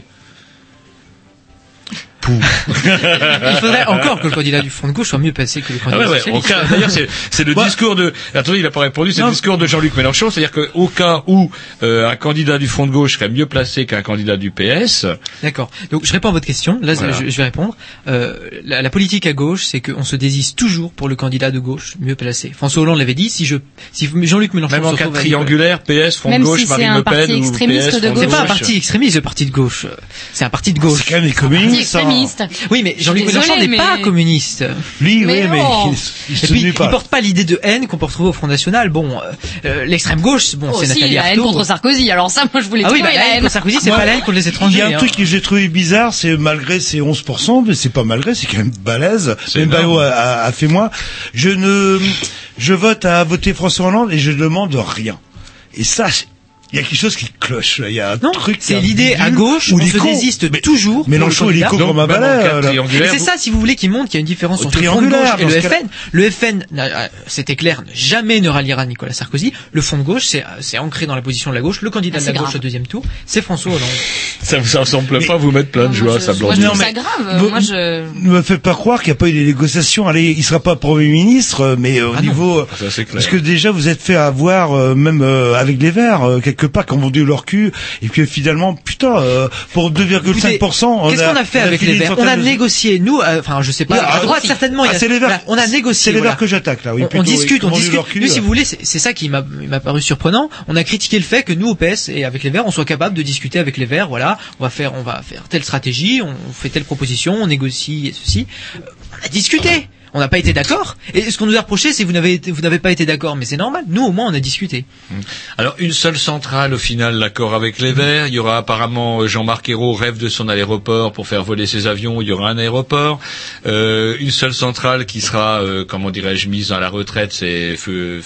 Il faudrait encore que le candidat du Front de gauche soit mieux placé que le candidat socialiste. D'ailleurs, c'est le discours de... Attendez, il n'a pas répondu, c'est le discours de Jean-Luc Mélenchon, c'est-à-dire qu'au cas où un candidat du Front de gauche serait mieux placé qu'un candidat du PS... D'accord. Donc, je réponds à votre question. Là, voilà. je vais répondre. La politique à gauche, c'est qu'on se désiste toujours pour le candidat de gauche mieux placé. François Hollande l'avait dit, si Jean-Luc Mélenchon même en cas de triangulaire, PS, Front de gauche, Marine Le Pen ou PS, c'est pas un parti extrémiste, le parti de gauche. C'est un parti de gauche. C'est quand même les communistes. Oui, mais Jean-Luc Mélenchon n'est pas communiste. Lui, mais il se il porte pas l'idée de haine qu'on peut retrouver au Front National. Bon, l'extrême gauche, bon, c'est Nathalie Arthaud. La haine contre Sarkozy. Alors ça, moi, je voulais la haine contre Sarkozy, c'est pas la haine contre les étrangers. Il y a un truc que j'ai trouvé bizarre, c'est malgré ces 11%, mais c'est pas malgré, c'est quand même balèze. Même Bayo a fait moins. Je vote à voter François Hollande et je demande rien. Et ça, il y a quelque chose qui cloche, là. Il y a un truc. C'est l'idée à gauche, on se désiste toujours. Mélenchon, il est con comme un balai. C'est ça, si vous voulez, qui montre qu'il y a une différence entre le Front de gauche et le FN. Le FN, c'était clair, jamais ne ralliera Nicolas Sarkozy. Le Front de gauche, c'est ancré dans la position de la gauche. Le candidat de la gauche au deuxième tour, c'est François Hollande. Ça vous semble pas vous mettre plein de joie, ça blanche. Moi, je trouve ça grave. Ne me faites pas croire qu'il n'y a pas eu des négociations. Allez, il sera pas Premier ministre, mais au niveau, parce que déjà, vous êtes fait avoir, même, avec les Verts, quelque part, quand on dit leur cul, et puis finalement, putain, pour 2,5%, qu'est-ce qu'on a fait avec les Verts? On a négocié, nous, enfin, je sais pas, à droite, certainement, c'est les Verts. On a négocié. C'est les Verts que j'attaque, là, oui. On discute. Nous, si vous voulez, c'est ça qui m'a paru surprenant. On a critiqué le fait que nous, au PS, et avec les Verts, on soit capable de discuter avec les Verts, voilà, on va faire telle stratégie, on fait telle proposition, on négocie, et ceci. On a discuté. On n'a pas été d'accord. Et ce qu'on nous a reproché, c'est que vous n'avez pas été d'accord. Mais c'est normal. Nous, au moins, on a discuté. Alors, une seule centrale, au final, l'accord avec les Verts. Il y aura apparemment, Jean-Marc Ayrault rêve de son aéroport pour faire voler ses avions. Il y aura un aéroport. Une seule centrale qui sera, comment dirais-je, mise à la retraite, c'est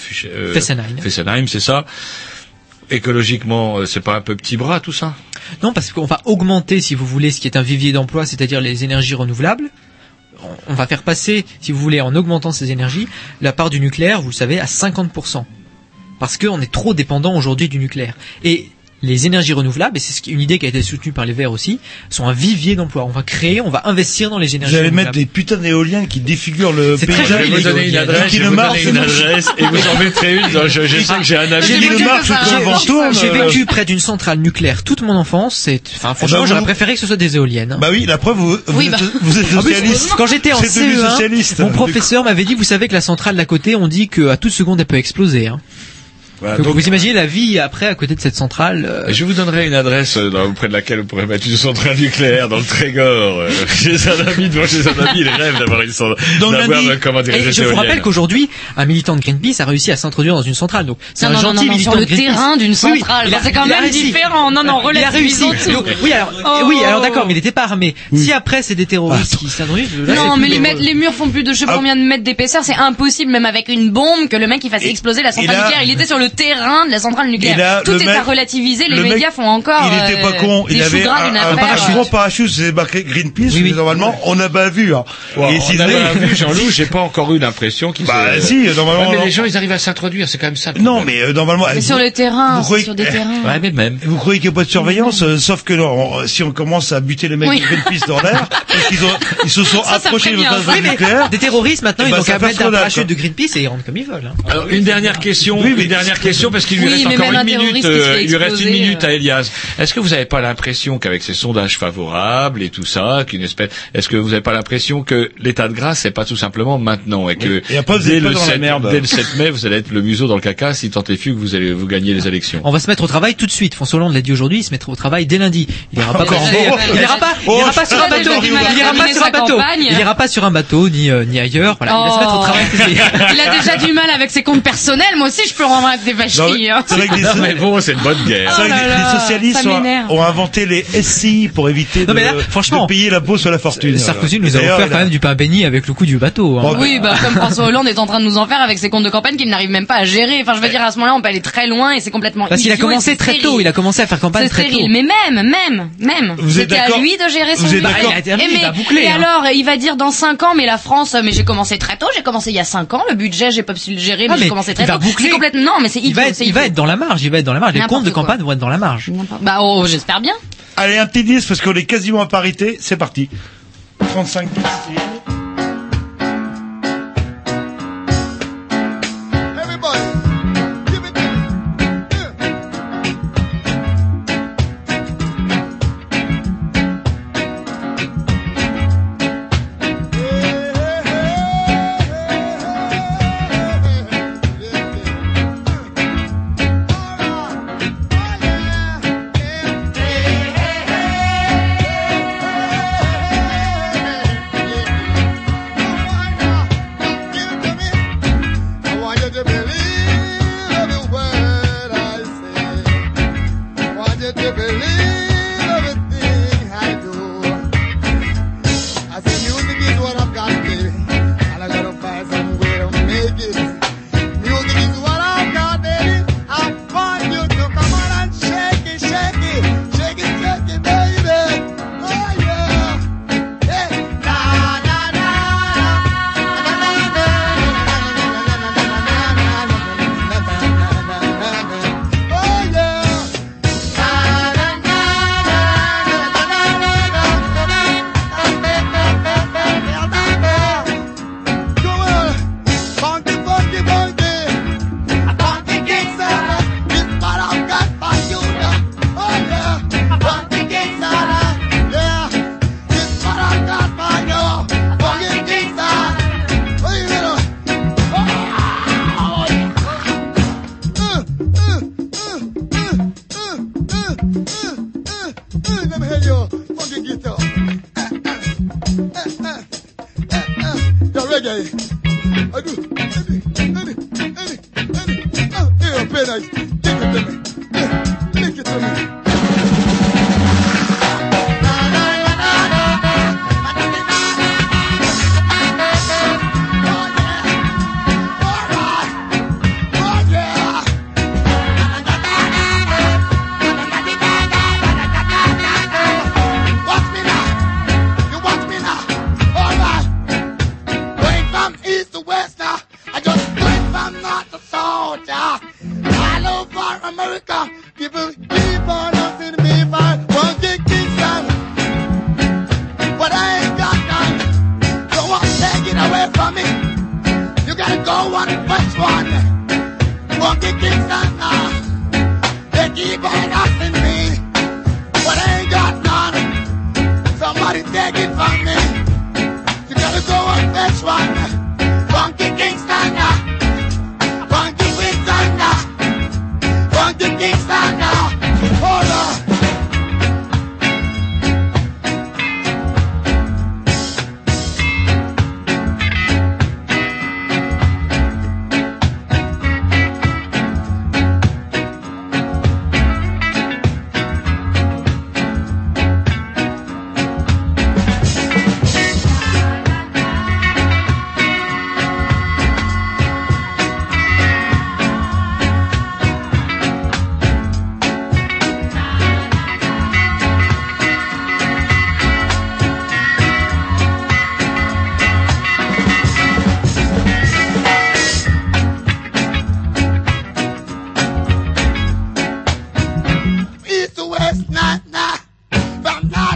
Fessenheim, c'est ça. Écologiquement, c'est pas un peu petit bras, tout ça? Non, parce qu'on va augmenter, si vous voulez, ce qui est un vivier d'emploi, c'est-à-dire les énergies renouvelables. On va faire passer, si vous voulez, en augmentant ces énergies, la part du nucléaire, vous le savez, à 50%. Parce qu'on est trop dépendant aujourd'hui du nucléaire. Et les énergies renouvelables, et c'est une idée qui a été soutenue par les Verts aussi, sont un vivier d'emploi. On va investir dans les énergies renouvelables. Vous allez mettre des putains d'éoliennes qui défigurent le paysage. Je vais vous donner une adresse, et vous en mettrez une. Je sais que j'ai un avis. J'ai vécu près d'une centrale nucléaire toute mon enfance. Franchement, j'aurais préféré que ce soit des éoliennes. Bah oui, la preuve, vous êtes socialiste. Quand j'étais en CE1, mon professeur m'avait dit, vous savez que la centrale d'à côté, on dit qu'à toute seconde, elle peut exploser. Voilà, donc vous imaginez la vie après à côté de cette centrale. Je vous donnerai une adresse auprès de laquelle vous pourrez mettre une centrale nucléaire dans le Trégor. Chez un ami, il rêve d'avoir une centrale. Et je vous rappelle qu'aujourd'hui, un militant de Greenpeace a réussi à s'introduire dans une centrale. Donc c'est un gentil militant sur le de Greenpeace. terrain d'une centrale. Oui, c'est quand même différent. Non, il a réussi. Donc, oui, alors d'accord, mais il n'était pas armé. Si après c'est des terroristes qui s'introduisent, non, mais les murs font plus de je sais pas combien de mètres d'épaisseur, c'est impossible même avec une bombe que le mec il fasse exploser la centrale nucléaire. Il était sur le terrain de la centrale nucléaire. Tout est à relativiser. Les médias font encore. Il était pas con. Il avait un gros parachute, c'est marqué Greenpeace. Normalement, on n'a pas vu. Et si on n'a pas vu, Jean-Loup, j'ai pas encore eu l'impression qu'ils. Si, normalement. Mais les gens, ils arrivent à s'introduire, c'est quand même ça. Non, mais normalement. Mais sur le terrain, sur des terrains. Ouais, mais même. Vous croyez qu'il n'y a pas de surveillance, sauf que si on commence à buter les mecs de Greenpeace dans l'air, parce qu'ils se sont approchés de notre centrale nucléaire. Des terroristes maintenant, ils ont qu'à mettre un parachute de Greenpeace et ils rentrent comme ils veulent. Alors, une dernière question, parce qu'il lui reste encore une minute. Il lui reste une minute à Elias. Est-ce que vous n'avez pas l'impression qu'avec ces sondages favorables et tout ça, est-ce que vous n'avez pas l'impression que l'état de grâce c'est pas tout simplement maintenant et que dès le 7 mai vous allez être le museau dans le caca si tant est fût que vous gagnez les élections. On va se mettre au travail tout de suite. François Hollande l'a dit aujourd'hui, il se mettra au travail dès lundi. Il ira pas sur un bateau. Il ira pas sur un bateau ni ailleurs. Voilà, il va se mettre au travail. Il a déjà du mal avec ses comptes personnels. Moi aussi, je peux rendre avec des vacheries. Mais bon, c'est une bonne guerre. Les socialistes ont inventé les SCI pour éviter de payer l'impôt sur la fortune. Sarkozy nous a offert quand même du pain béni avec le coût du bateau. Oui, comme François Hollande est en train de nous en faire avec ses comptes de campagne qu'il n'arrive même pas à gérer. Enfin, je veux dire, à ce moment-là, on peut aller très loin et c'est complètement parce qu'il a commencé très tôt. Il a commencé à faire campagne très tôt. Mais même. C'était à lui de gérer son budget. Et alors, il va dire dans 5 ans, mais la France, mais j'ai commencé très tôt. J'ai commencé il y a 5 ans. Le budget, j'ai pas pu le gérer, mais j'ai commencé très tôt. C'est complètement, non, mais c'est il va être dans la marge. Les comptes de campagne vont être dans la marge. J'espère bien. Allez, un petit 10 parce qu'on est quasiment à parité. C'est parti. 35 10.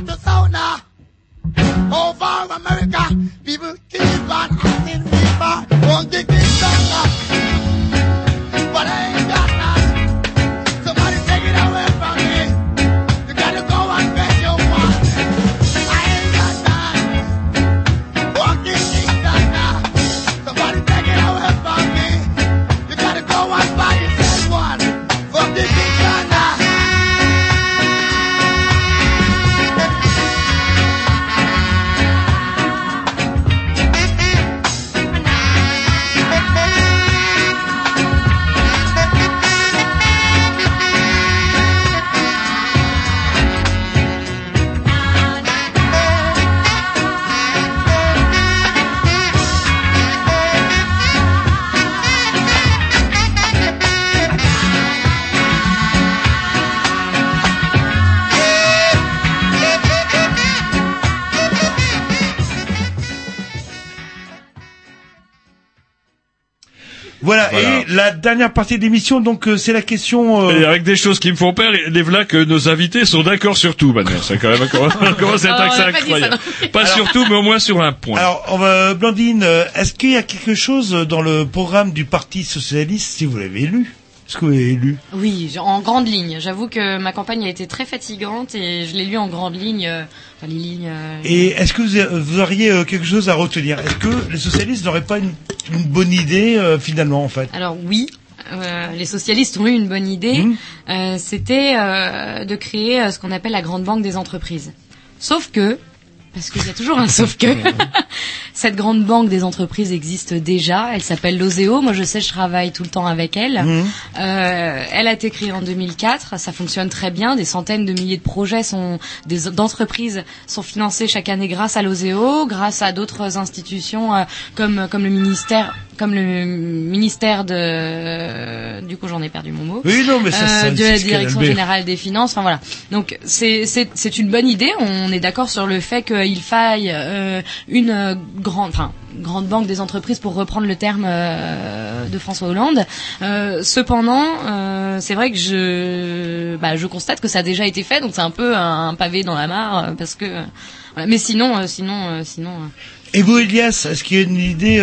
start to sound now. Over America, people keep on asking me for one thing is done, but I ain't got none. Somebody take it away from me. You gotta go and get your one. I ain't got none. One thing is done. Somebody take it away from me. You gotta go and buy yourself one. One thing is done. Voilà, et la dernière partie de l'émission, donc c'est la question... Et avec des choses qui me font peur, les voilà que nos invités sont d'accord sur tout, maintenant. C'est quand même comment c'est incroyable. Pas sur tout, mais au moins sur un point. Alors, Blandine, est-ce qu'il y a quelque chose dans le programme du Parti Socialiste, si vous l'avez lu? Est-ce que vous l'avez lu? Oui, en grande ligne. J'avoue que ma campagne a été très fatigante et je l'ai lu en grande ligne. Les lignes. Et est-ce que vous auriez quelque chose à retenir? Est-ce que les socialistes n'auraient pas une bonne idée finalement en fait? Alors oui. Les socialistes ont eu une bonne idée. C'était de créer ce qu'on appelle la grande banque des entreprises. Sauf que, parce qu'il y a toujours un sauf que, cette grande banque des entreprises existe déjà. Elle s'appelle l'OSEO. Moi, je sais, je travaille tout le temps avec elle. Elle a été créée en 2004. Ça fonctionne très bien. Des centaines de milliers de projets d'entreprises sont financés chaque année grâce à l'OSEO, grâce à d'autres institutions comme le ministère de, du coup, j'en ai perdu mon mot. Oui, non, mais de la Direction générale des finances. Enfin voilà. Donc c'est une bonne idée. On est d'accord sur le fait qu'il faille une grande banque des entreprises, pour reprendre le terme de François Hollande. Cependant, c'est vrai que je constate que ça a déjà été fait, donc c'est un peu un pavé dans la mare, parce que voilà. Mais sinon. Et vous, Elias, est-ce qu'il y a une idée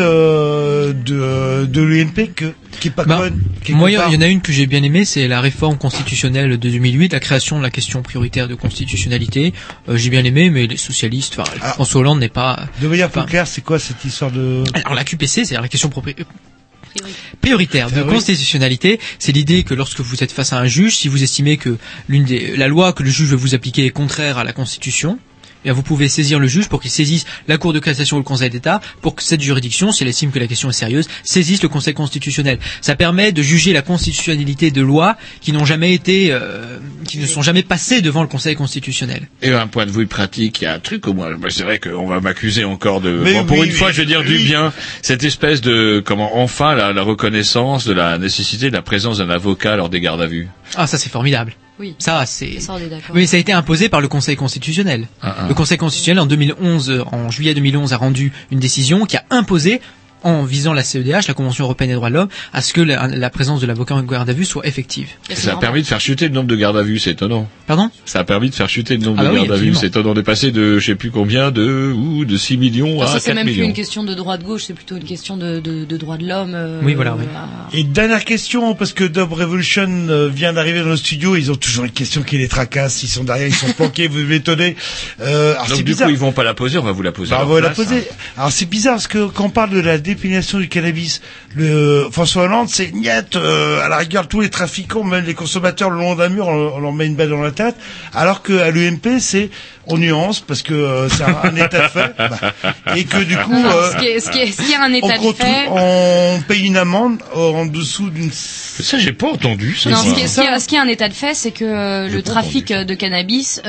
de l'UMP qui est pas bonne? Moi, il y en a une que j'ai bien aimée, c'est la réforme constitutionnelle de 2008, la création de la question prioritaire de constitutionnalité. J'ai bien aimé, mais les socialistes, François Hollande n'est pas... De manière plus claire, c'est quoi cette histoire de... Alors la QPC, c'est-à-dire la question prioritaire de constitutionnalité, c'est l'idée que lorsque vous êtes face à un juge, si vous estimez que la loi que le juge veut vous appliquer est contraire à la Constitution, bien, vous pouvez saisir le juge pour qu'il saisisse la Cour de cassation ou le Conseil d'État pour que cette juridiction, si elle estime que la question est sérieuse, saisisse le Conseil constitutionnel. Ça permet de juger la constitutionnalité de lois qui n'ont jamais été, qui ne sont jamais passées devant le Conseil constitutionnel. Et d'un point de vue pratique, il y a un truc au moins. C'est vrai qu'on va m'accuser encore de. Pour une fois, je vais dire du bien. Cette espèce de enfin la reconnaissance de la nécessité de la présence d'un avocat lors des gardes à vue. Ah, ça c'est formidable. Oui. Ça a été imposé par le Conseil constitutionnel. Le Conseil constitutionnel en juillet 2011 a rendu une décision qui a imposé, en visant la CEDH, la Convention européenne des droits de l'homme, à ce que la présence de l'avocat en garde à vue soit effective. Et ça a permis de faire chuter le nombre de gardes à vue, c'est étonnant. Pardon? Ça a permis de faire chuter le nombre de gardes à vue, c'est étonnant. On est passé de je sais plus combien, de 6 millions à 4 millions. C'est même plus une question de droit de gauche, c'est plutôt une question de droit de l'homme. Oui, voilà. Oui. Et dernière question, parce que Dub Revolution vient d'arriver dans le studio, ils ont toujours une question qui les tracasse, ils sont derrière, ils sont planqués, vous m'étonnez. Donc du coup, ils vont pas la poser, on va vous la poser. On va la poser. Alors c'est bizarre, parce que quand on parle de la dépénalisation du cannabis, François Hollande, c'est niette, à la rigueur, tous les trafiquants, même les consommateurs le long d'un mur, on leur met une balle dans la tête, alors que à l'UMP, c'est on nuance, parce que c'est un état de fait, et que du coup, ce qui est un état de fait, on paye une amende en dessous d'une... Ça, j'ai pas entendu. Ça, non, ce qui est un état de fait, c'est que le trafic de cannabis,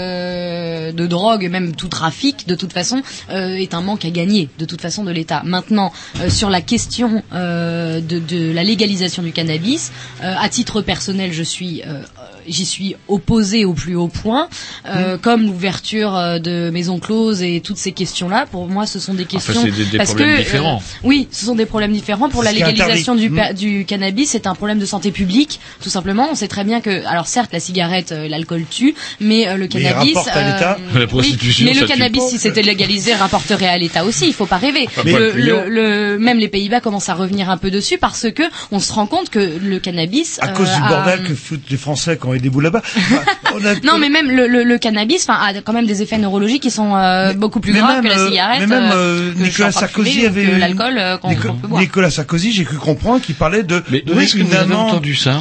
de drogue, même tout trafic, de toute façon, est un manque à gagner, de toute façon, de l'État. Maintenant, sur la question de la légalisation du cannabis, à titre personnel, je suis j'y suis opposée au plus haut point, comme l'ouverture de maisons closes et toutes ces questions-là. Pour moi, ce sont des questions c'est des parce problèmes que différents. oui, ce sont des problèmes différents. Pour la légalisation du cannabis, c'est un problème de santé publique, tout simplement. On sait très bien que, alors certes, la cigarette, l'alcool tue, mais le cannabis, la prostitution, mais le ça cannabis, tue. si c'était légalisé, rapporterait à l'État aussi. Il faut pas rêver. Même les Pays-Bas commencent à revenir un peu dessus parce que on se rend compte que le cannabis, à cause du bordel que foutent les Français quand ils déboulent là-bas. Non, mais même le cannabis, a quand même des effets neurologiques qui sont beaucoup plus graves que la cigarette. Mais même Nicolas Sarkozy avait l'alcool qu'on peut boire. Nicolas Sarkozy, j'ai cru comprendre qu'il parlait de. Mais d'où est-ce que vous avez entendu ça?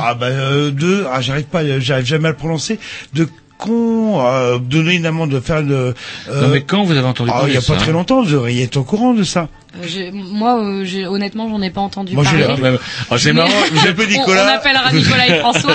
J'arrive jamais à le prononcer. Donner une amende, de faire une. Non, mais quand vous avez entendu parler il y a de ça? pas très longtemps, vous devriez être au courant de ça. Honnêtement, j'en ai pas entendu Moi, parler. C'est marrant. J'ai peu Nicolas. On appellera Nicolas et François.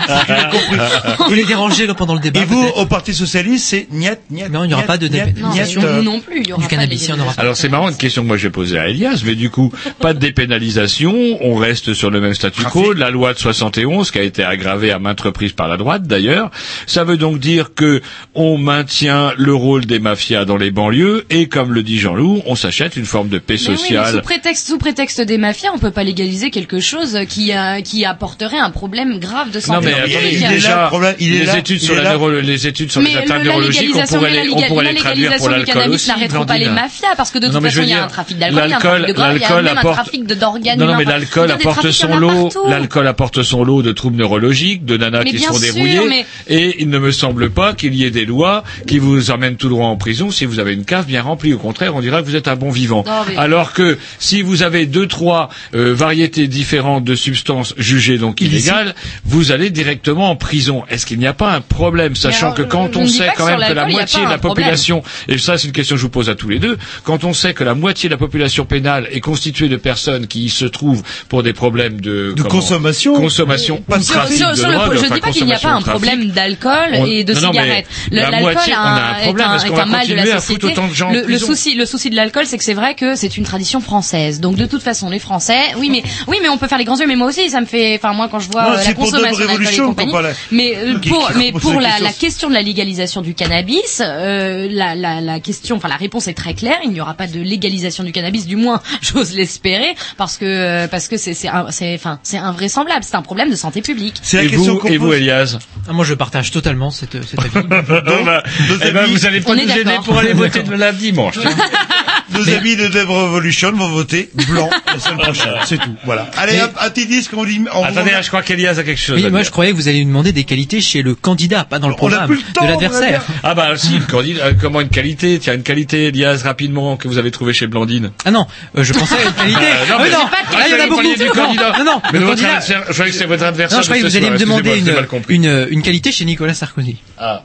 Il est dérangé pendant le débat. Et vous, au Parti Socialiste, c'est niet. Non, il n'y aura pas de dépénalisation. Nous non plus, il y aura du cannabis, il y en aura pas. Alors c'est marrant, une question que moi j'ai posée à Elias, mais du coup, pas de dépénalisation, on reste sur le même statu quo, la loi de 71 qui a été aggravée à maintes reprises par la droite d'ailleurs. Ça veut donc dire que on maintient le rôle des mafias dans les banlieues et comme le dit Jean-Loup, on s'achète une forme de paix sociale. Oui, mais sous prétexte des mafias, on peut pas légaliser quelque chose qui apporterait un problème grave de santé. Non mais attendez, déjà les études sur les atteintes neurologiques, on pourrait les traduire pour l'alcool aussi. N'arrêteront pas les mafias parce que de toute façon il y a un trafic d'alcool, il y a un trafic de drogue, il y a même un trafic d'organes. Non mais l'alcool apporte son lot de troubles neurologiques, de nanas qui sont dérouillées et il ne me semble pas qu'il y ait des lois qui vous emmènent tout droit en prison si vous avez une cave bien remplie. Au contraire, on dirait que vous êtes un bon vivant. Alors que si vous avez 2-3 variétés différentes de substances jugées donc illégales, vous allez directement en prison. Est-ce qu'il n'y a pas un problème, sachant que quand on sait quand même que la moitié de la population, et ça c'est une question que je vous pose à tous les deux, quand on sait que la moitié de la population pénale est constituée de personnes qui se trouvent pour des problèmes de consommation, pas de trafic de drogue, je dis pas qu'il n'y a pas un problème d'alcool et de cigarettes. L'alcool est un mal de la société. Le souci de l'alcool, c'est que c'est vrai que c'est une tradition française. Donc de toute façon, les Français, oui, mais on peut faire les grands yeux, mais moi aussi, ça me fait, moi quand je vois la consommation d'alcool et compagnie. Mais pour la question de la légalisation du cannabis, la question, la réponse est très claire. Il n'y aura pas de légalisation du cannabis, du moins, j'ose l'espérer, parce que c'est invraisemblable. C'est un problème de santé publique. Et vous, Elias? Moi, je partage totalement cet avis. Vous allez pas nous aider pour aller voter le dimanche. Nos amis de Dev Revolution vont voter blanc la semaine prochaine. C'est tout. Voilà. Allez, un petit disque, on dit. Attendez, je crois qu'Elias a quelque chose à dire. Moi, je croyais que vous alliez nous demander des qualités chez le candidat, pas dans le programme de l'adversaire. Ah bah si, le candidat, comment une qualité? Tiens, une qualité, Elias, rapidement, que vous avez trouvé chez Blandine. Ah non, je pensais à une qualité. Non, il y en a beaucoup. Non, mais le candidat. Je croyais que c'est votre adversaire. Non, je croyais que vous alliez me demander une qualité chez Nicolas Sarkozy.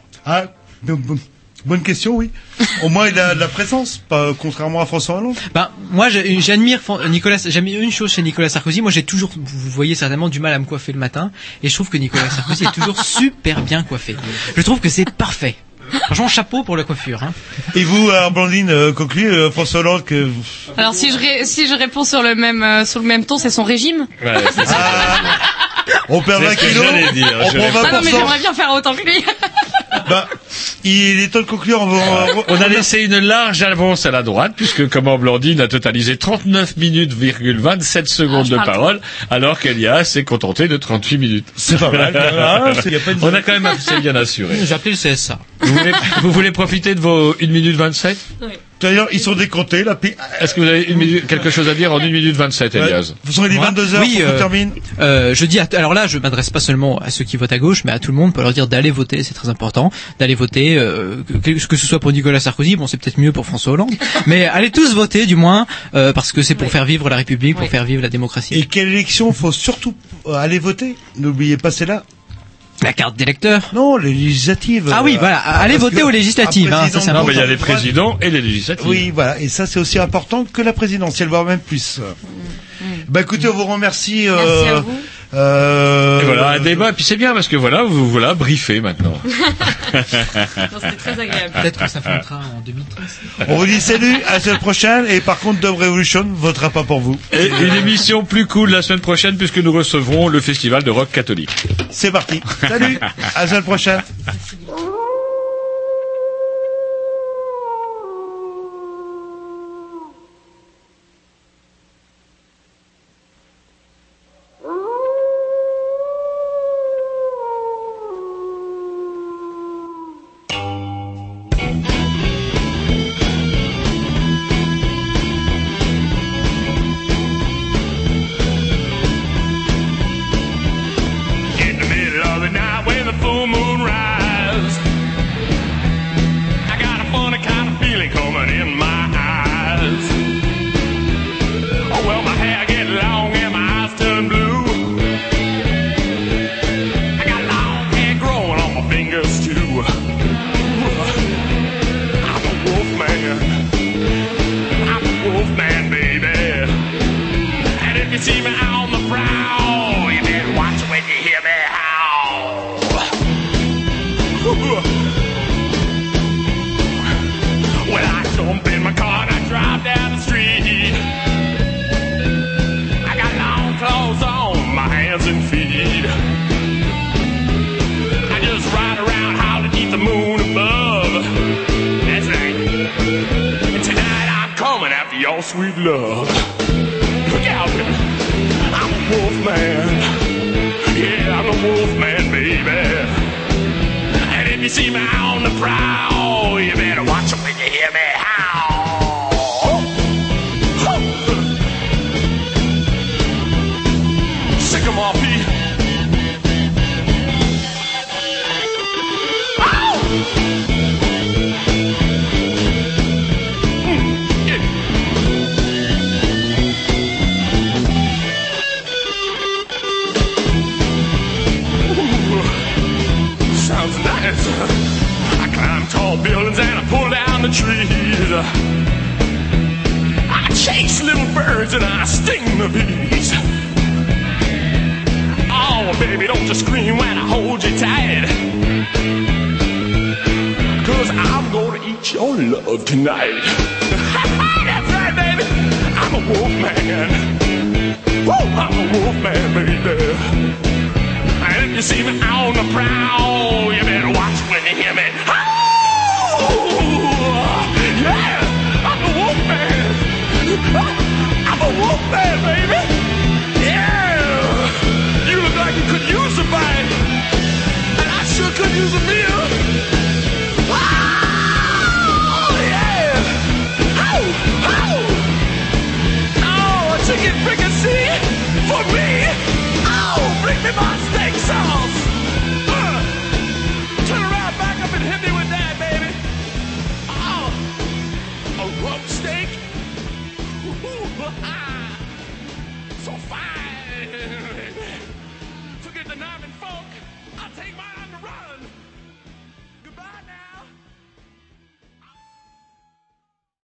Bonne question, oui. Au moins, il a de la présence, pas contrairement à François Hollande. Moi, j'admire Nicolas. J'aime une chose chez Nicolas Sarkozy. Moi, j'ai toujours, vous voyez certainement, du mal à me coiffer le matin, et je trouve que Nicolas Sarkozy est toujours super bien coiffé. Je trouve que c'est parfait. Franchement, chapeau pour la coiffure. Hein. Et vous, Blandine, concluez, François Hollande, que. Alors, si je réponds sur le même ton, c'est son régime. Ouais, c'est ça. On perd 20 kilos. On prend 20%. Non, mais j'aimerais bien faire autant que lui. Il est temps de conclure. On a laissé une large avance à la droite, puisque comment Blandine a totalisé 39 minutes,27 secondes de parole, alors qu'Elias s'est contenté de 38 minutes. C'est pas mal. On a quand même assez bien assuré. J'ai appelé le CSA. Vous voulez profiter de vos 1 minute 27? Oui. D'ailleurs, ils sont décomptés, là. Est-ce que vous avez quelque chose à dire en 1 minute 27, Elias? Vous sont les 22h, oui, pour qu'on termine. Je dis, alors là, je m'adresse pas seulement à ceux qui votent à gauche, mais à tout le monde pour leur dire d'aller voter, c'est très important, d'aller voter, que ce soit pour Nicolas Sarkozy, bon, c'est peut-être mieux pour François Hollande, mais allez tous voter, du moins, parce que c'est pour faire vivre la République, pour faire vivre la démocratie. Et quelle élection faut surtout aller voter? N'oubliez pas celle-là. La carte d'électeur? Non, les législatives. Ah oui, voilà, allez voter aux législatives. Ça, c'est important. Il y a les présidents et les législatives. Oui, voilà, et ça c'est aussi important que la présidentielle, voire même plus. Écoutez, on vous remercie. Merci à vous. Et voilà, un débat, puis c'est bien parce que voilà, vous voilà briefé maintenant. C'était très agréable. Peut-être qu'on s'affrontera en 2030. On vous dit salut, à la semaine prochaine, et par contre, Dub Revolution votera pas pour vous. Et une émission plus cool la semaine prochaine puisque nous recevrons le festival de rock catholique. C'est parti. Salut, à la semaine prochaine. Sweet love. Look out, baby. I'm a wolf man. Yeah, I'm a wolf man, baby. And if you see me on the prowl, you better watch when you hear me howl. Sycamore Pete. I climb tall buildings and I pull down the trees. I chase little birds and I sting the bees. Oh, baby, don't you scream when I hold you tight. 'Cause I'm gonna eat your love tonight. That's right, baby. I'm a wolf man. Woo, I'm a wolf man, baby. And if you see me on the prowl, you better watch when you hear me. Oh, yeah, I'm a wolf man. I'm a wolf man, baby. Yeah, you look like you could use a bite, and I sure could use a meal.